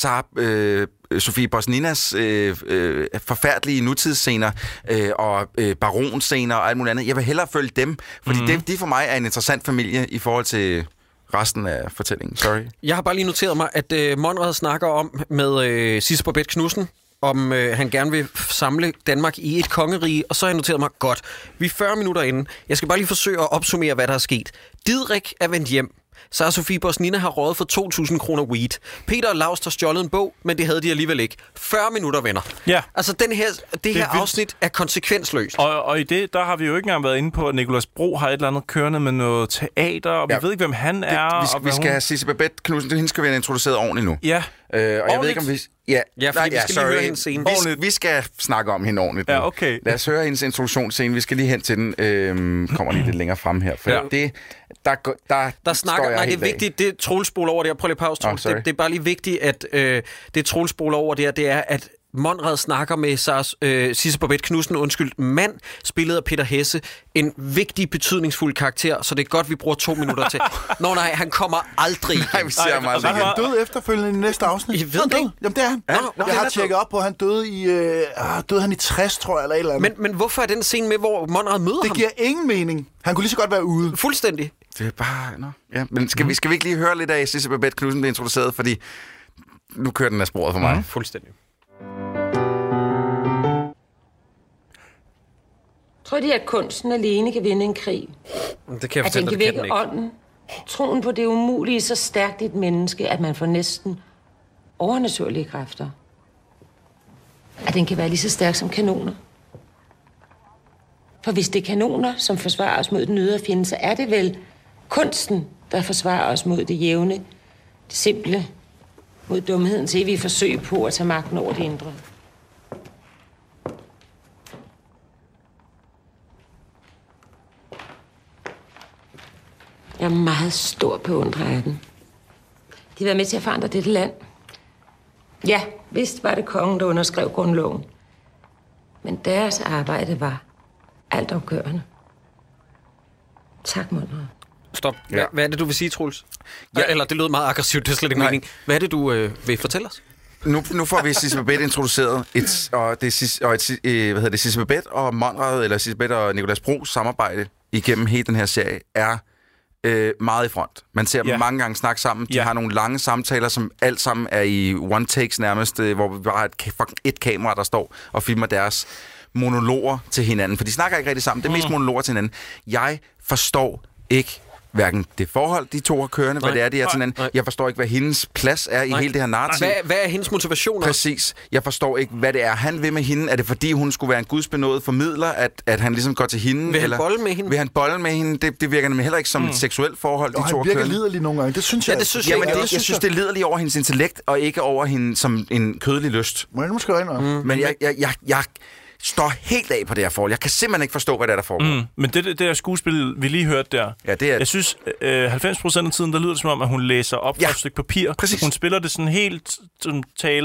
Speaker 6: Sofie Bosninas forfærdelige nutidsscener og baronscener og alt muligt andet. Jeg vil hellere følge dem, fordi de for mig er en interessant familie i forhold til... resten af fortællingen. Sorry.
Speaker 3: Jeg har bare lige noteret mig, at Monrad snakker om med Sisse Babett Knudsen, om han gerne vil samle Danmark i et kongerige, og så har jeg noteret mig, godt, vi er 40 minutter inde. Jeg skal bare lige forsøge at opsummere, hvad der er sket. Didrik er vendt hjem. Så har Sofie Bosnina har røget for 2.000 kroner weed. Peter og Laust har stjålet en bog, men det havde de alligevel ikke. 40 minutter, venner. Ja. Altså, det her afsnit er konsekvensløst.
Speaker 5: Og i det, der har vi jo ikke engang været inde på, at Nicolas Bro har et eller andet kørende med noget teater, og vi ved ikke, hvem han er.
Speaker 6: Vi skal have Sisse Babett Knudsen, hende skal vi have introduceret ordentligt nu.
Speaker 5: Ja.
Speaker 6: Og jeg ved ikke, om vi...
Speaker 3: fordi vi skal lige høre hendes scene.
Speaker 6: Vi skal snakke om hende ordentligt.
Speaker 5: Ja, okay.
Speaker 6: Lad os høre hendes introduktionsscene. Vi skal lige hen til den. Kommer lige lidt længere frem her. For der
Speaker 3: snakker... Nej, det er vigtigt. Det er Troels-spol over det her. Prøv lige pause, Troels. Det er bare lige vigtigt, at det Troels-spol over det her, det er, at Monrad snakker med Sisse Babett Knudsen, mand, spillet af Peter Hesse, en vigtig, betydningsfuld karakter, så det er godt, vi bruger 2 minutter til. Nej, han kommer aldrig.
Speaker 6: Nej, vi ser meget.
Speaker 4: Han døde efterfølgende i næste afsnit.
Speaker 3: I ved det ikke?
Speaker 4: Jamen, det er han. Jeg har tjekket op på, han døde i 60, tror jeg, eller et eller andet.
Speaker 3: Men hvorfor er den scene med, hvor Monrad møder ham?
Speaker 4: Det giver ingen mening. Han kunne lige så godt være ude.
Speaker 3: Fuldstændig.
Speaker 6: Det er bare... Ja, men skal vi ikke lige høre lidt af Sisse Babett Knudsen blive introduceret, fordi nu kører den af sporet for mig.
Speaker 3: Fuldstændig.
Speaker 12: Tror de, at kunsten alene kan vinde en krig?
Speaker 3: Det kan jeg
Speaker 12: fortælle, at den kan vække ånden. Troen på det umulige så stærkt i et menneske, at man får næsten overnaturlige kræfter. At den kan være lige så stærk som kanoner. For hvis det er kanoner, som forsvarer os mod den ydre fjende, så er det vel kunsten, der forsvarer os mod det jævne, det simple, mod dumhedens evige forsøg på at tage magten over det indre. Jeg er meget stor beundrer af den. De har været med til at forandre dette land. Ja, vist var det kongen, der underskrev grundloven. Men deres arbejde var altafgørende. Tak, Monrad.
Speaker 3: Stop. Hvad er det, du vil sige, Troels? Eller det lød meget aggressivt, det er slet ikke mening. Hvad er det, du vil fortælle os?
Speaker 6: Nu får vi Sisse Babett introduceret, Sisse Babett og Monrad, eller Sisse Babett og Nicolas Bros samarbejde igennem hele den her serie er meget i front. Man ser dem mange gange snakke sammen. De har nogle lange samtaler, som alt sammen er i one takes nærmest, hvor vi bare har et kamera, der står og filmer deres monologer til hinanden. For de snakker ikke rigtig sammen. Det er mest monologer til hinanden. Jeg forstår ikke hverken det forhold, de to har kørende, hvad det er, de er til hinanden. Jeg forstår ikke, hvad hendes plads er i hele det her narrativ.
Speaker 3: Hvad er hendes motivation?
Speaker 6: Præcis. Jeg forstår ikke, hvad det er, han vil med hende. Er det, fordi hun skulle være en gudsbenået formidler, at han ligesom går til hende?
Speaker 3: Vil han bolle med hende?
Speaker 6: Vil han bolle med hende? Det virker nemlig heller ikke som et seksuelt forhold, de to har kørende.
Speaker 4: Han virker liderlig nogle gange. Det synes jeg.
Speaker 6: Det synes jeg. Jeg synes, det er liderligt over hendes intellekt, og ikke over hende som en kødelig lyst.
Speaker 4: Må jeg nu skrive ind?
Speaker 6: Men jeg står helt af på det her forhold. Jeg kan simpelthen ikke forstå, hvad der foregår.
Speaker 5: Men det der skuespil, vi lige hørte der, det er... Jeg synes, 90% af tiden, der lyder det som om, at hun læser op fra et stykke papir.
Speaker 6: Præcis.
Speaker 5: Hun spiller det sådan helt som tale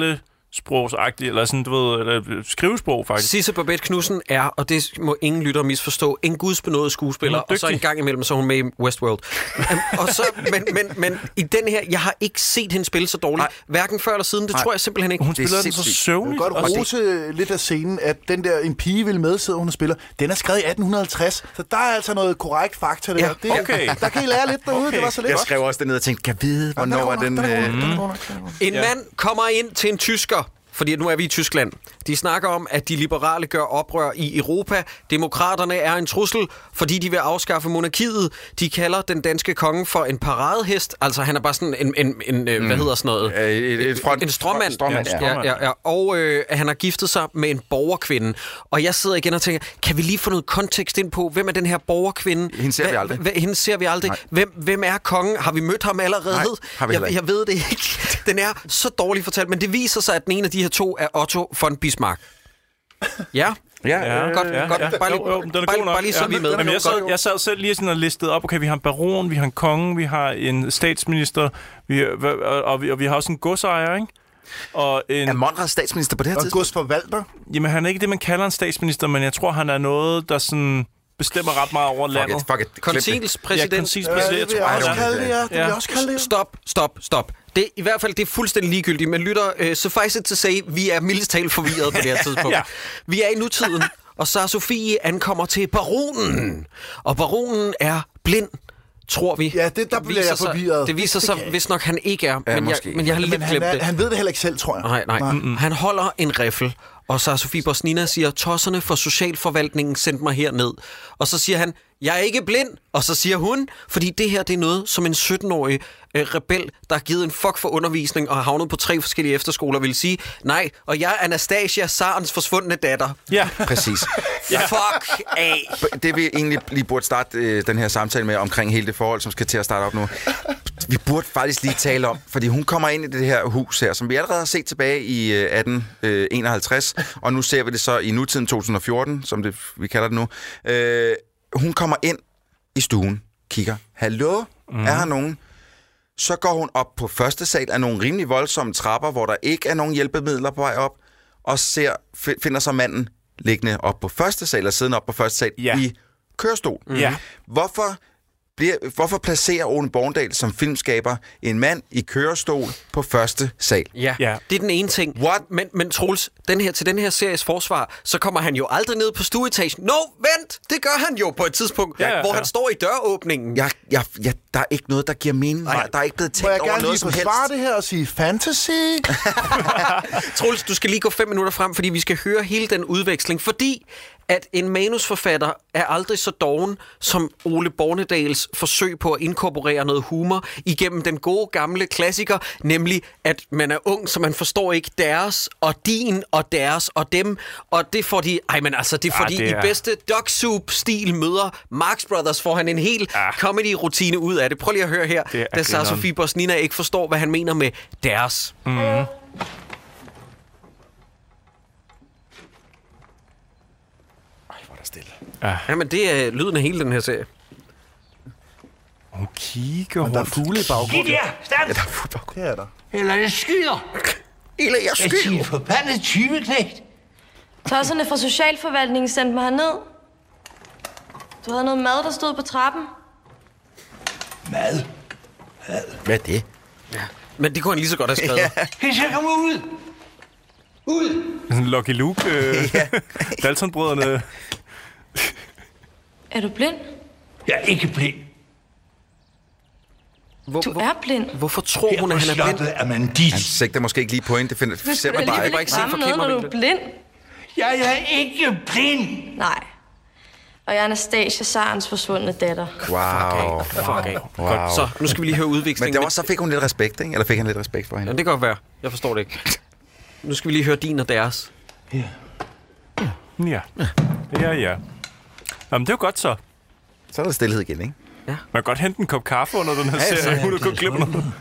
Speaker 5: sprogsagtigt, eller sådan, du ved, eller skrivesprog, faktisk.
Speaker 3: Sisse Babette Knudsen er, og det må ingen lytter misforstå, en gudsbenådet skuespiller, og så en gang imellem, så hun med i Westworld. Og så, men i den her, jeg har ikke set hende spille så dårligt, hverken før eller siden, det tror jeg simpelthen ikke.
Speaker 5: Hun spiller den så søvnligt.
Speaker 4: Jeg vil godt rose lidt af scenen, at den der En pige vil med, sidder hun og spiller, den er skrevet i 1850, så der er altså noget korrekt fakta der. Det, der kan I lære lidt derude, det var så lidt.
Speaker 6: Jeg skrev også det ned og tænkte, kan vide, hvornår er den...
Speaker 3: En mand kommer ind til en tysker, fordi nu er vi i Tyskland. De snakker om, at de liberale gør oprør i Europa. Demokraterne er en trussel, fordi de vil afskaffe monarkiet. De kalder den danske konge for en paradehest. Altså, han er bare sådan en hvad hedder sådan noget? En stråmand. Ja. Og han har giftet sig med en borgerkvinde. Og jeg sidder igen og tænker, kan vi lige få noget kontekst ind på, hvem er den her borgerkvinde?
Speaker 6: Hende ser vi aldrig.
Speaker 3: Hende ser vi aldrig. Hvem er kongen? Har vi mødt ham allerede?
Speaker 6: Nej,
Speaker 3: jeg ved det ikke. Den er så dårligt fortalt, men det viser sig, at den ene af de her to er Otto von Bismarck. Ja, godt. Bare lige så vi med.
Speaker 5: Jamen, jeg sad selv lige sådan og listede op, okay, vi har en baron, vi har en konge, vi har en statsminister, og vi har også en godsejer, ikke? Og
Speaker 6: er Monrad statsminister på det her tidspunkt?
Speaker 4: Og godsforvalter?
Speaker 5: Jamen, han er ikke det, man kalder en statsminister, men jeg tror, han er noget, der sådan bestemmer ret meget over landet.
Speaker 3: Konsilspræsident.
Speaker 5: Ja, konsilspræsident.
Speaker 4: Det vil jeg også kalde det.
Speaker 3: Stop. Det i hvert fald det er fuldstændig ligegyldigt, men lytter, suffice it to say, vi er mildest talt forvirret på det her tidspunkt. Ja. Vi er i nutiden, og så Sofie ankommer til baronen. Og baronen er blind, tror vi.
Speaker 4: Ja, der bliver jeg forvirret.
Speaker 3: Det viser sig, hvis nok han ikke er, men jeg har lidt glemt det.
Speaker 4: Han ved det heller ikke selv, tror jeg.
Speaker 3: Nej. Han holder en riffel, og så Sofie Bosnina siger, tosserne for socialforvaltningen sendte mig herned. Og så siger han, jeg er ikke blind. Og så siger hun, fordi det her det er noget, som en 17-årig rebel, der har givet en fuck for undervisning og har havnet på 3 forskellige efterskoler, vil sige, nej, og jeg er Anastasia, Sarens forsvundne datter.
Speaker 6: Ja, præcis.
Speaker 3: Fuck af.
Speaker 6: Det vi egentlig lige burde starte den her samtale med omkring hele det forhold, som skal til at starte op nu. Vi burde faktisk lige tale om, fordi hun kommer ind i det her hus her, som vi allerede har set tilbage i 1851, og nu ser vi det så i nutiden 2014, som vi kalder det nu. Hun kommer ind i stuen, kigger. Hallo? Er her nogen? Så går hun op på første sal af nogle rimelig voldsomme trapper, hvor der ikke er nogen hjælpemidler på vej op, og finder så manden liggende op på første sal, eller siddende op på første sal i kørestol.
Speaker 5: Ja.
Speaker 6: Hvorfor placerer Ole Bornedal som filmskaber en mand i kørestol på første sal?
Speaker 3: Ja, det er den ene ting.
Speaker 6: What?
Speaker 3: Men Troels, til den her series forsvar, så kommer han jo aldrig ned på stueetagen. Vent! Det gør han jo på et tidspunkt, hvor han står i døråbningen.
Speaker 6: Ja, der er ikke noget, der giver mening. Der er ikke blevet tænkt over noget som helst.
Speaker 4: Må jeg gerne lige forsvare det her og sige fantasy?
Speaker 3: Troels, du skal lige gå 5 minutter frem, fordi vi skal høre hele den udveksling. Fordi at en manusforfatter er aldrig så doven som Ole Bornedals forsøg på at inkorporere noget humor igennem den gode gamle klassiker, nemlig at man er ung, så man forstår ikke deres og din og deres og dem, og det får de, i bedste Dog Soup-stil møder Marx Brothers, får han en hel comedy-rutine ud af det. Prøv lige at høre her, da Sarah Sofie Bosnina ikke forstår, hvad han mener med deres.
Speaker 6: Stille.
Speaker 3: Jamen, det er lyden af hele den her serie.
Speaker 5: Hun kigger.
Speaker 4: Der er fugle i baggrunden.
Speaker 9: Giv der! Stand!
Speaker 6: Ja, der er fugle i baggrunden.
Speaker 4: Det er der.
Speaker 9: Eller jeg skyder!
Speaker 3: Eller jeg skyder!
Speaker 9: Jeg siger forbandet tyveknægt.
Speaker 13: Tosserne fra socialforvaltningen sendte mig herned. Du havde noget mad, der stod på trappen.
Speaker 9: Mad?
Speaker 6: Hvad er det?
Speaker 3: Ja. Men det kunne han lige så godt have skrevet.
Speaker 9: Kan jeg komme ud? Ud!
Speaker 5: Sådan Lucky Luke. Dalton-brødrene.
Speaker 13: Er du blind?
Speaker 9: Jeg er ikke blind.
Speaker 13: Du er blind.
Speaker 3: Hvorfor tror hun, at han er blind?
Speaker 9: Er man dit.
Speaker 6: Han sigter måske ikke lige på hende. Det ser man bare
Speaker 13: ikke se for noget, når du er blind.
Speaker 9: Jeg er ikke blind.
Speaker 13: Nej. Og jeg er Anastasia, Sarens forsvundne datter.
Speaker 6: Wow.
Speaker 3: Fuck. Wow. Så, nu skal vi lige høre udviklingen.
Speaker 6: Men det var, så fik hun lidt respekt, ikke? Eller fik han lidt respekt for hende?
Speaker 3: Ja, det kan godt være. Jeg forstår det ikke. Nu skal vi lige høre din og deres.
Speaker 5: Ja. Jamen, det er jo godt så.
Speaker 6: Så er der stillhed igen, ikke?
Speaker 3: Ja.
Speaker 5: Man kan godt hente en kop kaffe under den her serie. Hun har kun glemt noget.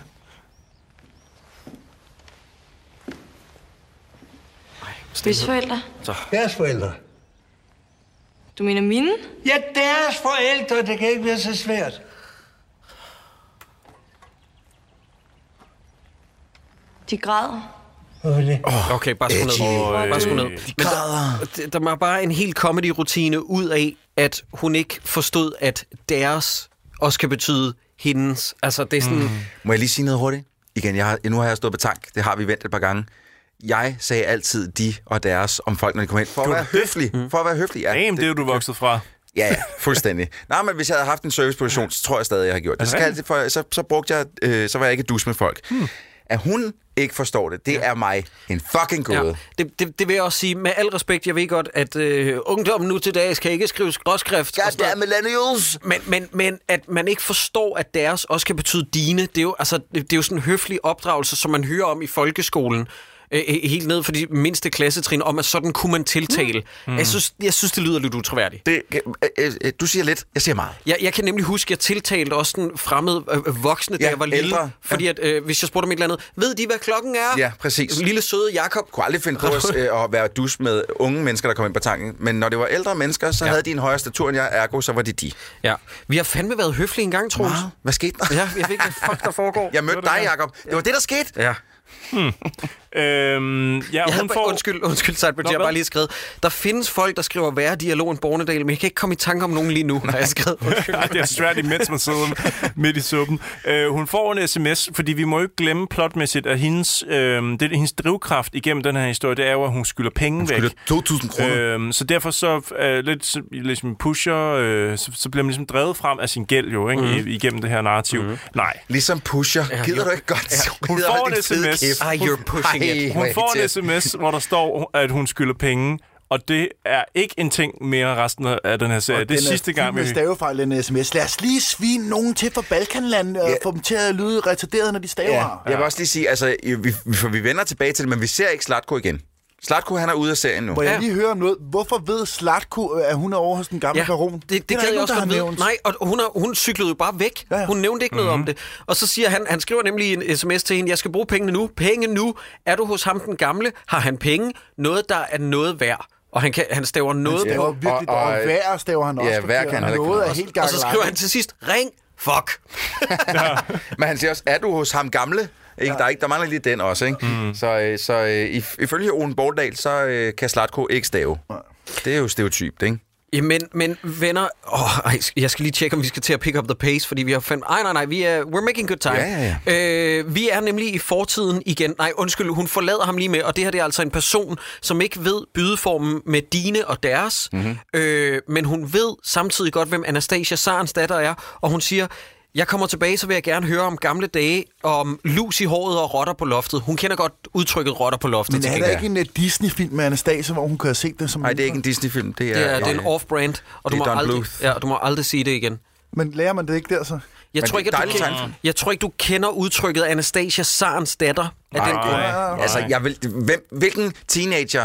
Speaker 13: Hvis forældre?
Speaker 3: Så.
Speaker 9: Deres forældre.
Speaker 13: Du mener mine?
Speaker 9: Ja, deres forældre. Det kan ikke være så svært.
Speaker 13: De græder.
Speaker 3: Okay, bare skru ned. Bare skru ned. Men der var bare en helt comedy-rutine ud af, at hun ikke forstod, at deres også kan betyde hendes. Altså, det er sådan...
Speaker 6: Må jeg lige sige noget hurtigt? Igen, nu har jeg stået på tank. Det har vi ventet et par gange. Jeg sagde altid de og deres om folk, når de kom ind. For at være høflig. For at være høflig, ja.
Speaker 5: Jamen, det er jo du vokset fra.
Speaker 6: Ja, fuldstændig. Nej, men hvis jeg havde haft en serviceposition, så tror jeg stadig, jeg har gjort det. Så brugte jeg, så var jeg ikke dus med folk. At hun ikke forstår det, det er mig en fucking gåde.
Speaker 3: Ja, det vil jeg også sige, med al respekt, jeg ved godt, at ungdommen nu til dags kan ikke skrive skråskrift.
Speaker 6: God millennials!
Speaker 3: Men at man ikke forstår, at deres også kan betyde dine, det er jo, altså, det er jo sådan en høflig opdragelse, som man hører om i folkeskolen. Helt ned for de mindste klassetrin, om at sådan kunne man tiltale. Jeg synes, det lyder lidt utroværdigt.
Speaker 6: Du siger lidt, jeg siger meget.
Speaker 3: Jeg kan nemlig huske, at jeg tiltalte også den fremmede voksne, da jeg var lille. Ældre. Fordi at, hvis jeg spurgte om et eller andet, ved de, hvad klokken er?
Speaker 6: Ja, præcis.
Speaker 3: Lille søde Jakob.
Speaker 6: Kunne aldrig finde på at være dus med unge mennesker, der kom ind på tanken. Men når det var ældre mennesker, så havde de en højere statur end jeg, ergo, så var det de.
Speaker 3: Ja. Vi har fandme været høflige en gang, Troels.
Speaker 6: Hvad skete der?
Speaker 3: Ja, jeg ved ikke, hvad fuck der foregår.
Speaker 6: Jeg mødte dig, Jakob. Det var det, der skete.
Speaker 3: Ja. Undskyld, Sideburn, jeg har bare lige skrevet. Der findes folk, der skriver værre dialog end Bornedal, men jeg kan ikke komme i tanke om nogen lige nu, har jeg skrevet.
Speaker 5: Det er svært, imens man sidder midt i suppen. Hun får en sms, fordi vi må jo ikke glemme plotmæssigt, at hendes drivkraft igennem den her historie, det er jo, at hun skylder penge væk.
Speaker 6: Hun skylder 2.000 kroner.
Speaker 5: Så derfor så lidt ligesom pusher, så bliver man ligesom drevet frem af sin gæld jo, ikke? Igennem det her narrativ. Nej.
Speaker 6: Ligesom pusher. Gider du ikke godt?
Speaker 5: Hun får en sms.
Speaker 3: You're pushing it.
Speaker 5: Hun får en sms, hvor der står, at hun skylder penge, og det er ikke en ting mere resten af den her serie. Det er sidste gang,
Speaker 4: vi... stavefejl en sms. Lad os lige svine nogen til fra Balkanland og få dem til at lyde retarderet, når de staver.
Speaker 6: Ja. Jeg vil også lige sige, altså, vi vender tilbage til det, men vi ser ikke Zlatko igen. Zlatko, han er ude af serien nu.
Speaker 4: Må jeg lige høre noget? Hvorfor ved Zlatko, at hun er over hos den gamle baron?
Speaker 3: Det kan jeg også godt vide. Nej, og hun cyklede jo bare væk. Ja. Hun nævnte ikke noget om det. Og så siger han skriver nemlig en sms til hende, jeg skal bruge pengene nu. Penge nu. Er du hos ham den gamle? Har han penge? Noget, der er noget værd. Og han staver noget på.
Speaker 4: Virkelig, og værd staver han også.
Speaker 6: Ja, værd kan han
Speaker 4: noget er helt
Speaker 3: og så skriver han til sidst, ring. Fuck.
Speaker 6: Men han siger også, er du hos ham gamle? Ikke? Der mangler lige den også, ikke? Så ifølge Olen Bornedal, så kan Zlatko ikke stave. Det er jo stereotypt, ikke?
Speaker 3: Men venner, jeg skal lige tjekke, om vi skal til at pick up the pace, fordi vi har fandt... Nej, we're making good time.
Speaker 6: Ja.
Speaker 3: Vi er nemlig i fortiden igen. Nej, undskyld, hun forlader ham lige med, og det her det er altså en person, som ikke ved bydeformen med dine og deres, men hun ved samtidig godt, hvem Anastasia Sarens datter er, og hun siger... Jeg kommer tilbage, så vil jeg gerne høre om gamle dage, om lus i håret og rotter på loftet. Hun kender godt udtrykket rotter på loftet.
Speaker 4: Men er der ikke en Disney-film med Anastasia, hvor hun kan have set det som...
Speaker 6: Nej, det er ikke en Disney-film. Det er
Speaker 3: en off-brand, og du må aldrig sige det igen.
Speaker 4: Men lærer man det ikke der så?
Speaker 3: Jeg tror ikke, du kender udtrykket Anastasia Sarens datter af den grund.
Speaker 6: Altså, hvilken teenager...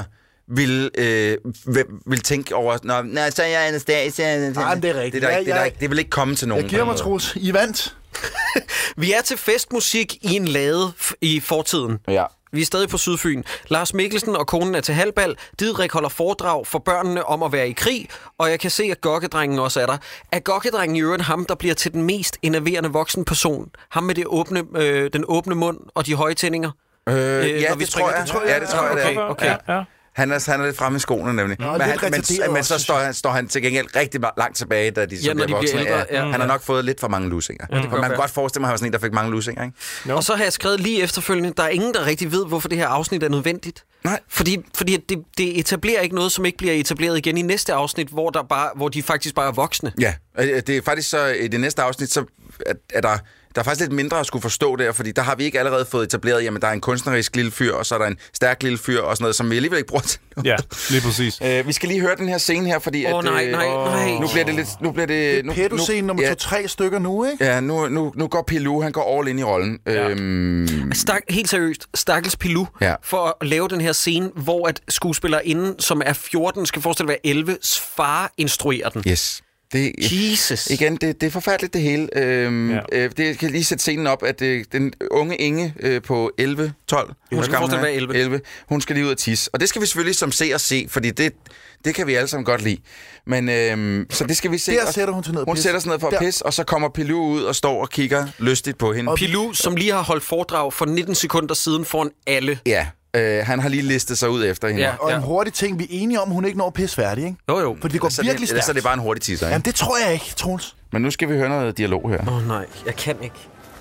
Speaker 6: vil tænke over, så er jeg Anastasia.
Speaker 4: Nej, det er rigtigt.
Speaker 6: Det vil ikke komme til nogen.
Speaker 4: Jeg giver mig, Troels. I vandt.
Speaker 3: Vi er til festmusik i en lade i fortiden.
Speaker 6: Ja.
Speaker 3: Vi er stadig på Sydfyn. Lars Mikkelsen og konen er til halvbal. Didrik holder foredrag for børnene om at være i krig. Og jeg kan se, at gokkedrengen også er der. Er gokkedrengen i øvrigt ham, der bliver til den mest enerverende voksen person? Ham med den åbne mund og de høje tændinger?
Speaker 6: Det tror jeg.
Speaker 3: Okay.
Speaker 5: Ja.
Speaker 6: Han er lidt fremme i skoene, nemlig. Men så står han til gengæld rigtig langt tilbage, da de så bliver voksne. Han har nok fået lidt for mange lusinger. Man kan godt forestille mig, at han var sådan en, der fik mange lusinger, ikke?
Speaker 3: Og så har jeg skrevet lige efterfølgende, der er ingen, der rigtig ved, hvorfor det her afsnit er nødvendigt.
Speaker 6: Nej.
Speaker 3: Fordi det etablerer ikke noget, som ikke bliver etableret igen i næste afsnit, hvor de faktisk bare er voksne.
Speaker 6: Ja, det er faktisk så i det næste afsnit, så er der er faktisk lidt mindre at skulle forstå der, fordi der har vi ikke allerede fået etableret, jamen der er en kunstnerisk lille fyr, og så er der en stærk lille fyr, og sådan noget, som vi alligevel ikke bruger til noget.
Speaker 5: Ja, lige præcis.
Speaker 6: Vi skal lige høre den her scene her, fordi
Speaker 3: nej.
Speaker 6: Nu bliver det lidt... Nu bliver det
Speaker 4: pedo-scene nummer 2-3 stykker nu, ikke?
Speaker 6: Ja, nu går Pilou, han går all ind i rollen.
Speaker 3: Ja. Helt seriøst, stakkels Pilou, for at lave den her scene, hvor at skuespillerinden, som er 14, skal forestille at være 11, far instruerer den.
Speaker 6: Yes.
Speaker 3: Jesus.
Speaker 6: Igen, det er forfærdeligt det hele. Det kan lige sætte scenen op, at den unge Inge på 11, 12,
Speaker 3: hun skal forestille være
Speaker 6: 11, hun skal lige ud og tisse. Og det skal vi selvfølgelig som se og se, fordi det kan vi alle sammen godt lide. Men så det skal vi se.
Speaker 4: Der sætter hun til noget
Speaker 6: Hun sætter sig ned for at pisse, og så kommer Pilou ud og står og kigger lystigt på hende.
Speaker 3: Og Pilou, som lige har holdt foredrag for 19 sekunder siden foran alle.
Speaker 6: Ja. Han har lige listet sig ud efter hende.
Speaker 4: Ja, og en hurtig ting, vi er enige om, hun ikke når pisse færdig, ikke?
Speaker 3: Jo.
Speaker 4: For det går virkelig stærkt.
Speaker 6: Så det er bare en hurtig teaser, ikke?
Speaker 4: Jamen, det tror jeg ikke, Troels.
Speaker 6: Men nu skal vi høre noget dialog her.
Speaker 3: Nej, jeg kan ikke.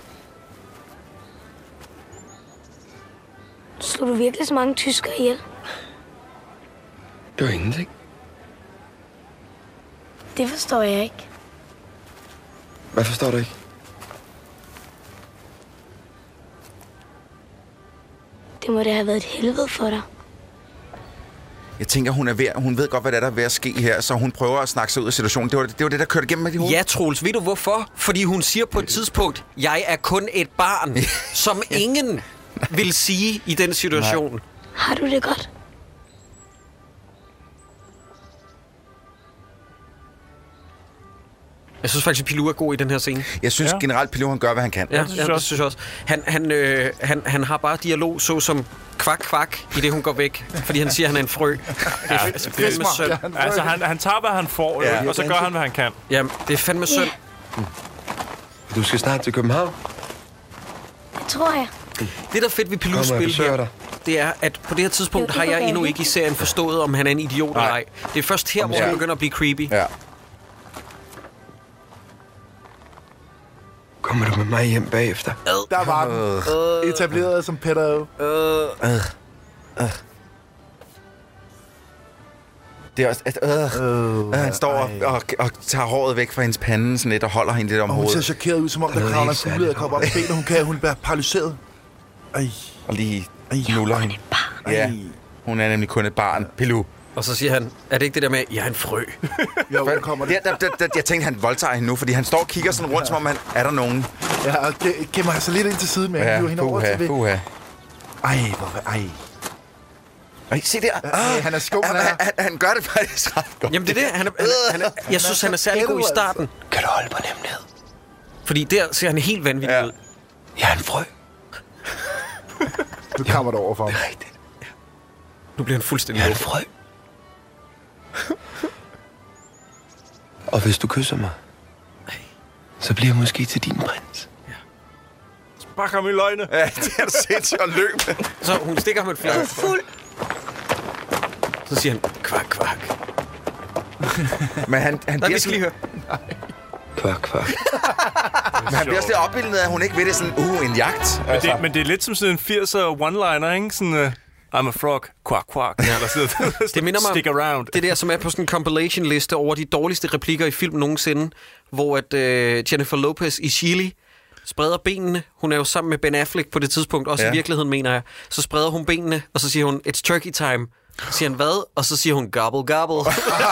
Speaker 10: Slog du virkelig så mange tyskere ihjel?
Speaker 1: Det var ingenting.
Speaker 10: Det forstår jeg ikke.
Speaker 1: Hvad forstår du ikke?
Speaker 10: Det må da have været et helvede for dig.
Speaker 6: Jeg tænker, hun ved godt, hvad der er ved at ske her, så hun prøver at snakke sig ud af situationen. Det var det, der kørte igennem med de hoved.
Speaker 3: Ja, Troels, ved du hvorfor? Fordi hun siger på et tidspunkt, jeg er kun et barn, som ingen vil sige i den situation.
Speaker 10: Nej. Har du det godt?
Speaker 3: Jeg synes faktisk, at Pilou er god i den her scene.
Speaker 6: Jeg synes generelt, Pilou han gør, hvad han kan.
Speaker 3: Ja, det synes jeg også. Han har bare dialog såsom kvak, kvak, i det hun går væk. Fordi han siger, at han er en frø. Det er fandme synd.
Speaker 5: Altså, han tager, hvad han får, og så gør han, hvad han kan.
Speaker 3: Jamen, det er fandme synd.
Speaker 1: Du skal snart til København.
Speaker 10: Det tror jeg.
Speaker 3: Det, der er fedt ved Pilous spil her, det er, at på det her tidspunkt har jeg endnu ikke i serien forstået, om han er en idiot eller ej. Det er først her, hvor han begynder at blive creepy.
Speaker 6: Ja.
Speaker 1: Kommer du med mig hjem bagefter?
Speaker 4: Der var den. Etableret som pedo.
Speaker 6: Det er også... han står og tager håret væk fra hendes pande sådan lidt, og holder hende lidt om hovedet.
Speaker 4: Hun ser chokeret ud, som om der kravler en fugle, der kommer op i benet. Hun bliver paralyseret.
Speaker 6: Og lige knuller hende. Ja, hun er nemlig kun et barn. Pilou.
Speaker 3: Og så siger han, er det ikke det der med, jeg er en frø?
Speaker 4: Jo, kommer det.
Speaker 6: Jeg tænkte, han voldtager hende nu, fordi han står og kigger sådan rundt, som om han er der nogen.
Speaker 4: Ja, og gemmer han så lidt ind til siden med.
Speaker 6: Ja,
Speaker 4: hende over til det.
Speaker 6: Ej, se der.
Speaker 4: Han er skum.
Speaker 6: Han gør det faktisk ret godt.
Speaker 3: Jamen det er det. Jeg synes, han er særlig god i starten.
Speaker 1: Kan du holde på nemlig?
Speaker 3: Fordi der ser han helt vanvittig ud.
Speaker 1: Jeg er en frø.
Speaker 4: Nu kommer det over for ham.
Speaker 1: Det er rigtigt.
Speaker 3: Nu bliver han fuldstændig
Speaker 1: Jeg er en frø. Og hvis du kysser mig, så bliver jeg måske til din prins.
Speaker 5: Spark ham i løgne.
Speaker 6: Ja, det er sindssygt at løbe.
Speaker 3: Så hun stikker ham et flad.
Speaker 10: Jeg er fuld.
Speaker 3: Så siger han, kvak, kvak.
Speaker 6: Men han
Speaker 3: Nej, vi skal lige høre.
Speaker 1: Kvak, kvak.
Speaker 6: Men han bliver også lidt opbildet af, at hun ikke ved det sådan, en jagt.
Speaker 5: Men det er lidt som sådan en 80'er one-liner, ikke? Sådan, I'm a frog, quack, quack. Ja.
Speaker 3: Det minder mig
Speaker 5: Stick around.
Speaker 3: Det der, som er på sådan en compilation-liste over de dårligste replikker i film nogensinde, hvor at Jennifer Lopez i Chile spreder benene. Hun er jo sammen med Ben Affleck på det tidspunkt, også i virkeligheden, mener jeg. Så spreder hun benene, og så siger hun, it's turkey time. Så siger han, hvad? Og så siger hun, gobble, gobble.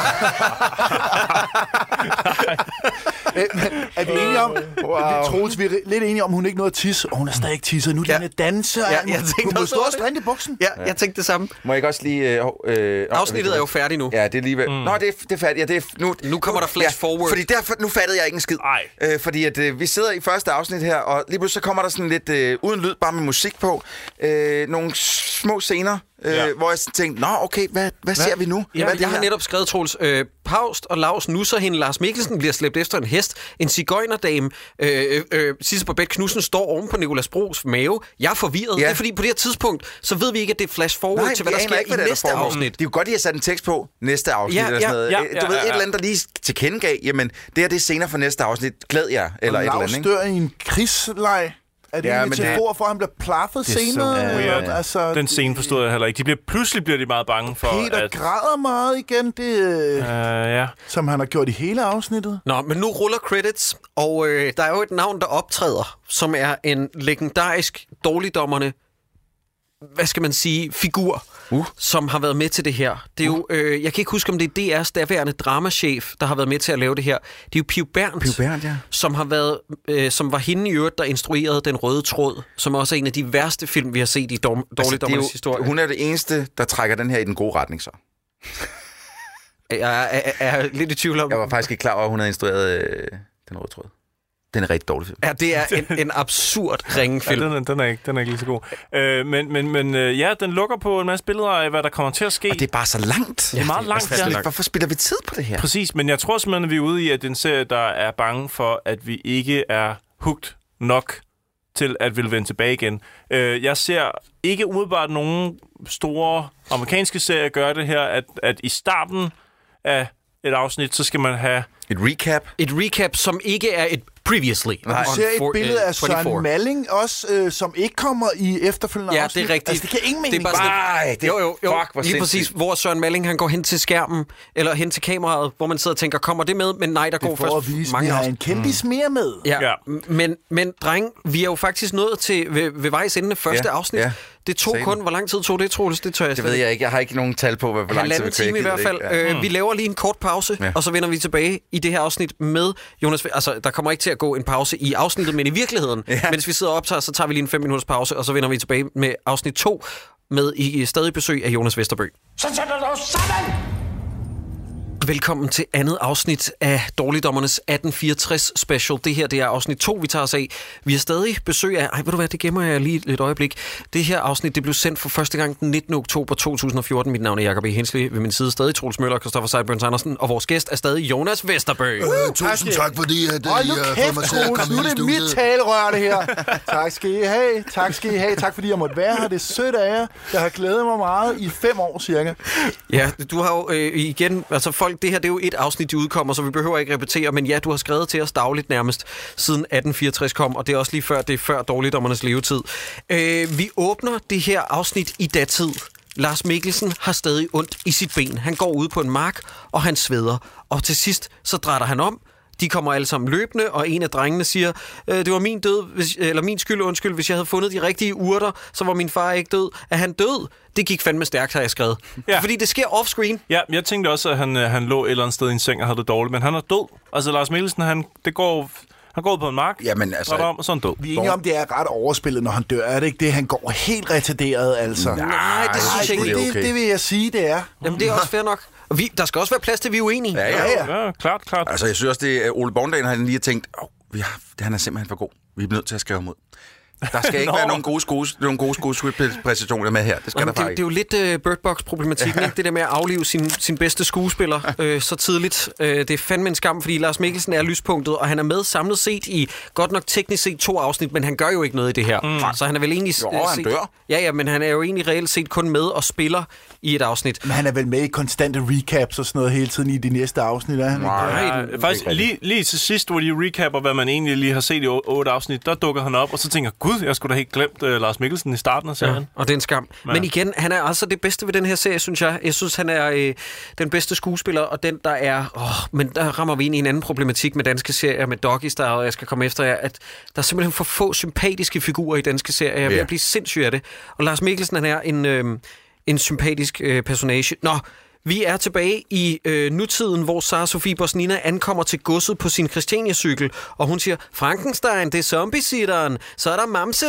Speaker 4: Er vi enige om, Troels, vi er lidt enige om, hun ikke nåede at tisse, og hun er stadig ikke tisset. Nu er det danse. Hun må stå og strande i buksen.
Speaker 3: Ja, jeg tænkte det samme.
Speaker 6: Må jeg ikke også lige...
Speaker 3: Afsnittet er jo færdigt nu.
Speaker 6: Ja, det er lige ved. Nå, det er færdigt. Ja, det er nu
Speaker 3: kommer der flash forward.
Speaker 6: Fordi nu fattede jeg ikke en skid. Fordi at vi sidder i første afsnit her, og lige pludselig så kommer der sådan lidt uden lyd, bare med musik på. Nogle små scener, hvor jeg tænkte, okay, hvad ser vi nu?
Speaker 3: Ja, jeg har netop skrevet, Troels, Paust og Laus nusser hende. Lars Mikkelsen bliver slæbt efter en hest. En cigøjnerdame. Sisse Babette Knudsen står oven på Nicolas Bros mave. Jeg er forvirret. Det er fordi, på det her tidspunkt, så ved vi ikke, at det er flash forward til, hvad der sker i næste afsnit.
Speaker 6: Det er jo godt, at I har sat en tekst på næste afsnit. Eller sådan noget. Du ved, et eller andet, der lige tilkendegav, jamen, det her det er scener for næste afsnit. Glæd jer, eller et eller andet.
Speaker 4: Laus dør i en krigsleg. Er det en metafor for, at han bliver plaffet senere?
Speaker 5: Altså, den scene forstod jeg heller ikke. Pludselig bliver de meget bange for,
Speaker 4: Peter græder meget igen, som han har gjort i hele afsnittet.
Speaker 3: Nå, men nu ruller credits, og der er jo et navn, der optræder, som er en legendarisk dårligdommerne, hvad skal man sige, figur, som har været med til det her. Det er jo, jeg kan ikke huske, om det er DR's daværende dramachef, der har været med til at lave det her. Det er jo Piu Berndt, som har været, som var hende i øvrigt, der instruerede Den Røde Tråd, som også er en af de værste film, vi har set i dårligdommernes historie.
Speaker 6: Hun er det eneste, der trækker den her i den gode retning, så.
Speaker 3: Jeg er lidt i tvivl om...
Speaker 6: Jeg var faktisk ikke klar over, at hun havde instrueret Den Røde Tråd. Den er rigtig dårlig film.
Speaker 3: Ja, det er en absurd ringe film.
Speaker 5: Ja, den er ikke lige så god. Men den lukker på en masse billeder af, hvad der kommer til at ske.
Speaker 6: Og det er bare så langt.
Speaker 5: Det er meget langt.
Speaker 6: Hvorfor spiller vi tid på det her?
Speaker 5: Præcis, men jeg tror simpelthen, at vi er ude i, at det er en serie, der er bange for, at vi ikke er hooked nok til at ville vende tilbage igen. Jeg ser ikke umiddelbart nogen store amerikanske serier gøre det her, at i starten af et afsnit, så skal man have...
Speaker 6: Et recap?
Speaker 3: Et recap, som ikke er et previously.
Speaker 4: Nej. Du ser et billede af Søren Malling også, som ikke kommer i efterfølgende afsnit.
Speaker 3: Ja, det er rigtigt.
Speaker 4: Altså, det giver ingen mening.
Speaker 3: Det er bare sådan, jo, fuck, lige præcis, hvor Søren Malling, han går hen til skærmen, eller hen til kameraet, hvor man sidder og tænker, kommer det med? Men nej, der går først
Speaker 4: vise, mange har en kendis mere med.
Speaker 3: Ja. Men dreng, vi er jo faktisk nået til ved vejs ende første afsnit. Ja. Det tog kun, hvor lang tid tog det, Troels? Det tør jeg
Speaker 6: det ved jeg ikke. Jeg har ikke nogen tal på, hvor lang tid vi
Speaker 3: time i hvert fald. Ja. Vi laver lige en kort pause, og så vender vi tilbage i det her afsnit med Jonas. Altså, der kommer ikke til at gå en pause i afsnittet, men i virkeligheden, mens vi sidder og optager, så tager vi lige en 5 minutters pause, og så vender vi tilbage med afsnit 2 med i stadig besøg af Jonas Vesterbø.
Speaker 9: Så sætter du sammen!
Speaker 3: Velkommen til andet afsnit af Dårligdommernes 1864 special. Det her, det er afsnit 2, vi tager os af. Vi har stadig besøg af... ved du hvad, det gemmer jeg lige et øjeblik. Det her afsnit, det blev sendt for første gang den 19. oktober 2014. Mit navn er Jacob E. Hensley. Ved min side stadig Troels Møller, Christoffer Seiburns Andersen, og vores gæst er stadig Jonas Vesterbø.
Speaker 2: Tusind tak, fordi at
Speaker 4: får mig til at komme ind i studiet. Nu er det mit talerør, det her. Tak skal I have. Tak skal I have. Tak fordi jeg måtte være her. Det er sødt af jer. Jeg har glædet mig meget i 5 år cirka.
Speaker 3: Ja, du har jo igen... Altså folk, det her, det er jo et afsnit, de udkommer, så vi behøver ikke repetere, men ja, du har skrevet til os dagligt nærmest, siden 1864 kom, og det er også lige før, det er før Dårligdommernes levetid. Vi åbner det her afsnit i datid. Lars Mikkelsen har stadig ondt i sit ben. Han går ud på en mark, og han sveder. Og til sidst, så drætter han om. De kommer alle sammen løbende, og en af drengene siger, det var min skyld, hvis jeg havde fundet de rigtige urter, så var min far ikke død. Er han død? Det gik fandme stærkt, har jeg skrevet. Ja. Fordi det sker off-screen.
Speaker 5: Ja, jeg tænkte også, at han lå et eller andet sted i en seng og havde det dårligt, men han er død. Altså, Lars Mikkelsen, han går ud på en mark, og så er han død.
Speaker 4: Vi er enige om, det er ret overspillet, når han dør. Er det ikke det? Han går helt retarderet, altså.
Speaker 3: Nej, det synes jeg ikke.
Speaker 4: Okay. Det vil jeg sige, det er.
Speaker 3: Jamen, det er også fair nok. Og der skal også være plads til, at vi er uenige.
Speaker 5: Ja, klart.
Speaker 6: Altså, jeg synes også, det er Ole Borndal, han lige har tænkt, han er simpelthen for god. Vi er nødt til at skrive mod. Der skal ikke være nogle gode skuespilpræstationer med her. Det skal der bare ikke.
Speaker 3: Det er jo lidt Bird Box-problematikken, ikke? Det der med at aflive sin bedste skuespiller så tidligt. Det er fandme en skam, fordi Lars Mikkelsen er lyspunktet, og han er med samlet set i, godt nok teknisk set 2 afsnit, men han gør jo ikke noget i det her. Så han er vel egentlig...
Speaker 6: han dør.
Speaker 3: Ja, men han er jo egentlig reelt set kun med og spiller i et afsnit.
Speaker 4: Men han er vel med i konstante recaps og sådan noget hele tiden i de næste afsnit, er han?
Speaker 5: Nej, faktisk lige til sidst, hvor de recapper, hvad man egentlig lige har set i 8 afsnit, der dukker han op, og så tænker Gud, jeg skulle da helt glemt Lars Mikkelsen i starten af serien.
Speaker 3: Ja, og det er en skam. Ja. Men igen, han er altså det bedste ved den her serie, synes jeg. Jeg synes, han er den bedste skuespiller, og den, der er... men der rammer vi ind i en anden problematik med danske serier, med Doggy Star, og jeg skal komme efter jer, at der er simpelthen for få sympatiske figurer i danske serier. Jeg vil blive sindssyg af det. Og Lars Mikkelsen, han er en sympatisk personage. Nå, vi er tilbage i nutiden, hvor Sara Sofie Bosnina ankommer til godset på sin Christiania-cykel, og hun siger, Frankenstein, det er zombie-sitteren, så er der Mamse.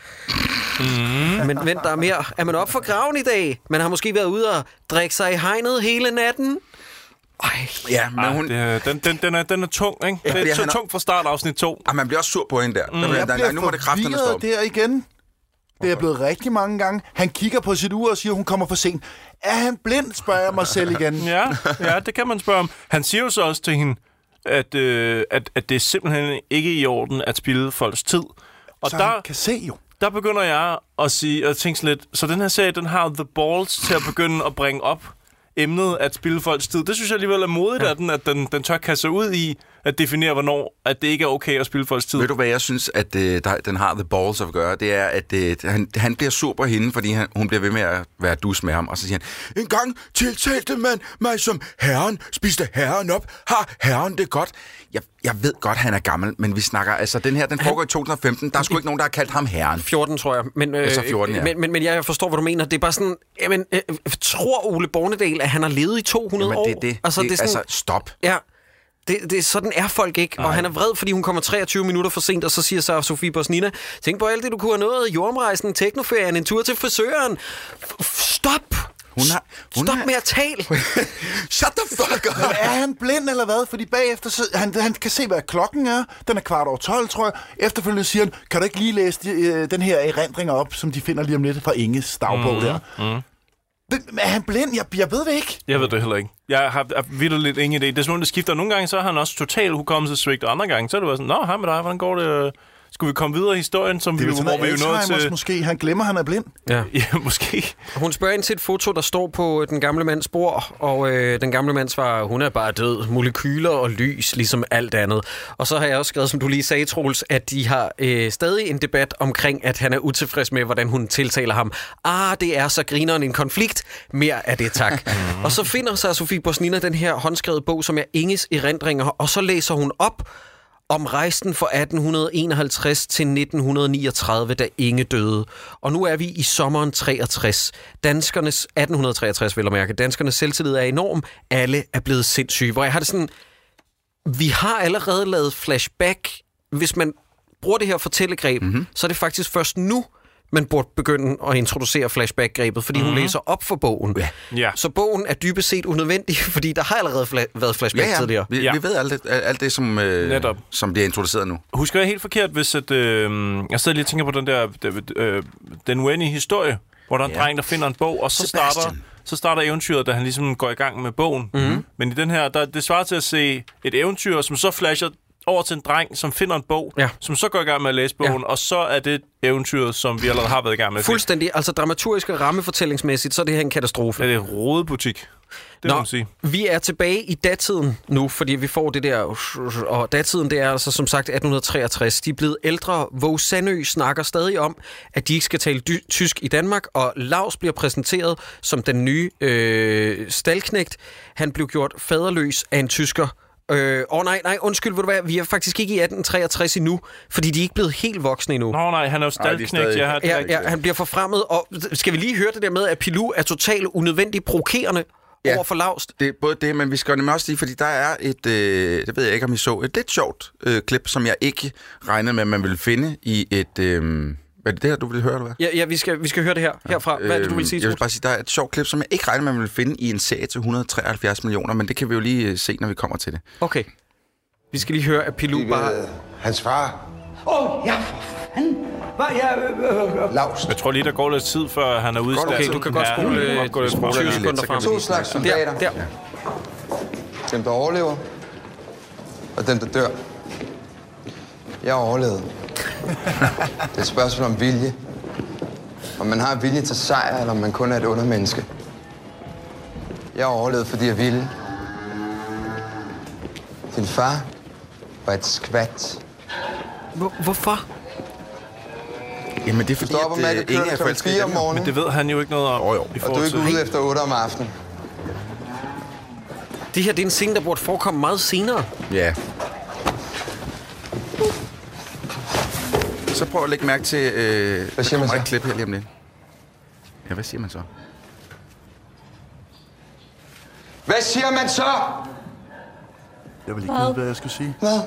Speaker 3: Men vent, der er mere. Er man op for graven i dag? Man har måske været ude og drikke sig i hegnet hele natten.
Speaker 6: Ja, men hun...
Speaker 5: Den er tung, ikke? Ja, det er tung fra start afsnit 2.
Speaker 6: Man bliver også sur på hende der.
Speaker 4: Nu må det kræfterne stå. Der igen. Det er blevet rigtig mange gange. Han kigger på sit ur og siger, hun kommer for sent. Er han blind, spørger jeg mig selv igen.
Speaker 5: Ja, det kan man spørge om. Han siger jo så også til hende, at det er simpelthen ikke i orden at spilde folks tid.
Speaker 4: Og så han kan se jo.
Speaker 5: Der begynder jeg at tænke sådan lidt, så den her serie, den har the balls til at begynde at bringe op emnet at spilde folks tid. Det synes jeg alligevel er modigt af den, at den tør kaste sig ud i at definere, hvornår at det ikke er okay at spilde folks tid.
Speaker 6: Ved du, hvad jeg synes, at den har the balls at gøre? Det er, at han bliver sur på hende, fordi hun bliver ved med at være dus med ham. Og så siger han, en gang tiltalte man mig som herren, spiste herren op. Har herren det godt? Jeg ved godt, han er gammel, men vi snakker, altså den her, den foregår i 2015. Der er sgu ikke nogen, der har kaldt ham herren.
Speaker 3: 14, tror jeg. Men,
Speaker 6: 14, ja.
Speaker 3: Men jeg forstår, hvad du mener. Det er bare sådan, tror Ole Bornedal, at han har levet i 200 år?
Speaker 6: Altså, stop.
Speaker 3: Ja. Sådan er folk ikke. Og han er vred, fordi hun kommer 23 minutter for sent, og så siger Sara Sofie Bosnina, tænk på alt det, du kunne have nået. Jordomrejsen, teknoferien, en tur til frisøren. Stop! Stop med at tale!
Speaker 6: Shut the fuck up!
Speaker 4: Men er han blind eller hvad? Fordi bagefter, han kan se, hvad klokken er. Den er 12:15, tror jeg. Efterfølgende siger han, kan du ikke lige læse den her erindring op, som de finder lige om lidt fra Inges dagbog der? Er han blind? Jeg ved det ikke.
Speaker 5: Jeg ved det heller ikke. Jeg har vitterligt ingen idé. Det er sådan, det skifter. Nogle gange så har han også total hukommelsessvigt, og andre gange så er det bare sådan, nå, hej med dig, hvordan går det? Skulle vi komme videre i historien, som
Speaker 4: det
Speaker 5: hvor vi jo nåede til...
Speaker 4: Måske. Han glemmer, han er blind.
Speaker 3: Ja,
Speaker 5: måske.
Speaker 3: Hun spørger ind til et foto, der står på den gamle mands bord, og den gamle mand svarer, hun er bare død. Molekyler og lys, ligesom alt andet. Og så har jeg også skrevet, som du lige sagde, Troels, at de har stadig en debat omkring, at han er utilfreds med, hvordan hun tiltaler ham. Det er så grineren en konflikt. Mere af det, tak. Og så finder sig Sofie Bosch-Nina den her håndskrevet bog, som er Inges erindringer, og så læser hun op om rejsen fra 1851 til 1939, da Inge døde. Og nu er vi i sommeren 63. 1863 vil jeg mærke. Danskernes selvtillid er enorm. Alle er blevet sindssyge. Hvor jeg har det sådan... Vi har allerede lavet flashback. Hvis man bruger det her fortællegreb, så er det faktisk først nu, man burde begynde at introducere flashback-grebet, fordi hun læser op for bogen.
Speaker 5: Ja.
Speaker 3: Så bogen er dybest set unødvendig, fordi der har allerede været flashback tidligere.
Speaker 6: Vi ved alt det som bliver introduceret nu.
Speaker 5: Husker jeg helt forkert, hvis at, jeg sidder lige og tænker på den der den Wenny-historie, hvor der er en dreng, der finder en bog, og så starter eventyret, da han ligesom går i gang med bogen. Men i den her, det svarer til at se et eventyr, som så flasher over til en dreng, som finder en bog, som så går i gang med at læse bogen, og så er det eventyret, som vi allerede har været i gang med.
Speaker 3: Fuldstændig. Altså dramaturgisk og rammefortællingsmæssigt, så er det her en katastrofe.
Speaker 5: Ja, det er rodebutik. Det må man sige.
Speaker 3: Vi er tilbage i datiden nu, fordi vi får det der... Og datiden, det er altså som sagt 1863. De er blevet ældre. Våge Sandø snakker stadig om, at de ikke skal tale tysk i Danmark, og Laus bliver præsenteret som den nye staldknægt. Han blev gjort faderløs af en tysker. Nej, undskyld, ved du hvad, vi er faktisk ikke i 1863 endnu, fordi de er ikke blevet helt voksne endnu.
Speaker 5: Nej, han er jo staldknægt.
Speaker 3: Ja, han bliver forfremmet, og skal vi lige høre det der med, at Pilou er totalt unødvendigt provokerende over for Laust?
Speaker 6: Det er både det, men vi skal nemlig også sige, fordi der er et, det ved jeg ikke, om I så, et lidt sjovt klip, som jeg ikke regnede med, at man ville finde i et... Er det her, du vil høre, eller hvad?
Speaker 3: Ja, vi skal høre det her. Herfra. Hvad er det, du vil sige?
Speaker 6: Jeg vil bare sige, der er et sjovt klip, som jeg ikke regner med, at man vil finde i en serie til 173 millioner, men det kan vi jo lige se, når vi kommer til det.
Speaker 3: Okay. Vi skal lige høre, at Pilou bare...
Speaker 2: Hans far.
Speaker 9: Ja, for fanden.
Speaker 2: Laust.
Speaker 5: Jeg tror lige, der går lidt tid, før han er ude i stedet.
Speaker 3: Okay, du kan godt spole 20 sekunder frem.
Speaker 14: 2 slags soldater.
Speaker 3: Der.
Speaker 14: Dem, der overlever, og dem, der dør. Jeg overlevede. Det er et spørgsmål om vilje. Om man har vilje til sejr, eller om man kun er et undermenneske. Jeg overlevede, fordi jeg ville. Din far var et skvat.
Speaker 3: Hvorfor?
Speaker 6: Jamen, det er fordi, at ingen er forelsket i dem.
Speaker 5: Men det ved han jo ikke noget om.
Speaker 14: Og du er ikke ude efter 8 om aftenen.
Speaker 3: Det her, det er en scene, der burde forekomme meget senere.
Speaker 6: Ja. Så prøv at lægge mærke til...
Speaker 14: hvad siger man så?
Speaker 6: Et klip her lige om lidt. Ja, hvad siger man så?
Speaker 14: Hvad siger man så?
Speaker 4: Jeg vil ikke vide, hvad jeg skal sige.
Speaker 14: Hvad?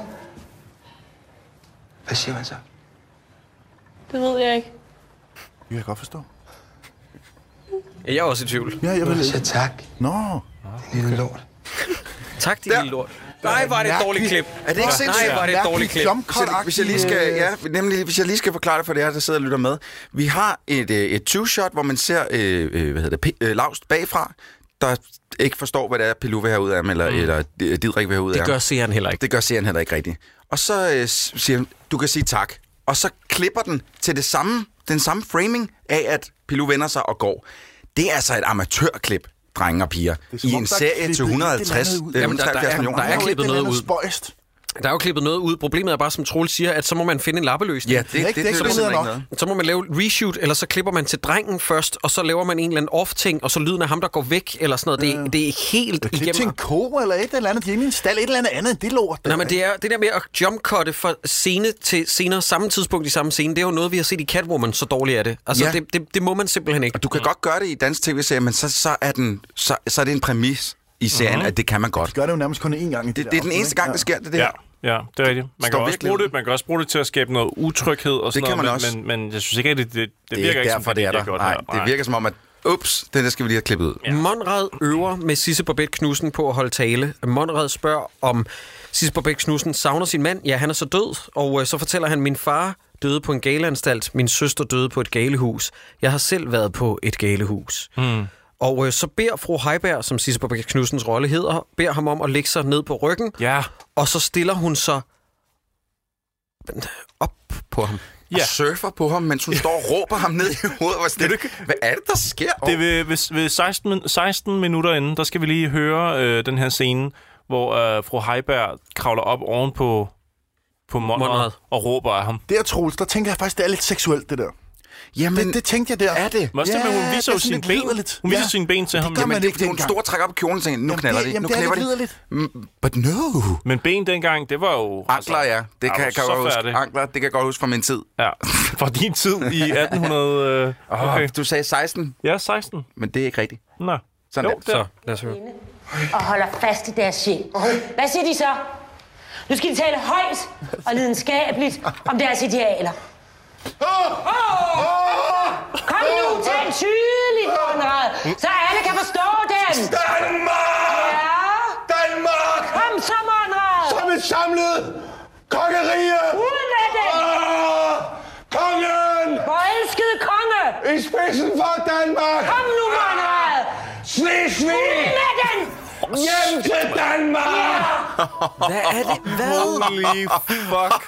Speaker 14: Hvad siger man så?
Speaker 13: Det ved jeg ikke.
Speaker 4: Det kan jeg godt forstå.
Speaker 3: Jeg er også i tvivl.
Speaker 4: Ja, jeg vil
Speaker 14: sige tak.
Speaker 4: Nå.
Speaker 14: Det lille lort.
Speaker 3: Tak, din lille lort. Nej, var det et dårligt klip.
Speaker 6: Er det ikke sindssygt?
Speaker 3: Nej, var det et dårligt klip.
Speaker 6: Hvis jeg lige skal forklare det for jer, der sidder og lytter med. Vi har et two-shot, hvor man ser Laust bagfra, der ikke forstår, hvad det er, Pilou vil have ud af ham, eller Didrik vil have ud af ham.
Speaker 3: Det gør seeren heller ikke.
Speaker 6: Det gør seeren heller ikke rigtigt. Og så siger han, du kan sige tak. Og så klipper den til den samme framing af, at Pilou vender sig og går. Det er altså et amatørklip, drenge og piger, i en serie til 150 millioner.
Speaker 3: Der er klippet noget ud. Der er jo klippet noget ud. Problemet er bare, som Troels siger, at så må man finde en lappeløsning.
Speaker 6: Ja, det er
Speaker 3: så må man lave reshoot, eller så klipper man til drengen først, og så laver man en eller anden off-ting, og så lyden af ham, der går væk, eller sådan noget. Det er helt igennem.
Speaker 4: Klip til en ko, eller et eller andet. De er en stald, et eller andet andet. Det lort.
Speaker 3: Nej, men det er det der med at jumpcutte fra scene til senere, samme tidspunkt i samme scene. Det er jo noget, vi har set i Catwoman, så dårligt er det. Altså, det må man simpelthen ikke.
Speaker 6: Og du kan godt gøre det i dansk tv-serie, men så er det en præmis i serien, at det kan man godt.
Speaker 4: Det gør det jo nærmest kun én gang i
Speaker 6: det er den eneste gang, det sker, det der.
Speaker 5: Ja, det er rigtigt. Man kan også bruge det til at skabe noget utryghed og sådan noget, men jeg synes ikke, at det virker ikke som,
Speaker 6: det er godt. Nej, det virker som om, at den der skal vi lige have klippet ud.
Speaker 3: Ja. Monrad øver med Sisse Babett Knudsen på at holde tale. Monrad spørger, om Sisse Babett Knudsen savner sin mand. Ja, han er så død, og så fortæller han, min far døde på en galeanstalt, min søster døde på et galehus. Jeg har selv været på et galehus. Og så beder fru Heiberg, som Sisse Babett Knudsens rolle hedder, beder ham om at lægge sig ned på ryggen.
Speaker 5: Ja.
Speaker 3: Og så stiller hun sig op på ham.
Speaker 6: Og surfer på ham, mens hun står og råber ham ned i hovedet. Hvad er det, der sker?
Speaker 5: Det er ved 16 minutter inden, der skal vi lige høre den her scene, hvor fru Heiberg kravler op oven på Monrad og råber af ham.
Speaker 4: Der, Troels, der tænker jeg faktisk, det er lidt seksuelt, det der.
Speaker 6: Jamen,
Speaker 4: det tænkte jeg der.
Speaker 6: Er det?
Speaker 5: Hun viser jo sine ben. Hun viser sine ben til ham.
Speaker 6: Det gør man ikke. Hun står og trækker op kjolen til nu knaller de.
Speaker 4: Jamen, det er lidt liderligt.
Speaker 6: But no.
Speaker 5: Men ben dengang, det var jo...
Speaker 6: Ankler, ja. Det kan jeg godt huske. Ankler, det kan jeg godt huske fra min tid.
Speaker 5: Ja, fra din tid i 1800...
Speaker 6: Okay. Du sagde 16?
Speaker 5: Ja, 16.
Speaker 6: Men det er ikke rigtigt.
Speaker 5: Nå.
Speaker 6: Sådan
Speaker 5: jo, så lad os høre.
Speaker 12: Og holder fast i deres sjæl. Hvad siger de så? Nu skal de tale højt og lidenskabeligt om deres idealer. Kom nu, tal tydeligt, Monrad, så alle kan forstå den.
Speaker 2: Danmark!
Speaker 12: Ja?
Speaker 2: Danmark!
Speaker 12: Kom så, Monrad!
Speaker 2: Som et samlet kongerige!
Speaker 12: Ud med den!
Speaker 2: Kongen!
Speaker 12: Vor elskede konge!
Speaker 2: I spidsen for Danmark!
Speaker 12: Kom nu, Monrad!
Speaker 2: Slesvig!
Speaker 12: Ud med den!
Speaker 2: Hjem til Danmark!
Speaker 3: Hvad er det? Hvad?
Speaker 5: Holy fuck.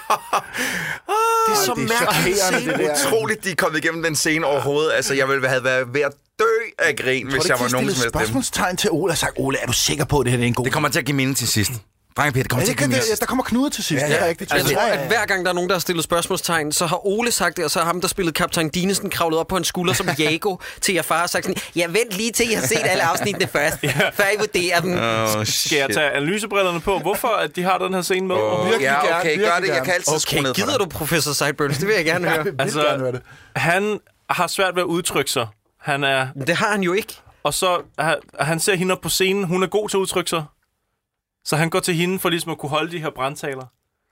Speaker 3: Det er så mærkeligt.
Speaker 6: Det er utroligt, de er kommet igennem den scene overhovedet. Altså, jeg ville have været ved at dø af grin, hvis jeg var nogen som helst stemme.
Speaker 4: Spørgsmålstegn til Ole og sagt, Ole, er du sikker på, at det her er en god...
Speaker 6: Det kommer til at give mening til sidst. Drenge Peter, det kommer til at give mening.
Speaker 4: Der kommer knude til sidst, det er rigtigt.
Speaker 3: Altså, at hver gang der er nogen, der har stillet spørgsmålstegn, så har Ole sagt det, og så har ham, der spillede kaptajn Dinesen, kravlet op på en skulder som Jago til jer far og sagt sådan, ja, vent lige til, I har set alle afsnittene først, før I vurderer dem.
Speaker 5: Skal jeg tage analysebrillerne på? Hvorfor at de har den her scene med?
Speaker 6: Ja, okay, gør det. Jeg kan altid skrue ned
Speaker 3: Okay, gider du, professor Sideburns? Det vil jeg gerne høre.
Speaker 5: Altså, han har svært ved at udtrykke sig.
Speaker 3: Det har han jo ikke.
Speaker 5: Og så, han ser hende op på scenen. Hun er god til at udtrykke sig. Så han går til hende for ligesom at kunne holde de her brandtaler.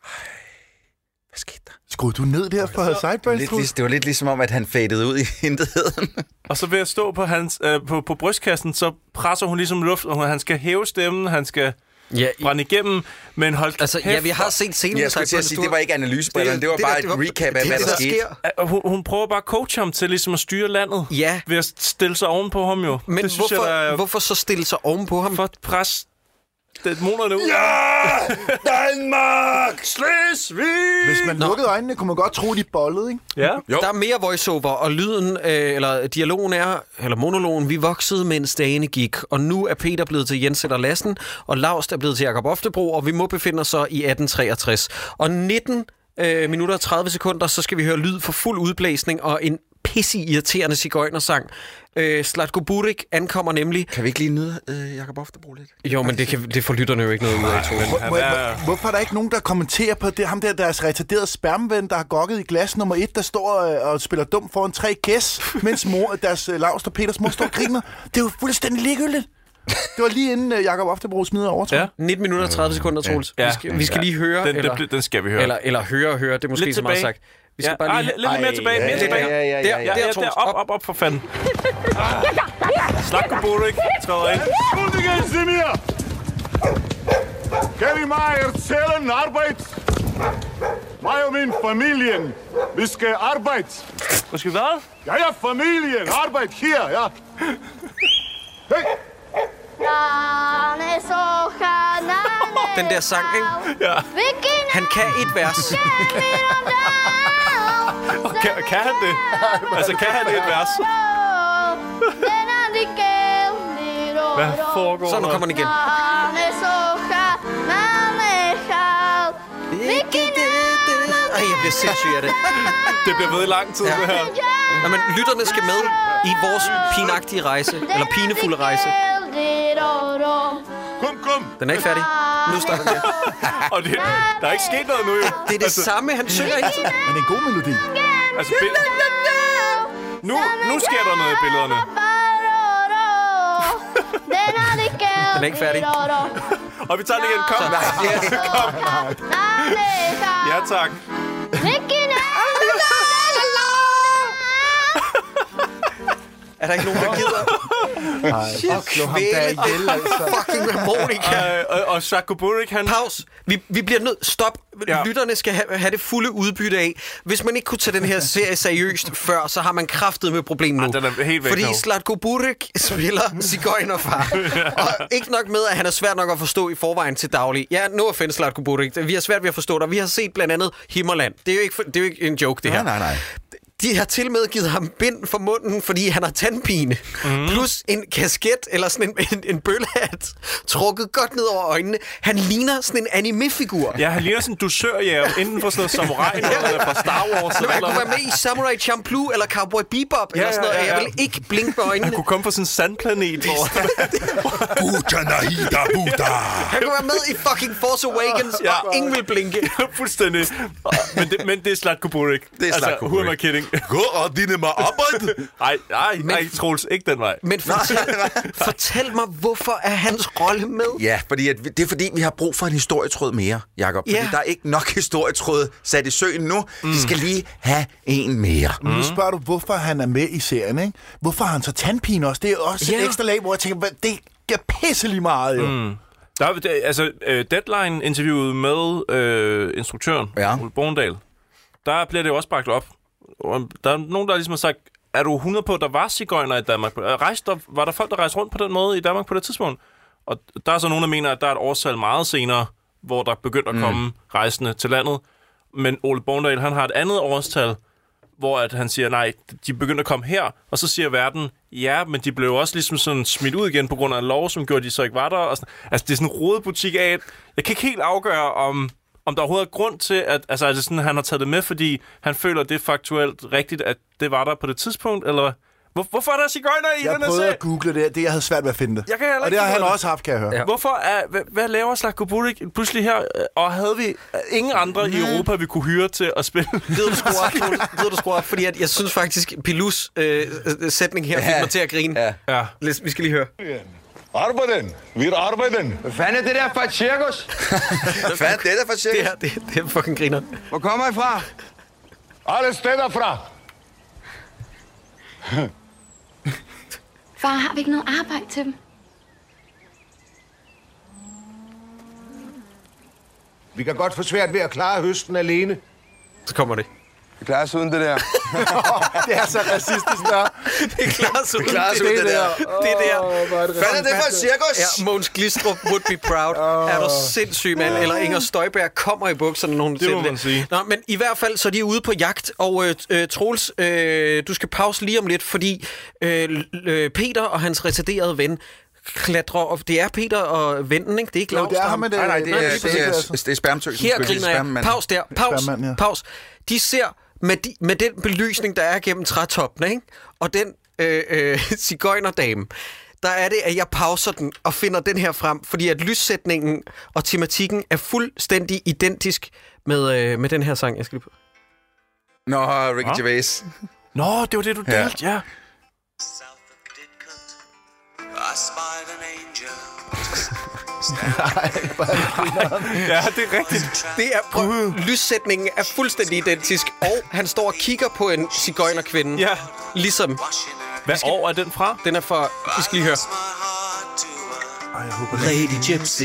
Speaker 6: Hvad skete der?
Speaker 4: Skruede du ned der for Sideburns?
Speaker 6: Det var lidt ligesom om, at han fadede ud i intetheden.
Speaker 5: Og så ved at stå på, på brystkassen, så presser hun ligesom luft, og han skal hæve stemmen, han skal brænde igennem, men hold kæft.
Speaker 3: Altså, ja, vi har set scenen.
Speaker 6: Jeg skulle til at sige, det var ikke analysebrillerne, det var bare et recap af, hvad der skete.
Speaker 5: Hun prøver bare at coache ham til ligesom at styre landet.
Speaker 3: Ja.
Speaker 5: Ved at stille sig ovenpå ham jo.
Speaker 3: Men hvorfor så stille sig ovenpå ham?
Speaker 5: For at presse dæmonerne ud.
Speaker 2: Ja! Danmark! Slesvig!
Speaker 4: Hvis man lukkede øjnene, kunne man godt tro, de bollede, ikke?
Speaker 5: Ja.
Speaker 3: Der er mere voiceover, og lyden, eller dialogen eller monologen, vi voksede, mens dagene gik. Og nu er Peter blevet til Jens Sætter Lassen, og Laust er blevet til Jakob Oftebro, og vi må befinde os så i 1863. Og 19 minutter og 30 sekunder, så skal vi høre lyd for fuld udblæsning og en pisse-irriterende sigøjnersang. Zlatko Buric ankommer nemlig...
Speaker 6: Kan vi ikke lige nyde Jakob Oftebro lidt?
Speaker 3: Jo, men det får lytterne jo ikke noget ud af.
Speaker 4: Hvorfor er der ikke nogen, der kommenterer på det? Ham der, deres retarderede spermven, der har gokket i glas nummer 1, der står og spiller dum foran 3 gæs, mens deres Laust og Peters mor står og griner. Det er jo fuldstændig ligegyldigt. Det var lige inden Jakob Oftebro smider over, tror jeg.
Speaker 3: 19 minutter og 30 sekunder, Troels.
Speaker 5: Ja.
Speaker 3: Vi skal lige høre...
Speaker 5: Den skal vi høre.
Speaker 3: Eller høre, det er måske så meget sagt. Vi skal bare lige...
Speaker 5: Lidt mere tilbage. Der, op for fanden. Zlatko Buric træder ind.
Speaker 2: Guldige Zimir! Kan I mig erzählen arbejde? Mig og min familien, vi skal arbejde.
Speaker 5: Hvad skal vi hvad?
Speaker 2: Ja, familien, arbejde her, ja. Hey!
Speaker 3: Den der sang, ikke?
Speaker 5: Ja.
Speaker 3: Han kan et vers.
Speaker 5: Kan han det? Altså, kan han et vers? Hvad foregår?
Speaker 3: Så nu kommer den igen. Ej, jeg bliver sindssyg af det.
Speaker 5: Det bliver ved i lang tid, det her.
Speaker 3: Nå, men lytterne skal med i vores pinagtige rejse, eller pinefulde rejse.
Speaker 2: Kom.
Speaker 3: Den er ikke færdig. Nu starter den.
Speaker 5: Og der er ikke sket noget nu, jo.
Speaker 3: Det er det samme, han synger hele tiden.
Speaker 4: Men det er en god melodi.
Speaker 5: Altså, nu sker der noget i billederne.
Speaker 3: Den er ikke færdig.
Speaker 5: Og vi tager den igen. Kom. Kom. Ja, tak.
Speaker 3: Er der ikke nogen, der gider? Og kvæle fucking harmonika.
Speaker 5: Og Zlatko Buric, han...
Speaker 3: Pause. Vi bliver nødt... Stop. Ja. Lytterne skal have det fulde udbytte af. Hvis man ikke kunne tage den her serie seriøst før, så har man kraftet med problemet nu.
Speaker 5: Den er helt væk
Speaker 3: fordi
Speaker 5: nu.
Speaker 3: Zlatko Buric spiller sigøjnerfar. Og ikke nok med, at han er svært nok at forstå i forvejen til daglig. Ja, no offense, Zlatko Buric. Vi har svært ved at forstå dig. Vi har set blandt andet Himmerland. Det er jo ikke en joke, det her.
Speaker 6: Nej.
Speaker 3: De har til med givet ham bind for munden, fordi han har tandpine. Plus en kasket, eller sådan en bøllehat, trukket godt ned over øjnene. Han ligner sådan en anime-figur.
Speaker 5: Ja, han ligner sådan en dusørjæger, enten fra sådan noget samurai, eller fra Star Wars.
Speaker 3: Han kunne være med i Samurai Champloo, eller Cowboy Bebop, eller sådan noget. Jeg vil ikke blinke med øjnene.
Speaker 5: Han kunne komme fra sådan en sandplanet.
Speaker 3: Han kunne være med i fucking Force Awakens, og ingen vil blinke.
Speaker 5: Fuldstændig. Men det er Zlatko Buric.
Speaker 6: Det er Zlatko Buric.
Speaker 5: Who am I kidding?
Speaker 6: Gå og dine mig arbejde!
Speaker 5: Nej, Troels, ikke den vej.
Speaker 3: Men fortæl mig, hvorfor er hans rolle med?
Speaker 6: Ja, det er fordi, vi har brug for en historietråd mere, Jakob. Fordi der er ikke nok historietråd sat i søen nu. Vi skal lige have en mere.
Speaker 4: Nu spørger du, hvorfor han er med i serien, ikke? Hvorfor har han så tandpine også? Det er også et ekstra lag, hvor jeg tænker, det er pisselig meget, jo.
Speaker 5: Deadline-interviewet med instruktøren, Ole Bornedal, der bliver det jo også bragt op. Der er nogen, der ligesom har sagt, er du 100 på, at der var sigøjner i Danmark? Var der folk, der rejste rundt på den måde i Danmark på det tidspunkt? Og der er så nogen, der mener, at der er et årstal meget senere, hvor der begyndte at komme rejsende til landet. Men Ole Bornedal, han har et andet årstal, hvor at han siger, nej, de begyndte at komme her. Og så siger verden, ja, men de blev også ligesom sådan smidt ud igen på grund af en lov, som gjorde, at de så ikke var der. Og sådan. Altså, det er sådan en rodebutik af, jeg kan ikke helt afgøre, om der overhovedet er grund til, at altså, er det sådan, han har taget det med, fordi han føler, det er faktuelt rigtigt, at det var der på det tidspunkt, eller... Hvorfor er der sigøjner i den her serie?
Speaker 4: Jeg prøvede at google det, jeg havde svært ved at finde det. Og det har han også haft, kan jeg høre.
Speaker 5: Ja. Hvad laver Zlatko Buric pludselig her? Og havde vi ingen andre i Europa, vi kunne hyre til at spille?
Speaker 3: Gider du skrue op? Fordi jeg synes faktisk, Pilus sætning her fik mig til at grine.
Speaker 5: Ja.
Speaker 3: Vi skal lige høre.
Speaker 2: Arbejden. Wir arbeiden.
Speaker 14: Hvad fanden er det der for et cirkus?
Speaker 6: Hvad fanden er det der for et cirkus?
Speaker 3: Det er fucking griner.
Speaker 14: Hvor kommer I fra?
Speaker 2: Alle steder fra.
Speaker 15: Far, har vi ikke noget arbejde til dem?
Speaker 16: Vi kan godt få svært ved at klare høsten alene.
Speaker 3: Så kommer det.
Speaker 14: Vi klarer os uden det der.
Speaker 4: Det er så racistisk der.
Speaker 3: Det klarer sig uden
Speaker 6: det der.
Speaker 3: Det der.
Speaker 6: Hvad er det for et cirkus?
Speaker 3: Ja, Mogens Glistrup would be proud. Er du sindssyg, mand? Eller Inger Støjberg kommer i bukserne nogensinde.
Speaker 5: Det må man sige.
Speaker 3: Nå, men i hvert fald, så er de ude på jagt. Og Troels, du skal pause lige om lidt, fordi Peter og hans retarderede ven klatrer op. Det er Peter og vennen, ikke? Det er ikke Claus.
Speaker 4: Det er ham med det.
Speaker 6: Nej, det er spærmtøsen.
Speaker 3: Her griner jeg. Pause der. Pause. De ser med den belysning, der er gennem trætoppene, ikke? Og den sigøjnerdame, der er det, at jeg pauser den og finder den her frem, fordi at lyssætningen og tematikken er fuldstændig identisk med den her sang, jeg skal lige på.
Speaker 6: Nå, Ricky Gervais.
Speaker 5: Nå, det var det, du delte, ja. Ja, det er rigtigt.
Speaker 3: Det er lyssætningen er fuldstændig identisk, og han står og kigger på en sigøjnerkvinde.
Speaker 5: Ja.
Speaker 3: Ligesom.
Speaker 5: Hvad år er den fra?
Speaker 3: Den er fra, vi skal lige høre.
Speaker 4: Lady Gypsy.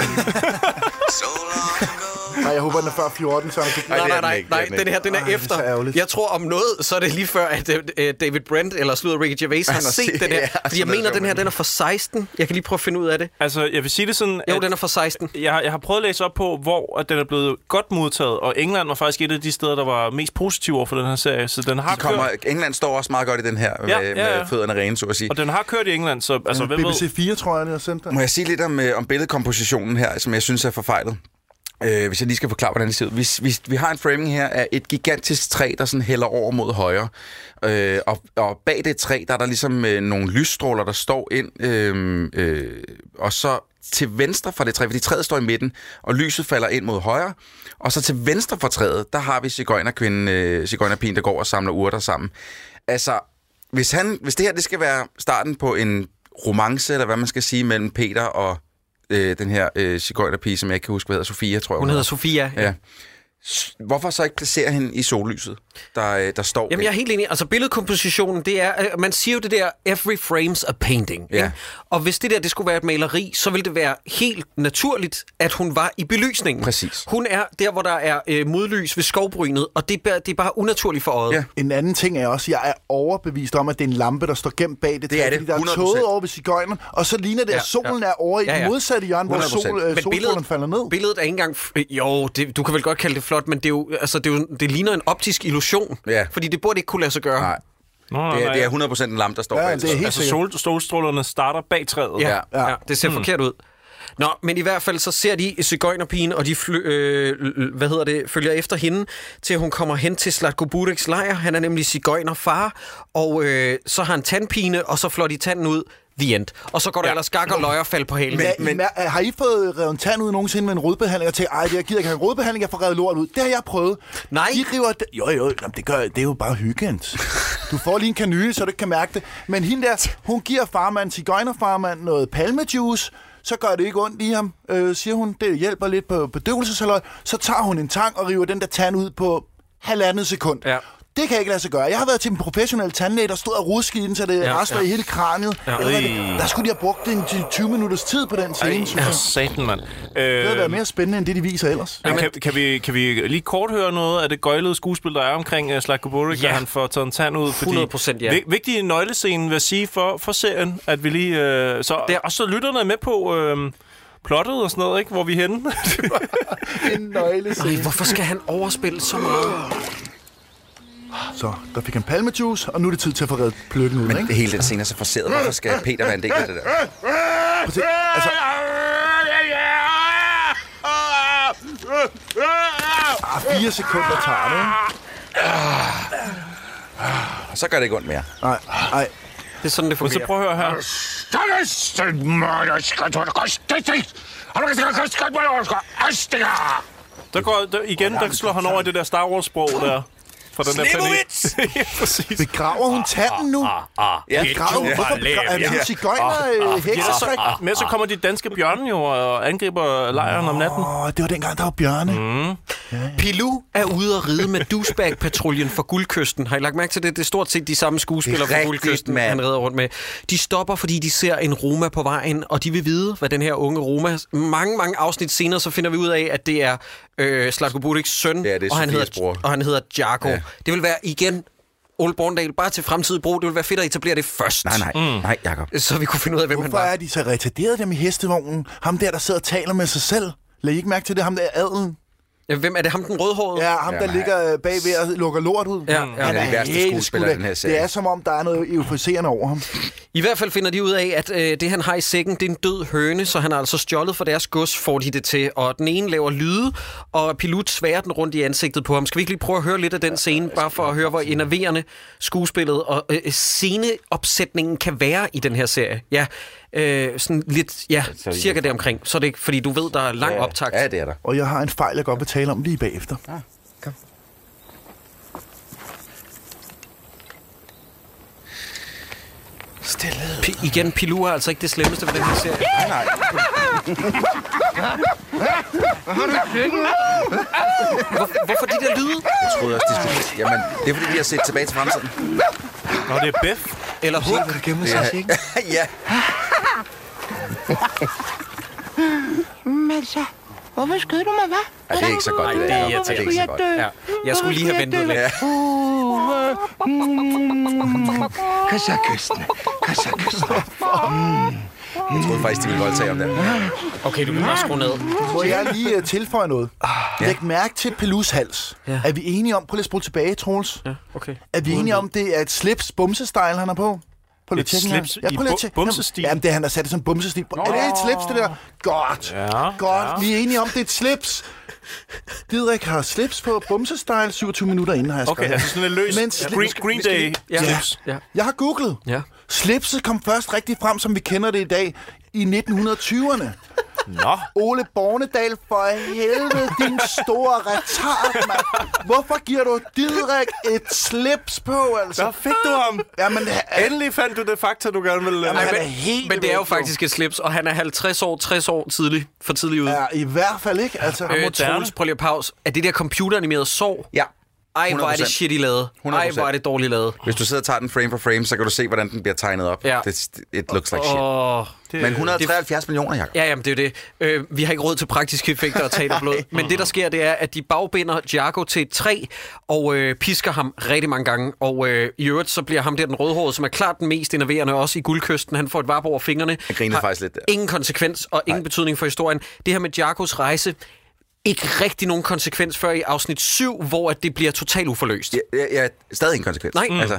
Speaker 4: Nej, jeg håber, den er før 14, så
Speaker 3: Nej, den her, den er efter. Jeg tror om noget, så er det lige før, at David Brent eller slutter Ricky Gervais har set den her. Fordi jeg mener, den her, den er fra 16. Jeg kan lige prøve at finde ud af det.
Speaker 5: Altså, jeg vil sige det sådan...
Speaker 3: Jo, den er fra 16.
Speaker 5: Jeg har prøvet at læse op på, hvor den er blevet godt modtaget, og England var faktisk et af de steder, der var mest positive over for den her serie, så den har kørt...
Speaker 6: England står også meget godt i den her, med fødderne rene, så at sige.
Speaker 5: Og den har kørt i England, så... Altså,
Speaker 4: BBC 4, tror jeg, det har sendt den.
Speaker 6: Må jeg sige lidt om billedkompositionen her, som jeg synes er forfejlet? Hvis jeg lige skal forklare, hvordan det ser ud. Vi har en framing her af et gigantisk træ, der sådan hælder over mod højre. Og bag det træ, der er der ligesom nogle lysstråler, der står ind. Og så til venstre fra det træ, fordi træet står i midten, og lyset falder ind mod højre. Og så til venstre fra træet, der har vi sigøjnerpigen, der går og samler urter sammen. Altså, hvis det her det skal være starten på en romance, eller hvad man skal sige, mellem Peter og den her sigøjnerpige, som jeg ikke kan huske, hvad hedder, Sofia, tror jeg.
Speaker 3: Hun hedder Sofia.
Speaker 6: Ja. Hvorfor så ikke placere hende i sollyset, der står...
Speaker 3: Jamen, jeg er helt enig. Altså, billedkompositionen, det er... Man siger jo det der, every frame's a painting.
Speaker 6: Ja.
Speaker 3: Ikke? Og hvis det skulle være et maleri, så ville det være helt naturligt, at hun var i belysningen.
Speaker 6: Præcis.
Speaker 3: Hun er der, hvor der er modlys ved skovbrynet, og det er bare unaturligt for øjet.
Speaker 4: Ja. En anden ting er også, at jeg er overbevist om, at det er en lampe, der står gemt bag det.
Speaker 6: Det er det, 100%.
Speaker 4: Der er tåget over ved cigøjneren, og så ligner det, at solen er over i den modsatte hjørne, hvor solstrålen falder ned.
Speaker 3: Billedet er ikke engang... Jo, du kan vel godt kalde det flot, men det er jo, altså, det ligner en optisk illusion.
Speaker 6: Ja.
Speaker 3: Fordi det burde ikke kunne lade sig gøre.
Speaker 6: Nej. Det er 100% en lampe, der står bag.
Speaker 4: Det er helt
Speaker 5: altså solstrålerne starter bag træet.
Speaker 3: Ja, det ser forkert ud. Nå, men i hvert fald så ser de sigøjnerpigen, og de følger efter hende, til hun kommer hen til Zlatko Burics lejr. Han er nemlig sigøjnerfar, og så har han tandpine, og så flår de tanden ud. The end. Og så går der ellers gak og løjer fald på halen.
Speaker 4: Men har I fået revet en tand ud nogensinde med en rodbehandling og tænkt, jeg gider ikke have en rodbehandling, jeg får revet lort ud? Det har jeg prøvet.
Speaker 3: Nej.
Speaker 4: De river... Jo, det er jo bare hyggens. Du får lige en kanyle, så du ikke kan mærke det. Men hende der, hun giver sigøjnerfarmand noget palmejuice, så gør det ikke ondt i ham, siger hun. Det hjælper lidt på bedøvelseshalløj. Så tager hun en tang og river den der tand ud på 1,5 sekund. Ja. Det kan jeg ikke lade sig gøre. Jeg har været til en professionel tandlæge, der stod og ruskede i den, så det rasler i hele kraniet. Ja. Der skulle de have brugt en 20 minutters tid på den scene.
Speaker 5: Satan, mand.
Speaker 4: Det havde været mere spændende, end det de viser ellers.
Speaker 5: Kan vi lige kort høre noget af det gøjlede skuespil, der er omkring Zlatko Buric, da han får taget en tand ud?
Speaker 3: 100%, ja.
Speaker 5: Vigtig nøglescene, vil jeg sige, for serien, at vi lige... så lytterne er med på... plottet og sådan noget, ikke? Hvor vi er henne.
Speaker 4: En nøglescene.
Speaker 3: Hvorfor skal han overspille så meget?
Speaker 4: Så, der fik han palmejuice, og nu er det tid til at få reddet pløkken ud,
Speaker 6: men
Speaker 4: ikke?
Speaker 6: Men hele den scene er så forseret. Hvorfor skal Peter være en del af det der?
Speaker 4: Altså... 4 sekunder tager det,
Speaker 6: ikke? Så gør det ikke ondt mere.
Speaker 4: Nej.
Speaker 3: Det er sådan, det fungerer.
Speaker 5: Så prøv at høre her. Der slår han over i det der Star Wars-sprog der.
Speaker 6: Slivovitz!
Speaker 5: Ja, præcis.
Speaker 4: Begraver hun tanden nu? Begraver hun? Hvorfor er det sigøjner heksestrik?
Speaker 5: Men så kommer de danske bjørne jo og angriber lejren om natten.
Speaker 4: Det var dengang, der var bjørne.
Speaker 3: Pilou er ude at ride med douchebag-patruljen for Guldkysten. Har I lagt mærke til det? Det er stort set de samme skuespillere fra Guldkysten, han rider rundt med. De stopper, fordi de ser en Roma på vejen, og de vil vide, hvad den her unge Roma... Mange afsnit senere, så finder vi ud af, at det er Zlatko Burics søn, og han hedder Djargo. Ja. Det vil være igen Ole Borndal, bare til fremtidig brug. Det vil være fedt at etablere det først.
Speaker 6: Nej, Jacob.
Speaker 3: Så vi kunne finde ud af, hvem han var.
Speaker 4: Hvorfor er de så retarderet dem i hestevognen? Ham der sidder og taler med sig selv. Lad I ikke mærke til det? Ham der er adelen.
Speaker 3: Ja, hvem er det? Ham den rødhårede?
Speaker 4: Ja, ham der ligger bagved og lukker lort ud.
Speaker 3: Ja.
Speaker 6: Han er de værste skuespillere i den her serie.
Speaker 4: Det er som om, der er noget euforiserende over ham.
Speaker 3: I hvert fald finder de ud af, at det han har i sækken, det er en død høne, så han har altså stjålet for deres gods, får de det til. Og den ene laver lyde, og Pilou sværer den rundt i ansigtet på ham. Skal vi ikke lige prøve at høre lidt af den scene, bare for at høre, hvor enerverende skuespillet og sceneopsætningen kan være i den her serie? Ja, sådan lidt, cirka deromkring. Så det ikke, fordi du ved, der er lang optakt.
Speaker 6: Ja, det er der.
Speaker 4: Og jeg har en fejl, jeg godt vil tale om lige bagefter.
Speaker 6: Ja, kom.
Speaker 3: Stille. Igen, Pilou er altså ikke det slemmeste ved den her serie.
Speaker 6: Nej.
Speaker 3: Hvorfor de der lyde?
Speaker 6: Jeg troede også, de skulle... Jamen, det er fordi, vi har set Tilbage til fremtiden.
Speaker 5: Nå, det er Beth.
Speaker 3: Eller Hook.
Speaker 6: Ja.
Speaker 17: Men så... Hvorfor skød du mig, hva'?
Speaker 6: Ja, det er ikke så godt, det der.
Speaker 3: Det er ikke så godt. Ja. Jeg skulle lige have ventet lidt.
Speaker 17: Kassakystene.
Speaker 6: Jeg troede faktisk, de ville voldtage om det.
Speaker 3: Okay, du vil bare skrue ned.
Speaker 4: Må jeg lige tilføje noget? Læg mærke til Pilous hals. Er vi enige om... Prøv lige at spole tilbage, Troels.
Speaker 3: Ja, okay.
Speaker 4: Er vi enige om, det er et slips bumsestyle, han er på?
Speaker 5: Et slips i bumsestil?
Speaker 4: Jamen, det han har sat det som bumsestil. Er det et slips, det der? Godt. Ja. Vi er enige om, det er et slips. Didrik har slips på bumsestyle 27 minutter inden, har jeg skrevet.
Speaker 5: Okay, altså sådan en løs Green Day slips.
Speaker 4: Ja. Jeg har googlet.
Speaker 3: Ja.
Speaker 4: Slipset kom først rigtig frem, som vi kender det i dag, i 1920'erne.
Speaker 5: Nå.
Speaker 4: Ole Bornedal, for helvede, din store retard, mand. Hvorfor giver du Didrik et slips på, altså?
Speaker 5: Der fik du ham.
Speaker 4: Jamen,
Speaker 5: endelig fandt du det fakta, du gerne ville...
Speaker 4: Jamen, han er helt
Speaker 3: men det er jo faktisk et slips, og han er 50 år, 60 år for tidlig ude.
Speaker 4: Ja, i hvert fald ikke. Altså,
Speaker 3: Troels, prøv lige at pause. Er det der computeranimerede sår?
Speaker 6: Ja.
Speaker 3: Ej, hvor er det shitty lavet.
Speaker 6: 100%.
Speaker 3: Ej, hvor er det dårligt lavet.
Speaker 6: Hvis du sidder og tager den frame for frame, så kan du se, hvordan den bliver tegnet op.
Speaker 3: Ja.
Speaker 6: It looks like shit. Men 173 millioner, Jacob.
Speaker 3: Ja, jamen, det er jo det. Vi har ikke råd til praktiske effekter og teaterblod. Men det, der sker, det er, at de bagbinder Giago til et træ og pisker ham rigtig mange gange. Og i øvrigt, så bliver ham der den rødhårede, som er klart den mest enerverende, også i Guldkysten. Han får et varp over fingrene.
Speaker 6: Jeg griner faktisk lidt der.
Speaker 3: Ingen konsekvens og ingen betydning for historien. Det her med Giagos rejse... Ikke rigtig nogen konsekvens før i afsnit 7, hvor at det bliver totalt uforløst.
Speaker 6: Ja, stadig ingen konsekvens.
Speaker 3: Nej.
Speaker 6: Altså.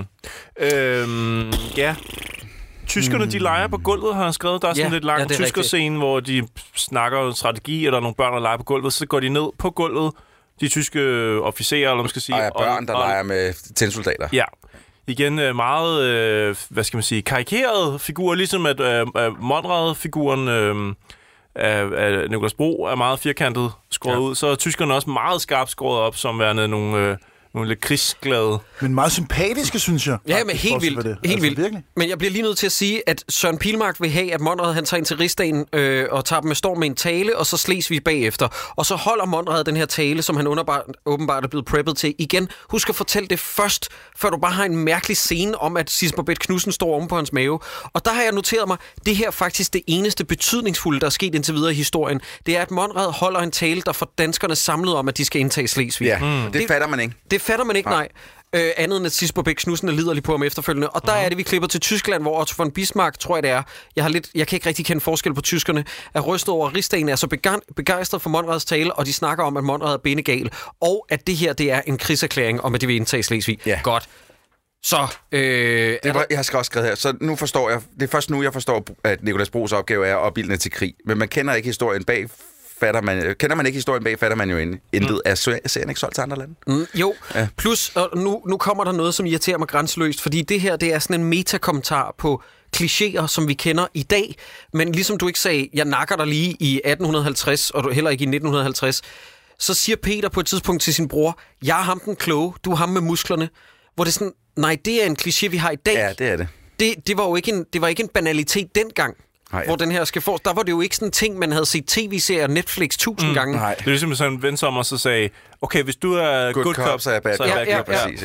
Speaker 5: Ja. Tyskerne, de leger på gulvet, har han skrevet. Der er sådan lidt lang tyskerscene, hvor de snakker strategi, eller nogle børn, der leger på gulvet. Så går de ned på gulvet, de tyske officerer, eller man skal sige.
Speaker 6: Og børn, der leger med tændsoldater.
Speaker 5: Ja. Igen meget, hvad skal man sige, karikeret figur, ligesom at Monrad-figuren... af Nicolas Bro er meget firkantet skåret ud, så er tyskerne også meget skarpt skåret op, som værende nogle lidt krigsglade.
Speaker 4: Men meget sympatiske, synes jeg.
Speaker 3: Ja, men helt vildt. Helt
Speaker 4: altså,
Speaker 3: vildt.
Speaker 4: Virkelig.
Speaker 3: Men jeg bliver lige nødt til at sige, at Søren Pilmark vil have, at Monrad han tager ind til Rigsdagen og tager dem med storm med en tale, og så Slesvig bagefter. Og så holder Monrad den her tale, som han åbenbart er blevet preppet til. Igen, husk at fortælle det først, før du bare har en mærkelig scene om, at Sisbeth Knudsen står oven på hans mave. Og der har jeg noteret mig, det her er faktisk det eneste betydningsfulde, der er sket indtil videre i historien. Det er, at Monrad holder en tale, der får danskerne samlet om, at de skal indtage Slesvig.
Speaker 6: Ja, det fatter man ikke.
Speaker 3: Det fatter man ikke, nej. Andet end at Sisbeth Knudsen er liderlig på ham efterfølgende. Og der er det, vi klipper til Tyskland, hvor Otto von Bismarck, tror jeg det er, jeg kan ikke rigtig kende forskel på tyskerne, er rystet over, at Rigsdagen er så begejstret for Monrads tale, og de snakker om, at Monrad er benegal, og at det her, det er en krigserklæring om, at de vil indtage Slesvig.
Speaker 6: Ja.
Speaker 3: Godt. Så,
Speaker 6: jeg skal også skrive her. Så nu forstår jeg, det er først nu, jeg forstår, at Nicolas Bros opgave er at opildne til krig. Men man kender ikke historien bag. Kender man ikke historien bag, fatter man jo intet. Er serien ikke solgt til andre lande?
Speaker 3: Jo, ja. Plus, og nu kommer der noget, som irriterer mig grænseløst, fordi det her, det er sådan en metakommentar på klichéer, som vi kender i dag. Men ligesom du ikke sagde, jeg nakker dig lige i 1850, og du heller ikke i 1950, så siger Peter på et tidspunkt til sin bror, jeg er ham den kloge, du er ham med musklerne. Hvor det er sådan, nej, det er en kliché, vi har i dag.
Speaker 6: Ja, det er det.
Speaker 3: Det var jo ikke en banalitet dengang.
Speaker 6: Nej.
Speaker 3: Hvor den her skal få. Der var det jo ikke sådan en ting, man havde set tv-serier Netflix 1000 gange.
Speaker 6: Nej.
Speaker 5: Det er ligesom sådan en ven som os, så sagde, okay, hvis du er good cop,
Speaker 6: så er jeg bad cop.
Speaker 5: Ja,
Speaker 6: præcis,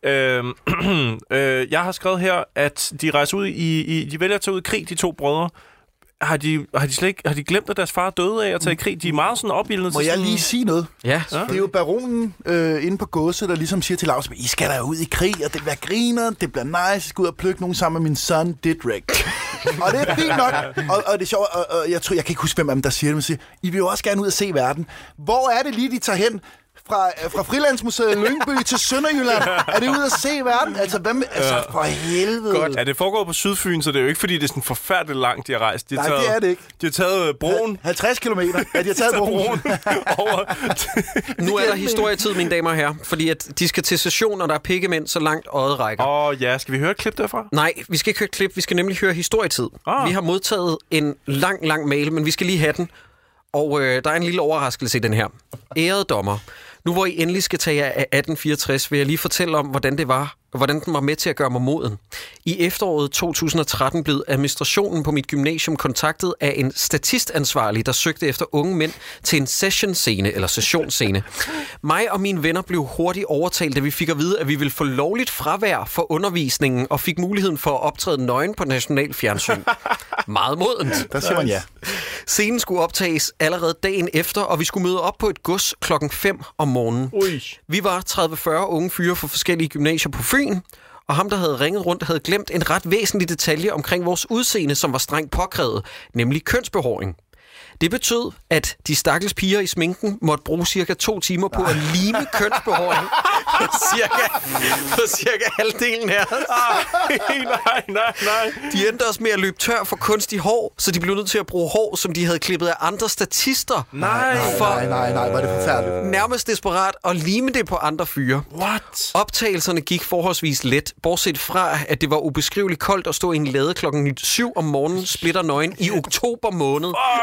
Speaker 5: ja. Jeg har skrevet her, at de rejser ud de vælger at tage ud i krig, de to brødre. Har de glemt, at deres far døde af at tage i krig? De er meget sådan opildnet til.
Speaker 4: Må jeg lige sige noget?
Speaker 3: Ja.
Speaker 4: Det er jo baronen inde på godset, der ligesom siger til Lars, I skal da ud i krig, og det bliver griner, det bliver nice, jeg skal ud og plukke nogen sammen med min søn, Didrik. Og det er fint nok, og det er sjovt, og jeg kan ikke huske, hvem af dem, der siger det, men siger, I vil jo også gerne ud og se verden. Hvor er det lige, de tager hen? Fra Frilandsmuseet i Lyngby til Sønderjylland. Er det ude at se verden? Altså, for helvede.
Speaker 5: Godt. Ja, det foregår på Sydfyn, så det er jo ikke, fordi det er sådan forfærdeligt langt, de har rejst.
Speaker 4: Nej, det er det ikke.
Speaker 5: De har taget broen.
Speaker 4: 50 kilometer. Ja, de har taget broen.
Speaker 3: Nu er der historietid, mine damer og herrer, fordi at de skal til session, og der er pikkemænd, så langt øjet rækker.
Speaker 5: Ja, skal vi høre et klip derfra?
Speaker 3: Nej, vi skal ikke høre et klip, vi skal nemlig høre historietid. Vi har modtaget en lang mail, men vi skal lige have den. Og der er en lille overraskelse i den her. Ærede dommer, nu hvor I endelig skal tage jer af 1864, vil jeg lige fortælle om, hvordan den var med til at gøre mig moden. I efteråret 2013 blev administrationen på mit gymnasium kontaktet af en statistansvarlig, der søgte efter unge mænd til en sessionsscene. Mig og mine venner blev hurtigt overtalt, da vi fik at vide, at vi ville få lovligt fravær for undervisningen og fik muligheden for at optræde nøgen på national fjernsyn. Meget modent.
Speaker 4: Der siger man ja.
Speaker 3: Scenen skulle optages allerede dagen efter, og vi skulle møde op på et gods 5:00 om morgenen. Vi var 30-40 unge fyre fra forskellige gymnasier på Fyn, og ham, der havde ringet rundt, havde glemt en ret væsentlig detalje omkring vores udseende, som var strengt påkrævet, nemlig kønsbehåring. Det betød, at de stakkels piger i sminken måtte bruge cirka 2 timer på at lime kønsbehåring. cirka halvdelen af os.
Speaker 5: Nej.
Speaker 3: De endte også med at løbe tør for kunstig hår, så de blev nødt til at bruge hår, som de havde klippet af andre statister.
Speaker 4: Nej, hvor er det forfærdeligt.
Speaker 3: Nærmest desperat at lime det på andre fyre.
Speaker 5: What?
Speaker 3: Optagelserne gik forholdsvis let, bortset fra, at det var ubeskriveligt koldt at stå i en lade 7:00 om morgenen, splitternøgen i oktober måned.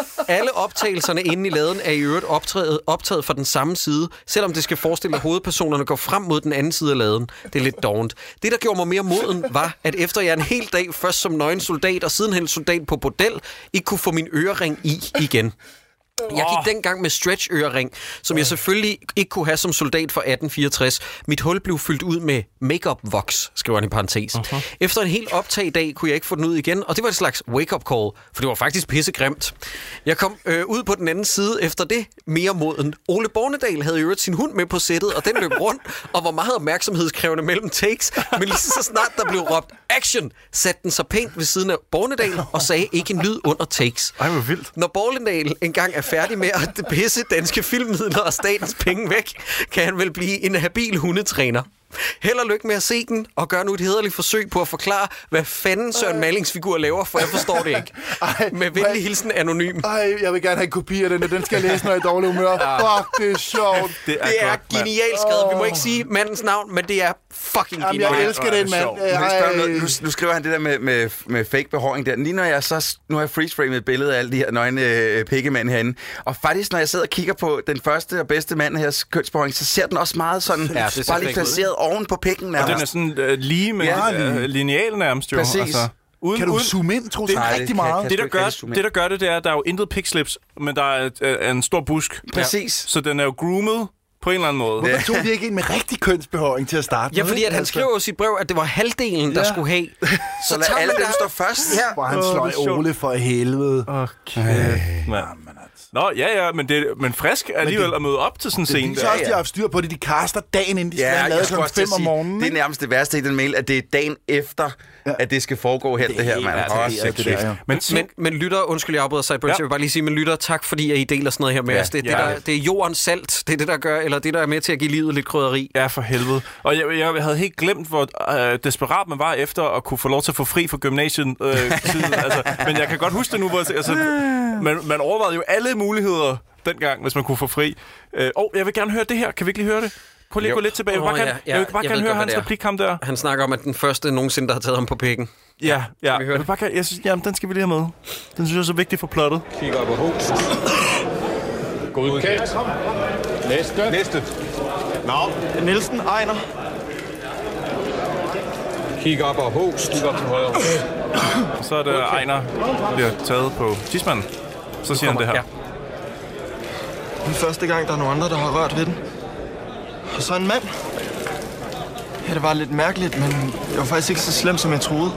Speaker 3: Alle optagelserne inde i laden er i øvrigt optaget fra den samme side, selvom det skal forestille, at hovedpersonerne går frem mod den anden side af laden. Det er lidt dovent. Det, der gjorde mig mere moden, var, at efter jeg en hel dag, først som nøgen soldat og sidenhen soldat på bordel, ikke kunne få min ørering i igen. Jeg gik dengang med stretch-ørering, som jeg selvfølgelig ikke kunne have som soldat for 1864. Mit hul blev fyldt ud med make-up-voks, skriver han i parentes. Efter en helt optagdag kunne jeg ikke få den ud igen, og det var et slags wake-up call, for det var faktisk pissegrimt. Jeg kom ud på den anden side efter det mere moden. Ole Bornedal havde i øvrigt sin hund med på sættet, og den løb rundt og var meget opmærksomhedskrævende mellem takes, men lige så snart der blev råbt action, satte den sig pænt ved siden af Bornedal og sagde ikke en lyd under takes.
Speaker 5: Ej, hvor vildt.
Speaker 3: Når Bornedal engang er færdig med at pisse danske filmmidler og statens penge væk, kan han vel blive en habil hundetræner. Held og lykke med at se den, og gør nu et hæderligt forsøg på at forklare, hvad fanden Søren Mallings figur laver, for jeg forstår det ikke. Med venlig hilsen anonym.
Speaker 4: Jeg vil gerne have en kopi af den, og den skal jeg læse, når jeg er i dårlig humør. Fuck, det er sjovt.
Speaker 3: Det er genialt skrevet. Vi må ikke sige mandens navn, men det er fucking genialt.
Speaker 4: Jeg elsker den mand.
Speaker 6: Nu skriver han det der med fake behåring der. Lige når jeg nu har jeg freeze-framet et billede af alle de her nøgne pikkemænd herinde. Og faktisk, når jeg sidder og kigger på den første og bedste mand her kønsbehåring, så ser den også meget sådan, bare lige placeret oven på pikken nærmest.
Speaker 5: Og den er sådan lige med lineal nærmest jo.
Speaker 6: Præcis. Altså,
Speaker 4: kan du zoome ind, Troels? Rigtig meget.
Speaker 5: Det, der gør det, det er, at der er jo intet pikslips, men der er en stor busk.
Speaker 6: Præcis.
Speaker 5: Så den er jo groomet på en eller anden måde.
Speaker 4: Hvorfor tog vi ikke en med rigtig kønsbehåring til at starte
Speaker 3: med? Ja, fordi at han skrev i sit brev, at det var halvdelen, der skulle have.
Speaker 6: Så lad alle dem stå først.
Speaker 4: Ja. Hvor han slår Ole for helvede.
Speaker 5: Nå, ja, men frisk alligevel at møde op til sådan en scene.
Speaker 4: Det er også, de har haft styr på det. De kaster dagen inden, de skal have lavet kl. 5 om morgenen.
Speaker 6: Det er nærmest det værste i den mail, at det er dagen efter, at det skal foregå helt det her, mand.
Speaker 3: Men lytter, undskyld, jeg afbryder sig, jeg vil bare lige sige, men lytter, tak fordi I deler sådan noget her med os. Det er jordens salt, det er det, der gør, eller det, der er med til at give livet lidt krydderi.
Speaker 5: Ja, for helvede. Og jeg havde helt glemt, hvor desperat man var efter at kunne få lov til at få fri fra gymnasiet. Men jeg kan godt huske det nu, hvor man overvejede jo alle muligheder dengang, hvis man kunne få fri. Jeg vil gerne høre det her. Kan vi ikke lige høre det? Prøv lige at gå lidt tilbage. Jeg vil bare gerne høre hans replik ham der.
Speaker 3: Han snakker om, at den første nogensinde, der har taget ham på pikken.
Speaker 5: Ja. Jeg synes, den skal vi lige have med. Den synes jeg er så vigtig for plottet.
Speaker 18: Kig op og host. Godkendt. Næste.
Speaker 7: Nå, Nielsen, Ejner.
Speaker 18: Kig op og host. Kig op til højre.
Speaker 5: Så er det Ejner, bliver taget på tidsmanden. Så siger han det her. Ja.
Speaker 7: Den første gang, der er nogen andre, der har rørt ved den. Og så en mand. Ja, det var lidt mærkeligt, men det var faktisk ikke så slemt, som jeg troede.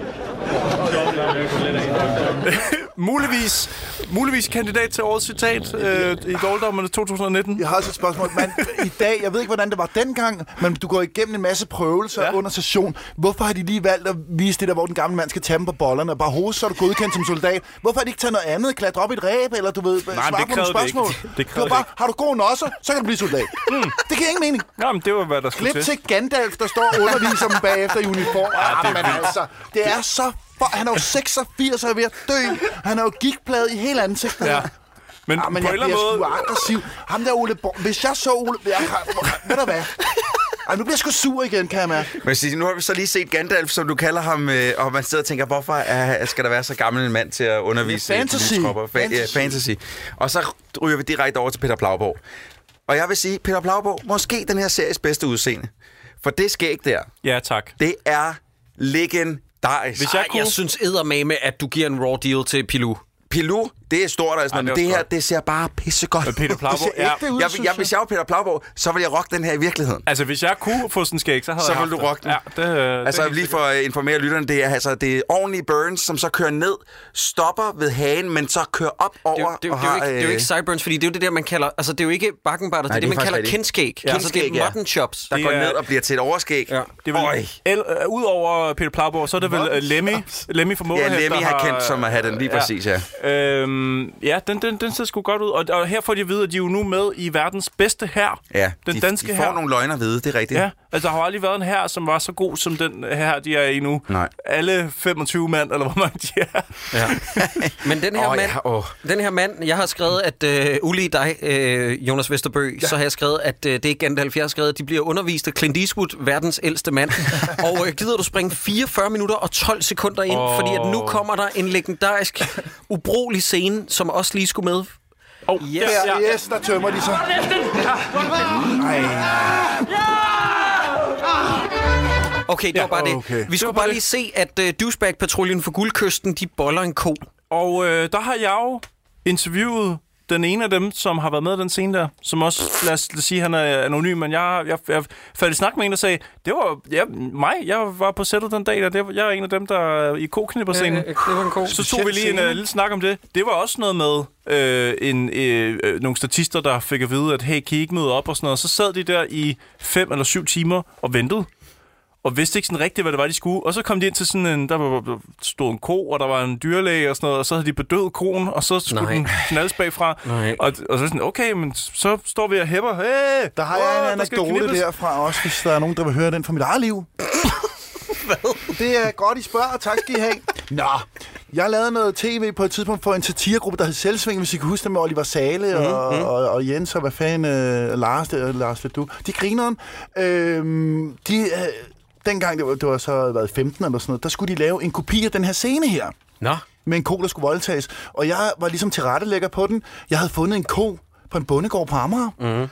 Speaker 5: Muligvis kandidat til årets citat i Dårligdommerne 2019.
Speaker 4: Jeg har også et spørgsmål. I dag, jeg ved ikke, hvordan det var dengang, men du går igennem en masse prøvelser under session. Hvorfor har de lige valgt at vise det der, hvor den gamle mand skal tage dem på bollerne og bare hoste, så er du godkendt som soldat? Hvorfor har de ikke taget noget andet? Klatre op i et ræb, eller du ved, svare på nogle spørgsmål?
Speaker 5: Det var
Speaker 4: bare, har du gode nosser, så kan du blive soldat. Det giver ingen mening.
Speaker 5: Jamen, det var, hvad der skulle
Speaker 4: til. Klip til Gandalf, der står og underviser dem bagefter i uniform. Det er så... Han er jo 86 og er ved at dø. Han er jo gigtplade i hele ansigtet. Ja.
Speaker 5: Men på en eller anden måde...
Speaker 4: aggressiv. Ham der Ole Borg... Hvis jeg så Ole... Ved du hvad? Nu bliver jeg sgu sur igen, kan jeg mærke.
Speaker 6: Men nu har vi så lige set Gandalf, som du kalder ham, og man sidder og tænker, hvorfor skal der være så gammel en mand til at undervise fantasy. Og så ryger vi direkte over til Peter Plauborg. Og jeg vil sige, Peter Plauborg, måske den her series bedste udseende. For det skæg der.
Speaker 5: Ja, tak.
Speaker 6: Det er legendarisk.
Speaker 3: Jeg synes eddermame, at du giver en raw deal til Pilou.
Speaker 6: Pilou, det er stort, altså, men det her, det ser bare pissegodt.
Speaker 5: Peter Plauborg,
Speaker 6: hvis jeg var Peter Plauborg, så ville jeg rocke den her i virkeligheden.
Speaker 5: Altså, hvis jeg kunne få sådan en skæg, så havde jeg haft
Speaker 6: ville du rocke den. Altså, lige for at informere lytterne, det er ordentlige burns, som så kører ned, stopper ved hagen, men så kører op over.
Speaker 3: Det er jo ikke sideburns, fordi det er jo det der, man kalder... Altså, det er jo ikke bakkenbarter, det er det, man kalder kindskæg. Altså, det er mutton chops.
Speaker 6: Der går ned og bliver til et overskæg.
Speaker 5: Udover Peter Plauborg, så er det vel Lemmy fra Målehæft.
Speaker 6: Ja, Lemmy har kendt som at have den lige præcis, ja.
Speaker 5: Ja, den ser sgu godt ud. Og her får de at vide, at de er jo nu med i verdens bedste hær.
Speaker 6: Ja,
Speaker 5: den danske
Speaker 6: de får nogle løgner at vide, det er rigtigt.
Speaker 5: Ja, altså der har aldrig været en hær, som var så god som den her, de er i nu.
Speaker 6: Nej.
Speaker 5: Alle 25 mand, eller hvor mange de er.
Speaker 3: Ja. Men den her mand, jeg har skrevet, at ulig dig, Jonas Vesterbø, så har jeg skrevet, at det er Gandalf. Jeg har skrevet, at de bliver undervist af Clint Eastwood, verdens ældste mand. Og gider du springe 44 minutter og 12 sekunder ind, fordi at nu kommer der en legendarisk, ubrugelig scene, scene, som også lige skulle med.
Speaker 4: Yes, der tømmer de sig.
Speaker 3: Okay, det var bare det. Okay. Vi skulle bare lige se, at douchebag-patruljen for Guldkysten, de boller en ko.
Speaker 5: Og der har jeg jo interviewet den ene af dem, som har været med i den scene der, som også, lad os sige, han er anonym, men jeg faldt i snak med en, der sagde, det var mig, jeg var på sættet den dag, og jeg er en af dem, der i koknipperscenen. Så tog vi lige en lille snak om det. Det var også noget med nogle statister, der fik at vide, at hey, kan I ikke møde op og sådan noget. Så sad de der i 5 eller 7 timer og ventede. Og vidste ikke sådan rigtigt, hvad det var, de skulle. Og så kom de ind til sådan en... Der stod en ko, og der var en dyrlæge og sådan noget. Og så havde de bedøvet koen, og så skulle den knaldes bagfra. Og så sådan, okay, men så står vi og hæpper. Hey,
Speaker 4: der har jeg en anekdote derfra også, hvis der er nogen, der vil høre den fra mit eget liv. Hvad? Det er godt, I spørger, og tak skal I have. Nå, jeg lavede noget tv på et tidspunkt for en satiregruppe, der hed Selvsving, hvis I kan huske det, med Oliver Sale og Jens og hvad fanden, Lars ved du. De grineren. Dengang, det var så været 15 eller sådan noget, der skulle de lave en kopi af den her scene her.
Speaker 3: Nå.
Speaker 4: Med en ko, der skulle voldtages. Og jeg var ligesom tilrettelægger på den. Jeg havde fundet en ko på en bondegård på Amager. Mm.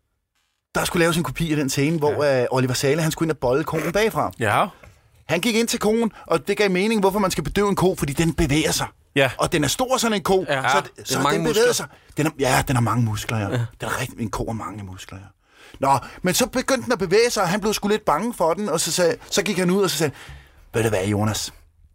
Speaker 4: Der skulle laves en kopi af den scene, hvor Oliver Sale, han skulle ind og bolle koen bagfra. Ja. Han gik ind til koen, og det gav mening, hvorfor man skal bedøve en ko, fordi den bevæger sig. Ja. Og den er stor, sådan en ko, så den bevæger sig. Den har mange muskler, ja. Den er rigtig, en ko har mange muskler, ja. Nå, men så begyndte den at bevæge sig, og han blev sgu lidt bange for den, og så gik han ud og så sagde, ved du hvad, Jonas?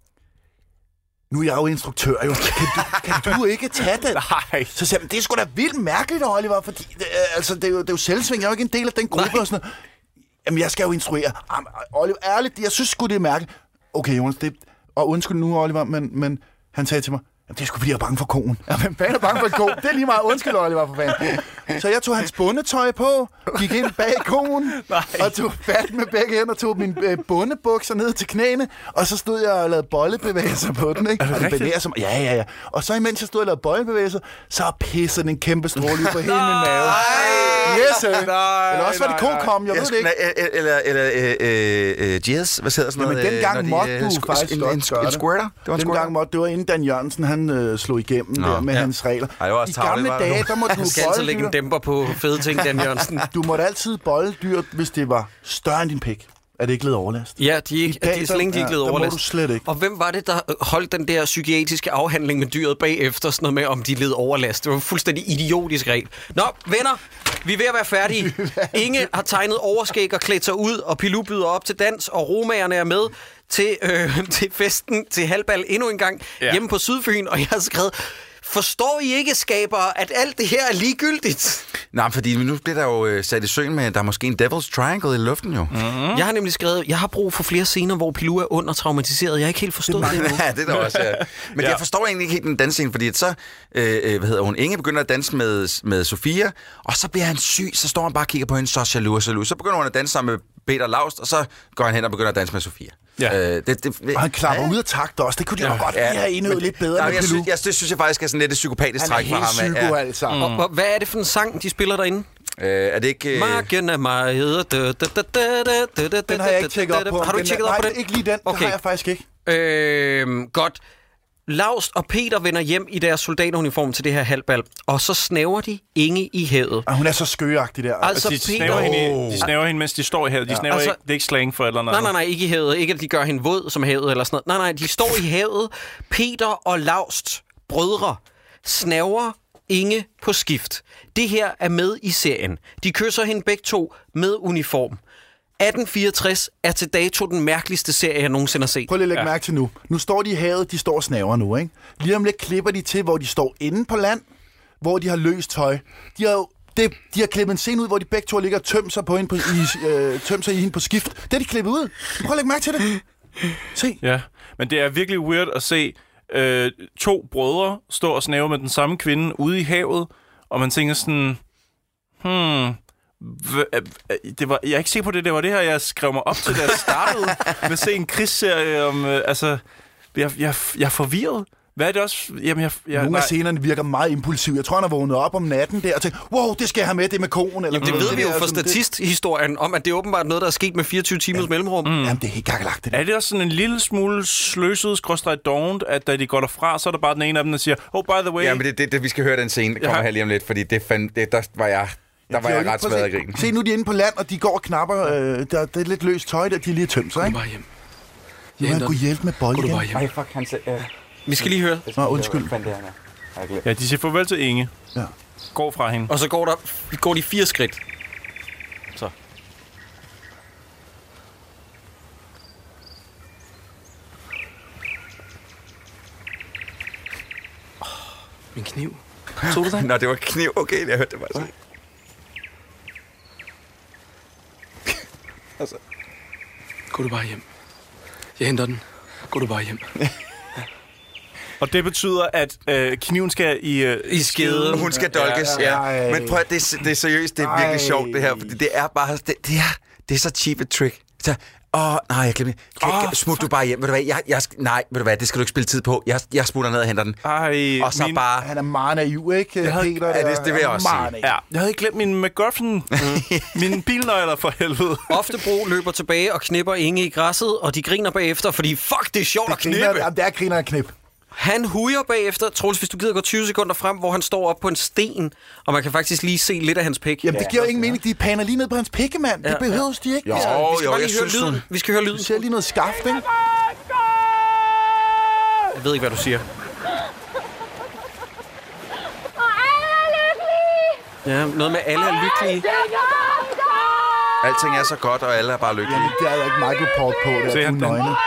Speaker 4: Nu er jeg jo instruktør, jo. Kan du ikke tage den? Nej. Så sagde han, det er sgu da vildt mærkeligt, Oliver, fordi det er jo Selvsving, jeg er jo ikke en del af den gruppe og sådan noget. Jamen, jeg skal jo instruere. Oliver, ærligt, jeg synes sgu, det er mærkeligt. Okay, Jonas, og undskyld nu, Oliver, men han sagde til mig, det er sgu fordi, jeg er bange for koen. Ja, hvem fanden er bange for en ko? Det er lige meget undskyld, Oliver, for fanden. Så jeg tog hans bondetøj på, gik ind bag koen, og tog fat med begge hænder, tog mine bondebukser ned til knæene, og så stod jeg og lavede bollebevægelser på den, ikke? Og den bevæger sig. Ja. Og så imens jeg stod og lavede bollebevægelser, så pissede en kæmpe stråle ud på hele min mave. Yes, eller også var det ko kom, jeg ved det ikke.
Speaker 6: Eller jazz, hvad hedder sådan noget?
Speaker 4: Men dengang måtte du faktisk godt gøre det.
Speaker 6: En squirter?
Speaker 4: Dengang måtte, det var inden Dan Jørgensen, han slog igennem der med hans regler.
Speaker 6: I
Speaker 4: gamle dage, der måtte du
Speaker 3: skal altid lægge en dæmper på fede ting, Dan Jørgensen.
Speaker 4: Du måtte altid bolle dyr, hvis det var større end din pik. Er det ikke ledet overlast?
Speaker 3: Ja, så længe de ikke ledet overlast.
Speaker 4: Der må du slet ikke.
Speaker 3: Og hvem var det, der holdt den der psykiatriske afhandling med dyret bagefter, sådan noget med, om de led overlast? Det var en fuldstændig idiotisk regel. Nå, venner, vi er ved at være færdige. Inge har tegnet overskæg og klædt sig ud, og Pilou byder op til dans, og romagerne er med til festen, til halvbal endnu en gang, hjemme på Sydfyn, og jeg har skrevet... Forstår I ikke, skabere, at alt det her er ligegyldigt?
Speaker 6: Nej, fordi nu bliver der jo sat i søen med, at der er måske en Devil's Triangle i luften jo.
Speaker 3: Mm-hmm. Jeg har nemlig skrevet, jeg har brug for flere scener, hvor Pilou er undertraumatiseret. Jeg har ikke helt forstået det endnu.
Speaker 6: Ja, det er der også, ja. Men jeg forstår egentlig ikke helt den dansscene, fordi så, Inge begynder at danse med Sofia, og så bliver han syg, så står han bare og kigger på hende, så jaloux. Så begynder hun at danse sammen med Peter Laust, og så går han hen og begynder at danse med Sofia. Ja.
Speaker 4: Og han klapper ud af takt også. Det kunne de jo godt have endnu lidt bedre med Pilou.
Speaker 6: Det synes jeg faktisk er sådan lidt et psykopatisk træk for ham.
Speaker 4: Han er helt psyko, altså.
Speaker 3: Og hvad er det for en sang, de spiller derinde?
Speaker 6: Er det ikke...
Speaker 3: Marken af mig hedder...
Speaker 4: Den har jeg ikke tjekket op på.
Speaker 3: Har du ikke tjekket op på den?
Speaker 4: Nej, ikke lige den. Det har jeg faktisk ikke.
Speaker 3: Godt. Laust og Peter vender hjem i deres soldatuniform til det her halvbal, og så snæver de Inge i havet.
Speaker 4: Og hun er så skøagtig der.
Speaker 3: Altså,
Speaker 5: de snæver hende, mens de står i havet. De snæver ikke, det er ikke slang for eller noget.
Speaker 3: Nej, ikke i havet. Ikke, at de gør hende våd som havet eller sådan noget. Nej, de står i havet. Peter og Laust, brødre, snæver Inge på skift. Det her er med i serien. De kysser hende begge to med uniform. 1864 er til dato den mærkeligste serie, jeg nogensinde har set.
Speaker 4: Prøv lige at lægge mærke til nu. Nu står de i havet, de står og snæver nu, ikke? Lige om lidt klipper de til, hvor de står inde på land, hvor de har løst tøj. De har klippet en scene ud, hvor de begge to ligger og tømmer sig i hende på skift. Det er de klippet ud. Prøv at lægge mærke til det. Se.
Speaker 5: Ja, men det er virkelig weird at se to brødre stå og snæve med den samme kvinde ude i havet, og man tænker sådan... jeg er ikke sikker på det. Det var det her, jeg skrev mig op til, da jeg startede med at se en krigsserie om... jeg er forvirret. Hvad er det også? Jamen,
Speaker 4: nogle af scenerne virker meget impulsive. Jeg tror, han har vågnet op om natten der og tænkt, wow, det skal jeg have med, det med konen. Eller
Speaker 3: det ved vi jo fra statisthistorien om, at det er åbenbart noget, der er sket med 24 timers mellemrum.
Speaker 4: Jamen, det er helt gakkelagt, det der.
Speaker 5: Er det også sådan en lille smule sløset, dovent, at da de går derfra, så er der bare den ene af dem, der siger, oh, by the way...
Speaker 6: Ja, men det vi skal høre den scene, der kommer her lige om lidt, fordi der var jeg ret smadret af grin.
Speaker 4: Se, nu er de inde på land, og de går og knapper. Det er lidt løst tøj, der de lige tømt sig, ikke?
Speaker 1: Gå bare hjem.
Speaker 4: Han kunne hjælpe med bolden.
Speaker 1: Gå bare hjem.
Speaker 6: Nej, fuck, han
Speaker 3: Vi skal lige høre.
Speaker 4: Nå, undskyld.
Speaker 5: Ja, de siger farvel til Inge.
Speaker 4: Ja.
Speaker 5: Går fra hende.
Speaker 3: Og så går de 4 skridt. Så.
Speaker 1: Min kniv. Tog du den?
Speaker 6: Nå, det var kniv. Okay, jeg hørte det bare.
Speaker 1: Altså. Gå du bare hjem. Jeg henter den. Gå du bare hjem.
Speaker 5: Og det betyder, at kniven skal i skede.
Speaker 6: Hun skal dolkes, ja. Men prøv at det er seriøst, det er virkelig sjovt, det her. Fordi det er bare... Det er så cheap et trick. Så, nej, jeg glemte det. Smut du bare hjem. Ved du hvad, det skal du ikke spille tid på. Jeg smutter ned og henter den. Og så bare...
Speaker 4: Han er meget naiv, ikke, Peter?
Speaker 6: Det vil jeg også sige.
Speaker 5: Ja. Jeg havde ikke glemt min MacGuffin. Mine bilnøgler for helvede.
Speaker 3: Oftebro løber tilbage og knipper Inge i græsset, og de griner bagefter, fordi fuck, det er sjovt at knippe.
Speaker 4: Det er griner at knippe.
Speaker 3: Han hujer bagefter, Troels, hvis du gider gå 20 sekunder frem, hvor han står op på en sten, og man kan faktisk lige se lidt af hans pik.
Speaker 4: Jamen, det giver jo ingen mening. De paner lige ned på hans pikkemand. Det behøves de ikke.
Speaker 3: Jo, jeg synes lyden. Vi skal høre lyden.
Speaker 4: Du ser lige noget skaft, ikke?
Speaker 3: Jeg ved ikke, hvad du siger.
Speaker 10: Og alle er lykkelige!
Speaker 3: Ja, noget med alle er lykkelige.
Speaker 6: Alting er så godt, og alle er bare lykkelige.
Speaker 4: Jamen, det er ikke Michael Port på. Det er kun nøgne.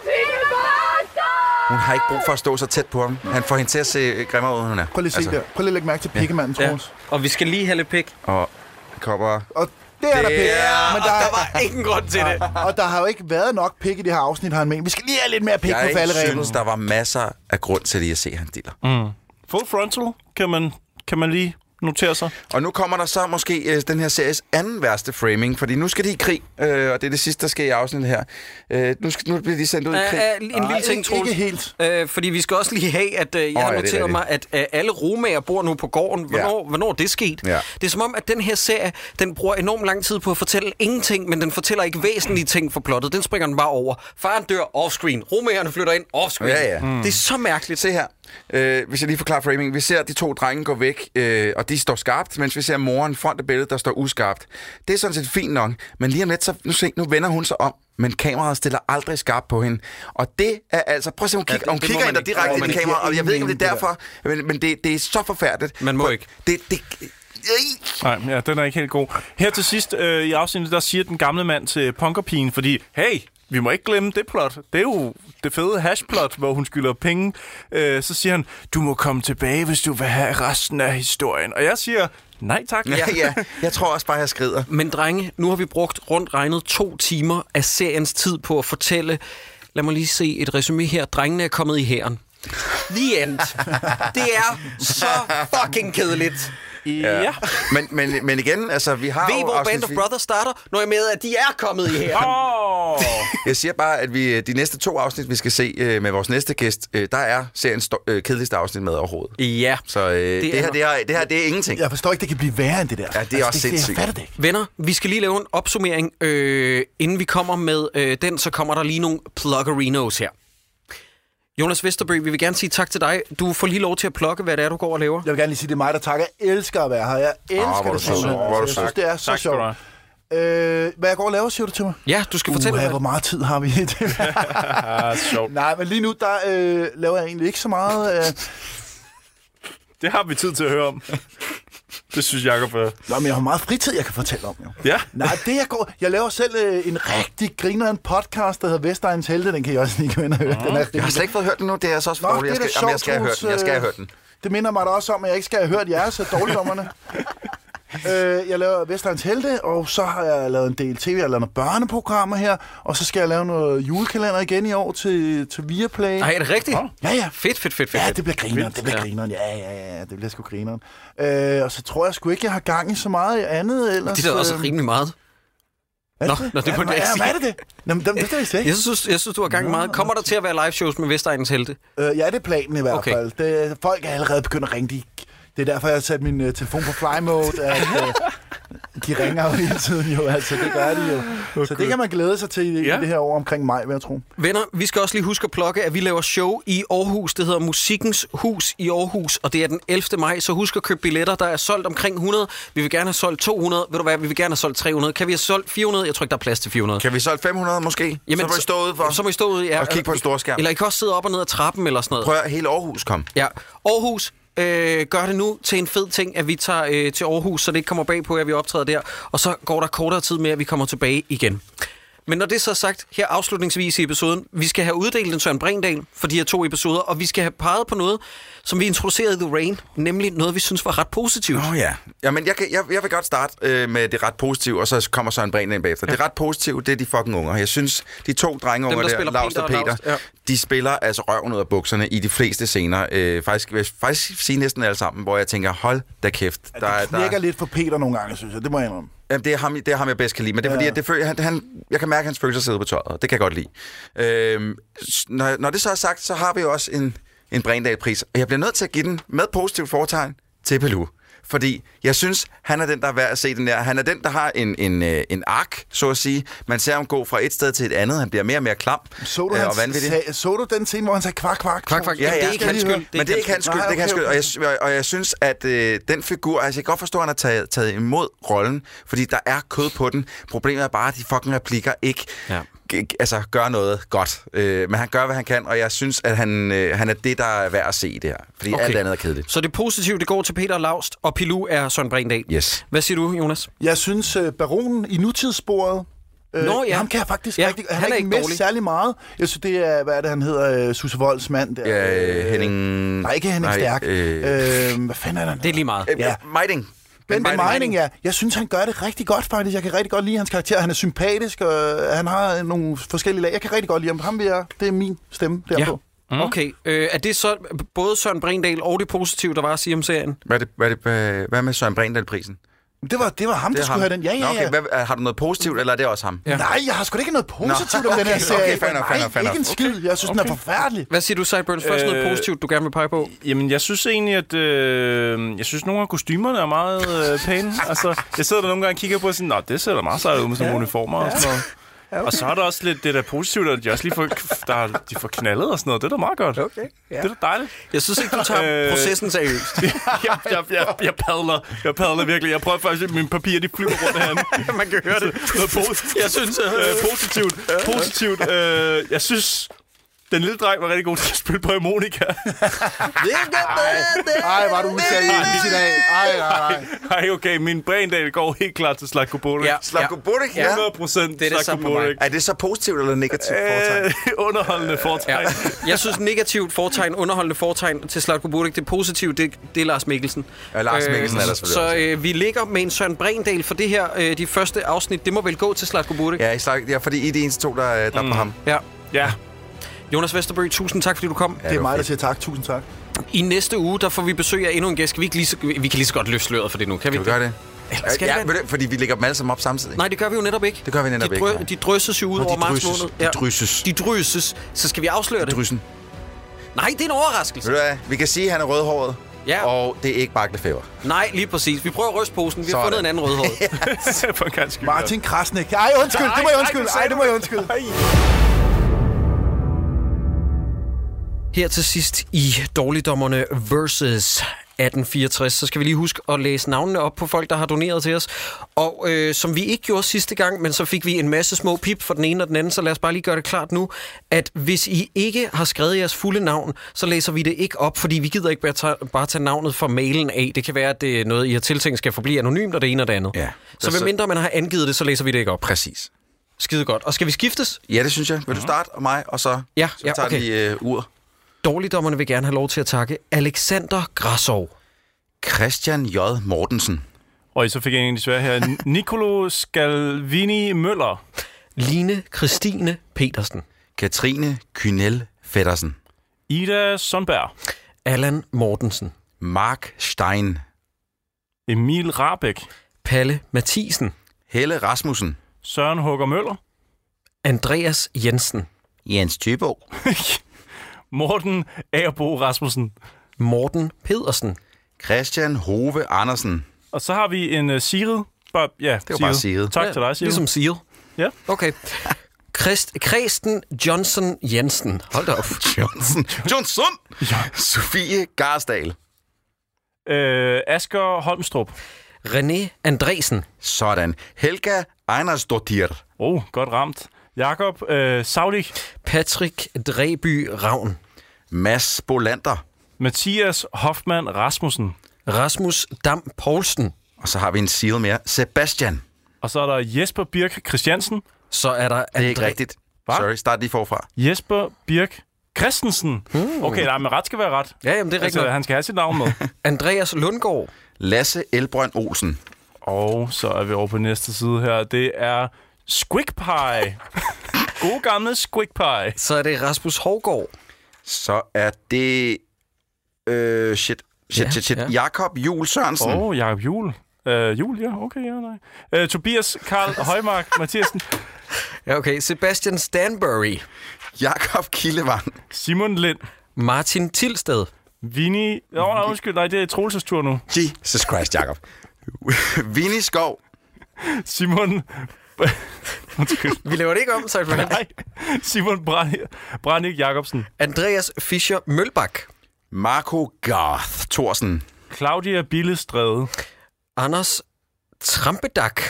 Speaker 6: Hun har ikke brug for at stå så tæt på ham. Han får hende til at se grimmere ud, hun er.
Speaker 4: Prøv lige at se der. Prøv lige at lægge mærke til pikkemanden, Troels.
Speaker 3: Og vi skal lige have lidt pik.
Speaker 6: Og kopper.
Speaker 4: Og det er der pik.
Speaker 3: Men der var ingen grund til det.
Speaker 4: Og der har jo ikke været nok pik i det her afsnit, har han med. Vi skal lige have lidt mere pik på falderæbet.
Speaker 6: Jeg synes, der var masser af grund til lige at se, han dealer.
Speaker 5: Full frontal kan man lige notere sig.
Speaker 6: Og nu kommer der så måske den her series anden værste framing, fordi nu skal de i krig, og det er det sidste, der sker i afsnittet her. Nu bliver de sendt ud i krig.
Speaker 3: En lille ting, Troels.
Speaker 4: Ikke helt.
Speaker 3: Fordi vi skal også lige have, at jeg har noteret mig, at alle romager bor nu på gården. Hvornår er det sket? Ja. Det er som om, at den her serie, den bruger enormt lang tid på at fortælle ingenting, men den fortæller ikke væsentlige ting for plottet. Den springer den bare over. Faren dør offscreen. Romagerne flytter ind offscreen. Det er så mærkeligt.
Speaker 6: Se her. Hvis jeg lige forklarer framing. Vi ser de 2 drenge gå væk, og de står skarpt, mens vi ser moren front af billedet, der står uskarpt. Det er sådan set fint nok, men lige om lidt, så nu vender hun sig om, men kameraet stiller aldrig skarpt på hende. Og det er altså... Prøv at se, hun kigger ind direkte i kameraet, og jeg ved ikke, om det er derfor, men det er så forfærdeligt.
Speaker 3: Man må ikke.
Speaker 5: Nej, ja, den er ikke helt god. Her til sidst i afsnittet, der siger den gamle mand til punkerpigen, fordi, hey, vi må ikke glemme det plot. Det er jo det fede hashplot, hvor hun skylder penge. Så siger han, du må komme tilbage, hvis du vil have resten af historien. Og jeg siger, nej tak.
Speaker 6: Ja. Jeg tror også bare, jeg skrider.
Speaker 3: Men drenge, nu har vi brugt rundt regnet 2 timer af seriens tid på at fortælle. Lad mig lige se et resume her. Drengene er kommet i hæren. The end. Det er så fucking kedeligt.
Speaker 5: Ja.
Speaker 6: Men igen, altså vi har
Speaker 3: ved, hvor Band of Brothers starter, når jeg med, at de er kommet i her.
Speaker 6: Jeg siger bare, at de næste 2 afsnit, vi skal se med vores næste gæst, der er seriens kedeligste afsnit med overhovedet.
Speaker 3: Ja.
Speaker 6: Så det her, det er ingenting.
Speaker 4: Jeg forstår ikke, det kan blive værre end det der.
Speaker 6: Ja, det er også sindssygt.
Speaker 3: Venner, vi skal lige lave en opsummering. Inden vi kommer med den, så kommer der lige nogle pluggerinos her. Jonas Vesterby, vi vil gerne sige tak til dig. Du får lige lov til at plukke, hvad det er, du går og laver.
Speaker 4: Jeg vil gerne lige sige, det er mig, der takker. Jeg elsker at være her. Jeg elsker det. Jeg synes, det er så sjovt. Hvad jeg går og laver, siger du til mig?
Speaker 3: Ja, du skal fortælle mig.
Speaker 4: Hvor meget tid har vi?
Speaker 5: Sjovt.
Speaker 4: Nej, men lige nu, der laver jeg egentlig ikke så meget.
Speaker 5: Det har vi tid til at høre om. Det synes Jacob er...
Speaker 4: Nå, men jeg har meget fritid, jeg kan fortælle om, jo.
Speaker 5: Ja.
Speaker 4: Nej, jeg laver selv en rigtig griner en podcast, der hedder Vestegnens Helte. Den kan jeg også lige gå ind og høre.
Speaker 6: Jeg har slet ikke fået hørt den nu. Det er så også dårligt. Jeg skal have hørt den.
Speaker 4: Det minder mig da også om, at jeg ikke skal have hørt jeres dårligdommerne. Jeg laver Vestegnens Helte, og så har jeg lavet en del tv. Jeg har lavet nogle børneprogrammer her, og så skal jeg lave noget julekalender igen i år til Viaplay.
Speaker 3: Nej, er det rigtigt?
Speaker 4: Ja.
Speaker 3: Fedt.
Speaker 4: Ja, det bliver grineren. Ja, det bliver sgu grineren. Og så tror jeg sgu ikke, jeg har gang i så meget andet ellers.
Speaker 3: Det er da også rimelig meget. Nå, det må jeg ikke sige.
Speaker 4: Hvad er det? Jamen, det er det
Speaker 3: ikke. Jeg synes, du har gang meget. Kommer der til at være live shows med Vestegnens Helte?
Speaker 4: Ja, det er planen i hvert fald. Folk er allerede begyndt at ringe. Det er derfor, jeg har sat min telefon på fly mode. At, de ringer jo hele tiden jo, altså det gør de jo. Okay. Så det kan man glæde sig til i det her år omkring maj, vil jeg tro.
Speaker 3: Venner, vi skal også lige huske at plukke, at vi laver show i Aarhus. Det hedder Musikkens Hus i Aarhus, og det er den 11. maj, så husk at købe billetter. Der er solgt omkring 100. Vi vil gerne have solgt 200. Ved du hvad, vi vil gerne have solgt 300. Kan vi have solgt 400? Jeg tror ikke, der er plads til 400.
Speaker 6: Kan vi solgt 500 måske?
Speaker 3: Jamen,
Speaker 6: så må I stå ude for.
Speaker 3: Så må I stå ude, ja.
Speaker 6: Og kigge på en stor skærm.
Speaker 3: Eller I kan også sidde op og ned ad trappen eller sådan noget.
Speaker 6: Prøv at hele Aarhus kom.
Speaker 3: Ja, Aarhus. Gør det nu til en fed ting, at vi tager til Aarhus, så det ikke kommer bag på, at vi optræder der. Og så går der kortere tid med, at vi kommer tilbage igen. Men når det så er sagt, her afslutningsvis i episoden, vi skal have uddelt en Søren Bregendahl for de her 2 episoder, og vi skal have peget på noget, som vi introducerede i The Rain, nemlig noget, vi synes var ret positivt.
Speaker 6: Ja. Jamen, jeg vil godt starte med det ret positive, og så kommer Søren Bregendahl bagefter. Det ret positive, det er de fucking unger. Jeg synes, de 2 drengeunger der, Laust og Peter, de spiller altså røven ud af bukserne i de fleste scener. Faktisk sige næsten alle sammen, hvor jeg tænker, hold da kæft.
Speaker 4: Det knækker lidt for Peter nogle gange, synes jeg. Det må jeg indrømme.
Speaker 6: Jamen, det er ham, jeg bedst kan lide, men det er fordi, at jeg kan mærke, at hans følelser sidder på tøjet. Det kan jeg godt lide. Når det så er sagt, så har vi jo også en Bregendahl-pris, og jeg bliver nødt til at give den med positivt fortegn til Pilou. Fordi jeg synes, han er den, der er værd at se den der. Han er den, der har en ark, så at sige. Man ser ham gå fra et sted til et andet. Han bliver mere og mere klam og vanvittig.
Speaker 4: Så du den scene, hvor han sagde kvak?
Speaker 3: Ja,
Speaker 6: det er ikke hans skyld. Men det er ikke hans skyld. Det er hans skyld. Og jeg synes, at den figur... Altså, jeg kan godt forstå, at han har taget imod rollen, fordi der er kød på den. Problemet er bare, at de fucking replikker ikke... Ja. Altså, gør noget godt. Men han gør, hvad han kan, og jeg synes, at han er det, der er værd at se i det her. Fordi alt andet er kedeligt.
Speaker 3: Så det positive, det går til Peter Laust, og Pilou er Søren Bregendahl.
Speaker 6: Yes.
Speaker 3: Hvad siger du, Jonas?
Speaker 4: Jeg synes, baronen i nutidssporet, ham kan jeg faktisk rigtig... Han er ikke med særlig meget. Jeg synes, det er, hvad er det, han hedder? Susse Volds mand der.
Speaker 6: Ja, Henning...
Speaker 4: Nej, ikke Henning Stærk. Hvad fanden er det?
Speaker 3: Det er lige meget.
Speaker 6: Meiding.
Speaker 4: Ben Meining, ja. Jeg synes, han gør det rigtig godt, faktisk. Jeg kan rigtig godt lide hans karakter. Han er sympatisk, og han har nogle forskellige lag. Jeg kan rigtig godt lide ham. Det er min stemme derpå.
Speaker 3: Ja. Okay. Er det så både Søren Bregendahl og det positive, der var at sige om serien?
Speaker 6: Hvad med Søren Bregendahl-prisen?
Speaker 4: Det var ham, der skulle have den. Ja.
Speaker 6: Okay. Har du noget positivt, eller er det også ham?
Speaker 4: Ja. Nej, jeg har sgu da ikke noget positivt om den her serie.
Speaker 6: Okay, fair
Speaker 4: ikke en skid. Jeg synes, den er forfærdelig.
Speaker 3: Hvad siger du, Sideburns? Først noget positivt, du gerne vil pege på?
Speaker 5: Jamen, jeg synes egentlig, at jeg synes, nogle af kostymerne er meget pæne. Altså, jeg sidder der nogle gange og kigger på og siger, det ser da meget sejt ud med sådan uniformer og sådan noget. Okay. Og så er der også lidt det der positivt, at de også lige får knaldet og sådan noget. Det er da meget godt. Okay, ja. Det er da dejligt.
Speaker 3: Jeg synes ikke, du tager processen seriøst.
Speaker 5: Jeg padler virkelig. Jeg prøver faktisk, at mine papirer de flyver rundt herinde.
Speaker 3: Man kan høre det.
Speaker 5: Jeg synes positivt. Jeg synes... Den lille dreng var rigtig god til at spille på harmonika.
Speaker 4: Ej, var du useriøs i dag.
Speaker 5: Ej, okay. Min Bregendahl går helt klart til Zlatko Buric.
Speaker 6: Ja. Zlatko Buric,
Speaker 5: 100% Zlatko Buric.
Speaker 6: Er det så positivt eller negativt fortegn?
Speaker 5: Underholdende fortegn.
Speaker 3: Ja. Jeg synes negativt fortegn, underholdende fortegn til Zlatko Buric. Det positive, det er Lars Mikkelsen.
Speaker 6: Ja, Lars Mikkelsen er der
Speaker 3: selvfølgelig. Så vi ligger med en Søren Bregendahl for det her, de første afsnit. Det må vel gå til Zlatko Buric.
Speaker 6: Ja, fordi I er de eneste 2, der er på ham.
Speaker 3: Ja. Jonas Vesterbø, tusind tak, fordi du kom.
Speaker 4: Det er mig, der siger tak. Tusind tak.
Speaker 3: I næste uge, der får vi besøg af endnu en gæst. Vi kan lige så godt løfte sløret for det nu. Kan vi
Speaker 6: gøre det? Fordi vi lægger dem alle sammen op samtidig.
Speaker 3: Nej, det gør vi jo netop ikke.
Speaker 6: Det gør vi netop ikke.
Speaker 3: De drysses jo ud over marts måned.
Speaker 6: De
Speaker 3: drysses. Så skal vi afsløre det?
Speaker 6: Dryssen.
Speaker 3: Nej, det er en overraskelse.
Speaker 6: Ved du hvad? Vi kan sige, at han er rødhåret.
Speaker 3: Ja.
Speaker 6: Og det er ikke Bakke Lefebvre.
Speaker 3: Nej, lige præcis. Vi prøver at ryste posen. Vi har fundet en anden rødhåret.
Speaker 4: Martin Krasnik. Ej, undskyld. Det må jeg undskylde.
Speaker 3: Her til sidst i Dårligdommerne versus 1864, så skal vi lige huske at læse navnene op på folk, der har doneret til os. Og som vi ikke gjorde sidste gang, men så fik vi en masse små pip for den ene og den anden, så lad os bare lige gøre det klart nu, at hvis I ikke har skrevet jeres fulde navn, så læser vi det ikke op, fordi vi gider ikke bare tage navnet fra mailen af. Det kan være, at det er noget, I har tiltænkt skal forblive anonymt, og det ene og det andet.
Speaker 6: Ja.
Speaker 3: Så hvem mindre man har angivet det, så læser vi det ikke op.
Speaker 6: Præcis.
Speaker 3: Skide godt. Og skal vi skiftes?
Speaker 6: Ja, det synes jeg. Vil du starte og mig, og så tager vi ur.
Speaker 3: Dårligdommerne vil gerne have lov til at takke Alexander Grassov,
Speaker 6: Christian J. Mortensen.
Speaker 5: Og så fik jeg en desværre her. Nicolo Scalvini Møller.
Speaker 3: Line Christine Petersen.
Speaker 6: Katrine Kynel Feddersen.
Speaker 5: Ida Sundberg.
Speaker 3: Allan Mortensen.
Speaker 6: Mark Stein.
Speaker 5: Emil Rabeck.
Speaker 3: Palle Mathisen.
Speaker 6: Helle Rasmussen.
Speaker 5: Søren Hugger Møller.
Speaker 3: Andreas Jensen.
Speaker 6: Jens Thybo.
Speaker 5: Morten Agerbo Rasmussen.
Speaker 3: Morten Pedersen.
Speaker 6: Christian Hove Andersen.
Speaker 5: Og så har vi en Sigrid. Ja,
Speaker 6: det var bare Sigrid.
Speaker 5: Tak til dig, Sigrid.
Speaker 3: Ligesom Sigrid.
Speaker 5: Ja.
Speaker 3: Okay. Kristen Johnson Jensen. Hold da op.
Speaker 6: Johnson. Sofie Garsdal.
Speaker 5: Asger Holmstrup.
Speaker 3: René Andresen.
Speaker 6: Sådan. Helga Einarsdottir.
Speaker 5: Godt ramt. Jakob Saulich.
Speaker 3: Patrick Dreby Ravn.
Speaker 6: Mads Bolander.
Speaker 5: Mathias Hoffmann Rasmussen.
Speaker 3: Rasmus Dam Poulsen.
Speaker 6: Og så har vi en seal mere. Sebastian.
Speaker 5: Og så er der Jesper Birk Christiansen.
Speaker 3: Så er der
Speaker 6: Det er ikke rigtigt.
Speaker 5: Hva?
Speaker 6: Sorry, start lige forfra.
Speaker 5: Jesper Birk Christensen. Okay, nej, men ret skal være ret.
Speaker 3: Ja, jamen det er rigtigt.
Speaker 5: Altså, han skal have sit navn med.
Speaker 3: Andreas Lundgaard.
Speaker 6: Lasse Elbrønd Olsen.
Speaker 5: Og så er vi over på næste side her. Det er Squig Pie. God gamle Squig Pie.
Speaker 3: Så er det Rasmus Hovgaard.
Speaker 6: Så er det... Shit. Jakob Juhl Sørensen.
Speaker 5: Jakob Juhl. Juhl, ja. Okay, ja, nej. Tobias Karl Højmark Mathiasen.
Speaker 3: Ja, okay. Sebastian Stanbury.
Speaker 6: Jakob Kildevang.
Speaker 5: Simon Lind.
Speaker 3: Martin Tilsted.
Speaker 5: Vinnie... undskyld, nej, det er Troelses tur nu.
Speaker 6: Jesus Christ, Jakob. Vinnie Skov.
Speaker 5: Simon...
Speaker 3: Vi laver det ikke om, så
Speaker 5: nej. Simon Brandik Jacobsen.
Speaker 3: Andreas Fischer Mølbak.
Speaker 6: Marco Garth Thorsen.
Speaker 5: Claudia Billestræde.
Speaker 3: Anders Trampedak.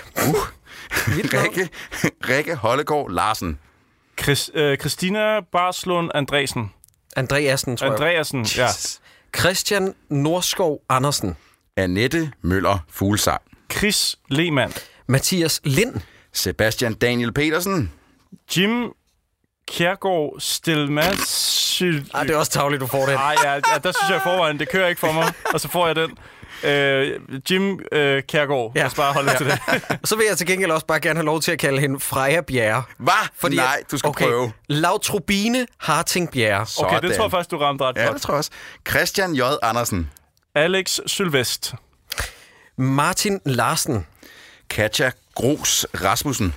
Speaker 6: Rikke Hollegaard Larsen.
Speaker 5: Christina Barslund Andresen.
Speaker 3: Andreasen, tror jeg.
Speaker 5: Andreasen, ja.
Speaker 3: Christian Norskov Andersen.
Speaker 6: Annette Møller Fuglsang.
Speaker 5: Chris Lehmann.
Speaker 3: Mathias Lind.
Speaker 6: Sebastian Daniel Petersen.
Speaker 5: Jim Kjærgaard Stelmas.
Speaker 3: Det er også tarveligt, du får den.
Speaker 5: Nej, ja, der synes jeg forvejen, det kører ikke for mig. Og så får jeg den. Jim Kjærgaard. Ja. Lad os bare holde til det.
Speaker 3: Så vil jeg til gengæld også bare gerne have lov til at kalde hende Freja Bjerre.
Speaker 6: Hvad? Nej, du skal prøve.
Speaker 3: Lautrobine Harting Bjerre.
Speaker 5: Okay, det tror jeg faktisk, du ramte ret godt.
Speaker 6: Ja, det tror jeg også. Christian J. Andersen.
Speaker 5: Alex Sylvest.
Speaker 3: Martin Larsen.
Speaker 6: Katja Gros Rasmussen.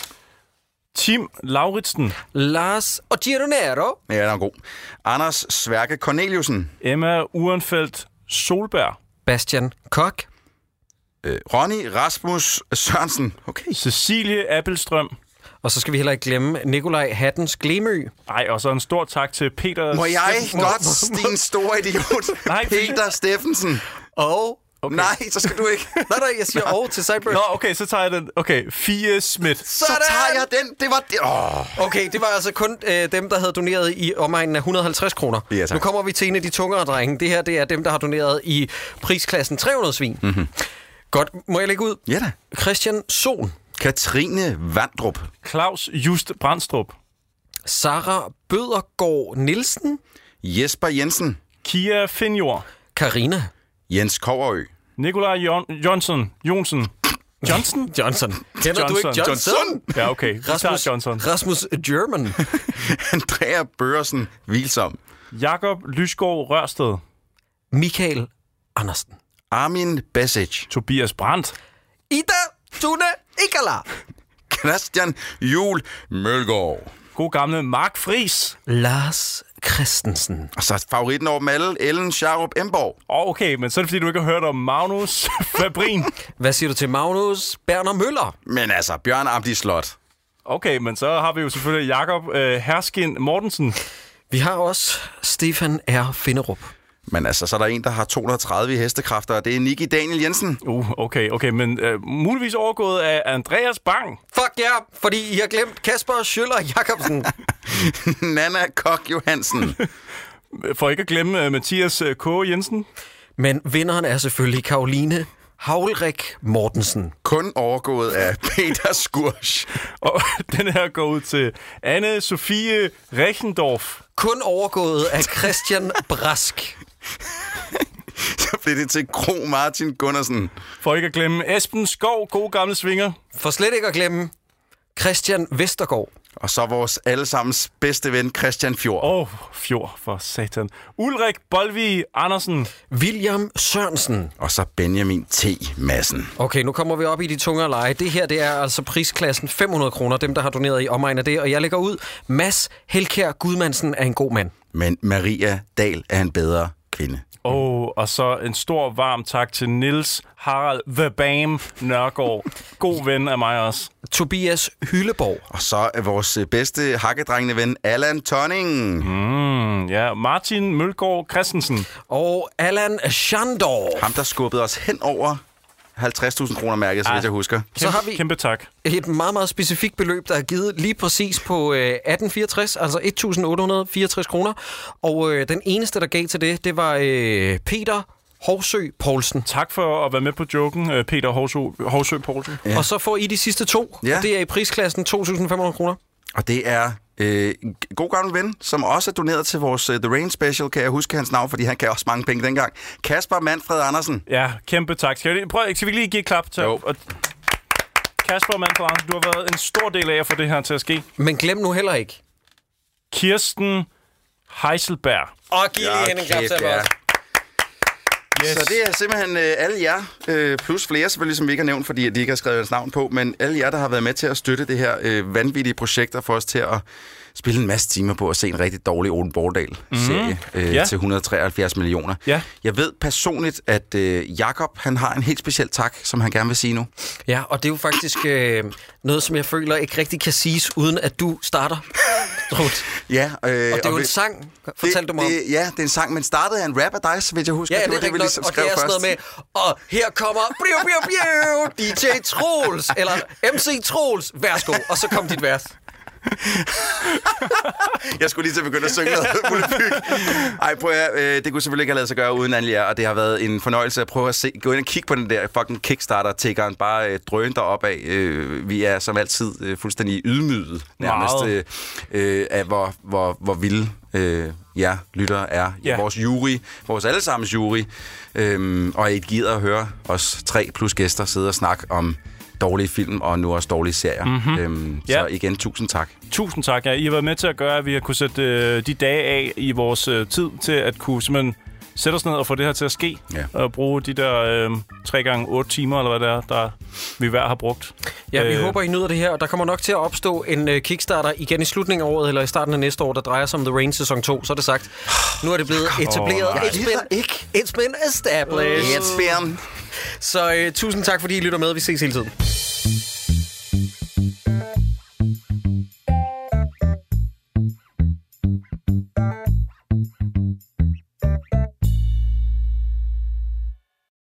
Speaker 5: Tim Lauritsen.
Speaker 3: Lars Gironero.
Speaker 6: Ja, den er god. Anders Sværke Corneliusen.
Speaker 5: Emma Urenfeldt Solberg.
Speaker 3: Bastian Kok.
Speaker 6: Ronny Rasmus Sørensen. Okay.
Speaker 5: Cecilie Appelstrøm.
Speaker 3: Og så skal vi heller ikke glemme Nikolaj Hattens Glemø.
Speaker 5: Nej, og så en stor tak til Peter...
Speaker 6: Må jeg godt, din store idiot?
Speaker 5: Nej,
Speaker 6: Peter Steffensen.
Speaker 3: Og...
Speaker 6: Okay. Nej, så skal du ikke.
Speaker 3: Nej, jeg siger til Cyber.
Speaker 5: Nå, okay, så tager jeg den. Okay, Fie Schmidt.
Speaker 6: Så tager jeg den. Det var det.
Speaker 3: Okay, det var altså kun dem, der havde doneret i omegnen af 150 kroner.
Speaker 6: Ja,
Speaker 3: nu kommer vi til en af de tungere drenge. Det her, det er dem, der har doneret i prisklassen 300 svin.
Speaker 6: Mm-hmm.
Speaker 3: Godt, må jeg lægge ud?
Speaker 6: Ja da.
Speaker 3: Christian Sohn.
Speaker 6: Katrine Vandrup.
Speaker 5: Claus Just Brandstrup.
Speaker 3: Sara Bødergaard Nielsen.
Speaker 6: Jesper Jensen.
Speaker 5: Kia Finjord.
Speaker 3: Karina.
Speaker 6: Jens Koverø.
Speaker 5: Nikolaj Johnson.
Speaker 3: Johnson? Kender du ikke Johnson?
Speaker 5: Ja, okay.
Speaker 3: Rasmus German.
Speaker 6: Andrea Børresen Hvilsom.
Speaker 5: Jakob Lysgaard Rørsted.
Speaker 3: Michael Andersen.
Speaker 6: Armin Besic.
Speaker 5: Tobias Brandt.
Speaker 3: Ida Tune Ikala.
Speaker 6: Christian Juhl Mølgaard.
Speaker 5: God gamle Mark Friis.
Speaker 3: Lars Christensen.
Speaker 6: Og så favoritten over dem alle, Ellen Scharup Emborg.
Speaker 5: Okay, men så er det fordi, du ikke har hørt om Magnus Fabrin.
Speaker 3: Hvad siger du til Magnus Berner Møller?
Speaker 6: Men altså, Bjørn Amdi Slot.
Speaker 5: Okay, men så har vi jo selvfølgelig Jakob Herskin Mortensen.
Speaker 3: Vi har også Stefan R. Finderup.
Speaker 6: Men altså, så er der en, der har 230 hestekræfter, og det er Nicky Daniel Jensen.
Speaker 5: Okay, men muligvis overgået af Andreas Bang.
Speaker 3: Fuck ja, fordi I har glemt Kasper Schøller Jacobsen.
Speaker 6: Nana Kok Johansen.
Speaker 5: For ikke at glemme Mathias K. Jensen.
Speaker 3: Men vinderen er selvfølgelig Karoline Havlrik Mortensen.
Speaker 6: Kun overgået af Peter Skursch.
Speaker 5: Og den her går ud til Anne-Sophie Rechendorf.
Speaker 3: Kun overgået af Christian Brask.
Speaker 6: Så bliver det til Gro Martin Gunnarsen.
Speaker 5: For ikke at glemme Esben Skov, god gamle svinger.
Speaker 3: For slet ikke at glemme Christian Vestergaard.
Speaker 6: Og så vores allesammens bedste ven, Christian Fjord.
Speaker 5: Fjord for satan. Ulrik Bolvig Andersen.
Speaker 3: William Sørensen.
Speaker 6: Og så Benjamin T. Madsen.
Speaker 3: Okay, nu kommer vi op i de tungere leje. Det her, det er altså prisklassen 500 kroner, dem der har doneret i omegn af det. Og jeg lægger ud, Mads Helkjær Gudmandsen er en god mand.
Speaker 6: Men Maria Dahl er en bedre kvinde.
Speaker 5: Og så en stor varm tak til Niels Harald The Bam Nørgaard. God ven af mig også.
Speaker 3: Tobias Hylleborg.
Speaker 6: Og så er vores bedste hakkedrengende ven, Allan Tonning.
Speaker 5: Ja, Martin Mølgaard Christensen.
Speaker 3: Og Allan Schandorf.
Speaker 6: Ham, der skubbede os hen over 50.000 kroner mærket, så vidt jeg husker.
Speaker 3: Så har vi
Speaker 5: kæmpe tak.
Speaker 3: Et meget, meget specifikt beløb, der er givet lige præcis på 1864, altså 1.864 kroner. Og den eneste, der gav til det var Peter Horsø Poulsen.
Speaker 5: Tak for at være med på joken, Peter Horsø Poulsen.
Speaker 3: Ja. Og så får I de sidste 2, og det er i prisklassen 2.500 kroner.
Speaker 6: Og det er god gammel ven, som også er doneret til vores The Rain Special, kan jeg huske hans navn, fordi han gav også mange penge dengang. Kasper Manfred Andersen.
Speaker 5: Ja, kæmpe tak. Skal vi lige give et klap til? Kasper Manfred Andersen, du har været en stor del af at få det her til at ske.
Speaker 3: Men glem nu heller ikke
Speaker 5: Kirsten Heiselberg.
Speaker 3: Og giv lige hende en klap til os.
Speaker 6: Yes. Så det er simpelthen alle jer, plus flere selvfølgelig, som vi ikke har nævnt, fordi de ikke har skrevet deres navn på, men alle jer, der har været med til at støtte det her vanvittige projekt, og få os til at spille en masse timer på at se en rigtig dårlig Ole Borgdal-serie til 173 millioner.
Speaker 5: Ja.
Speaker 6: Jeg ved personligt, at Jakob han har en helt speciel tak, som han gerne vil sige nu.
Speaker 3: Ja, og det er jo faktisk noget, som jeg føler ikke rigtig kan siges, uden at du starter.
Speaker 6: Ja,
Speaker 3: og det er jo en sang, fortalte du mig om.
Speaker 6: Ja, det er en sang, men startede af en rap af dig, så vidt jeg husker.
Speaker 3: Ja, det er det, vi ligesom skrev først. Og det er sådan noget med, og her kommer DJ Troels, eller MC Troels, værsgo, og så kom dit vers.
Speaker 6: Jeg skulle lige til at begynde at synge noget mulebyg. Ej, prøv at det kunne selvfølgelig ikke have lavet sig gøre uden alle jer, og det har været en fornøjelse at prøve at gå ind og kigge på den der fucking Kickstarter-tiggeren, bare drøne derop af. Vi er som altid fuldstændig ydmyget nærmest af, hvor vilde jer lyttere er. Ja. Vores jury, vores allesammens jury, og I gider at høre os 3 plus gæster sidde og snakke om dårlige film, og nu også dårlige serier. Så igen, tusind tak.
Speaker 5: Tusind tak. Ja. I har været med til at gøre, at vi har kunne sætte de dage af i vores tid til at kunne simpelthen sætte os ned og få det her til at ske. Ja. Og bruge de der 3x8 timer, eller hvad det er, der vi hver har brugt.
Speaker 3: Ja, vi håber, I nyder det her, og der kommer nok til at opstå en Kickstarter igen i slutningen af året, eller i starten af næste år, der drejer sig om The Rain sæson 2. Så er det sagt, nu er det blevet etableret. It's been established.
Speaker 6: It's been.
Speaker 3: Så tusind tak, fordi I lytter med. Vi ses hele tiden.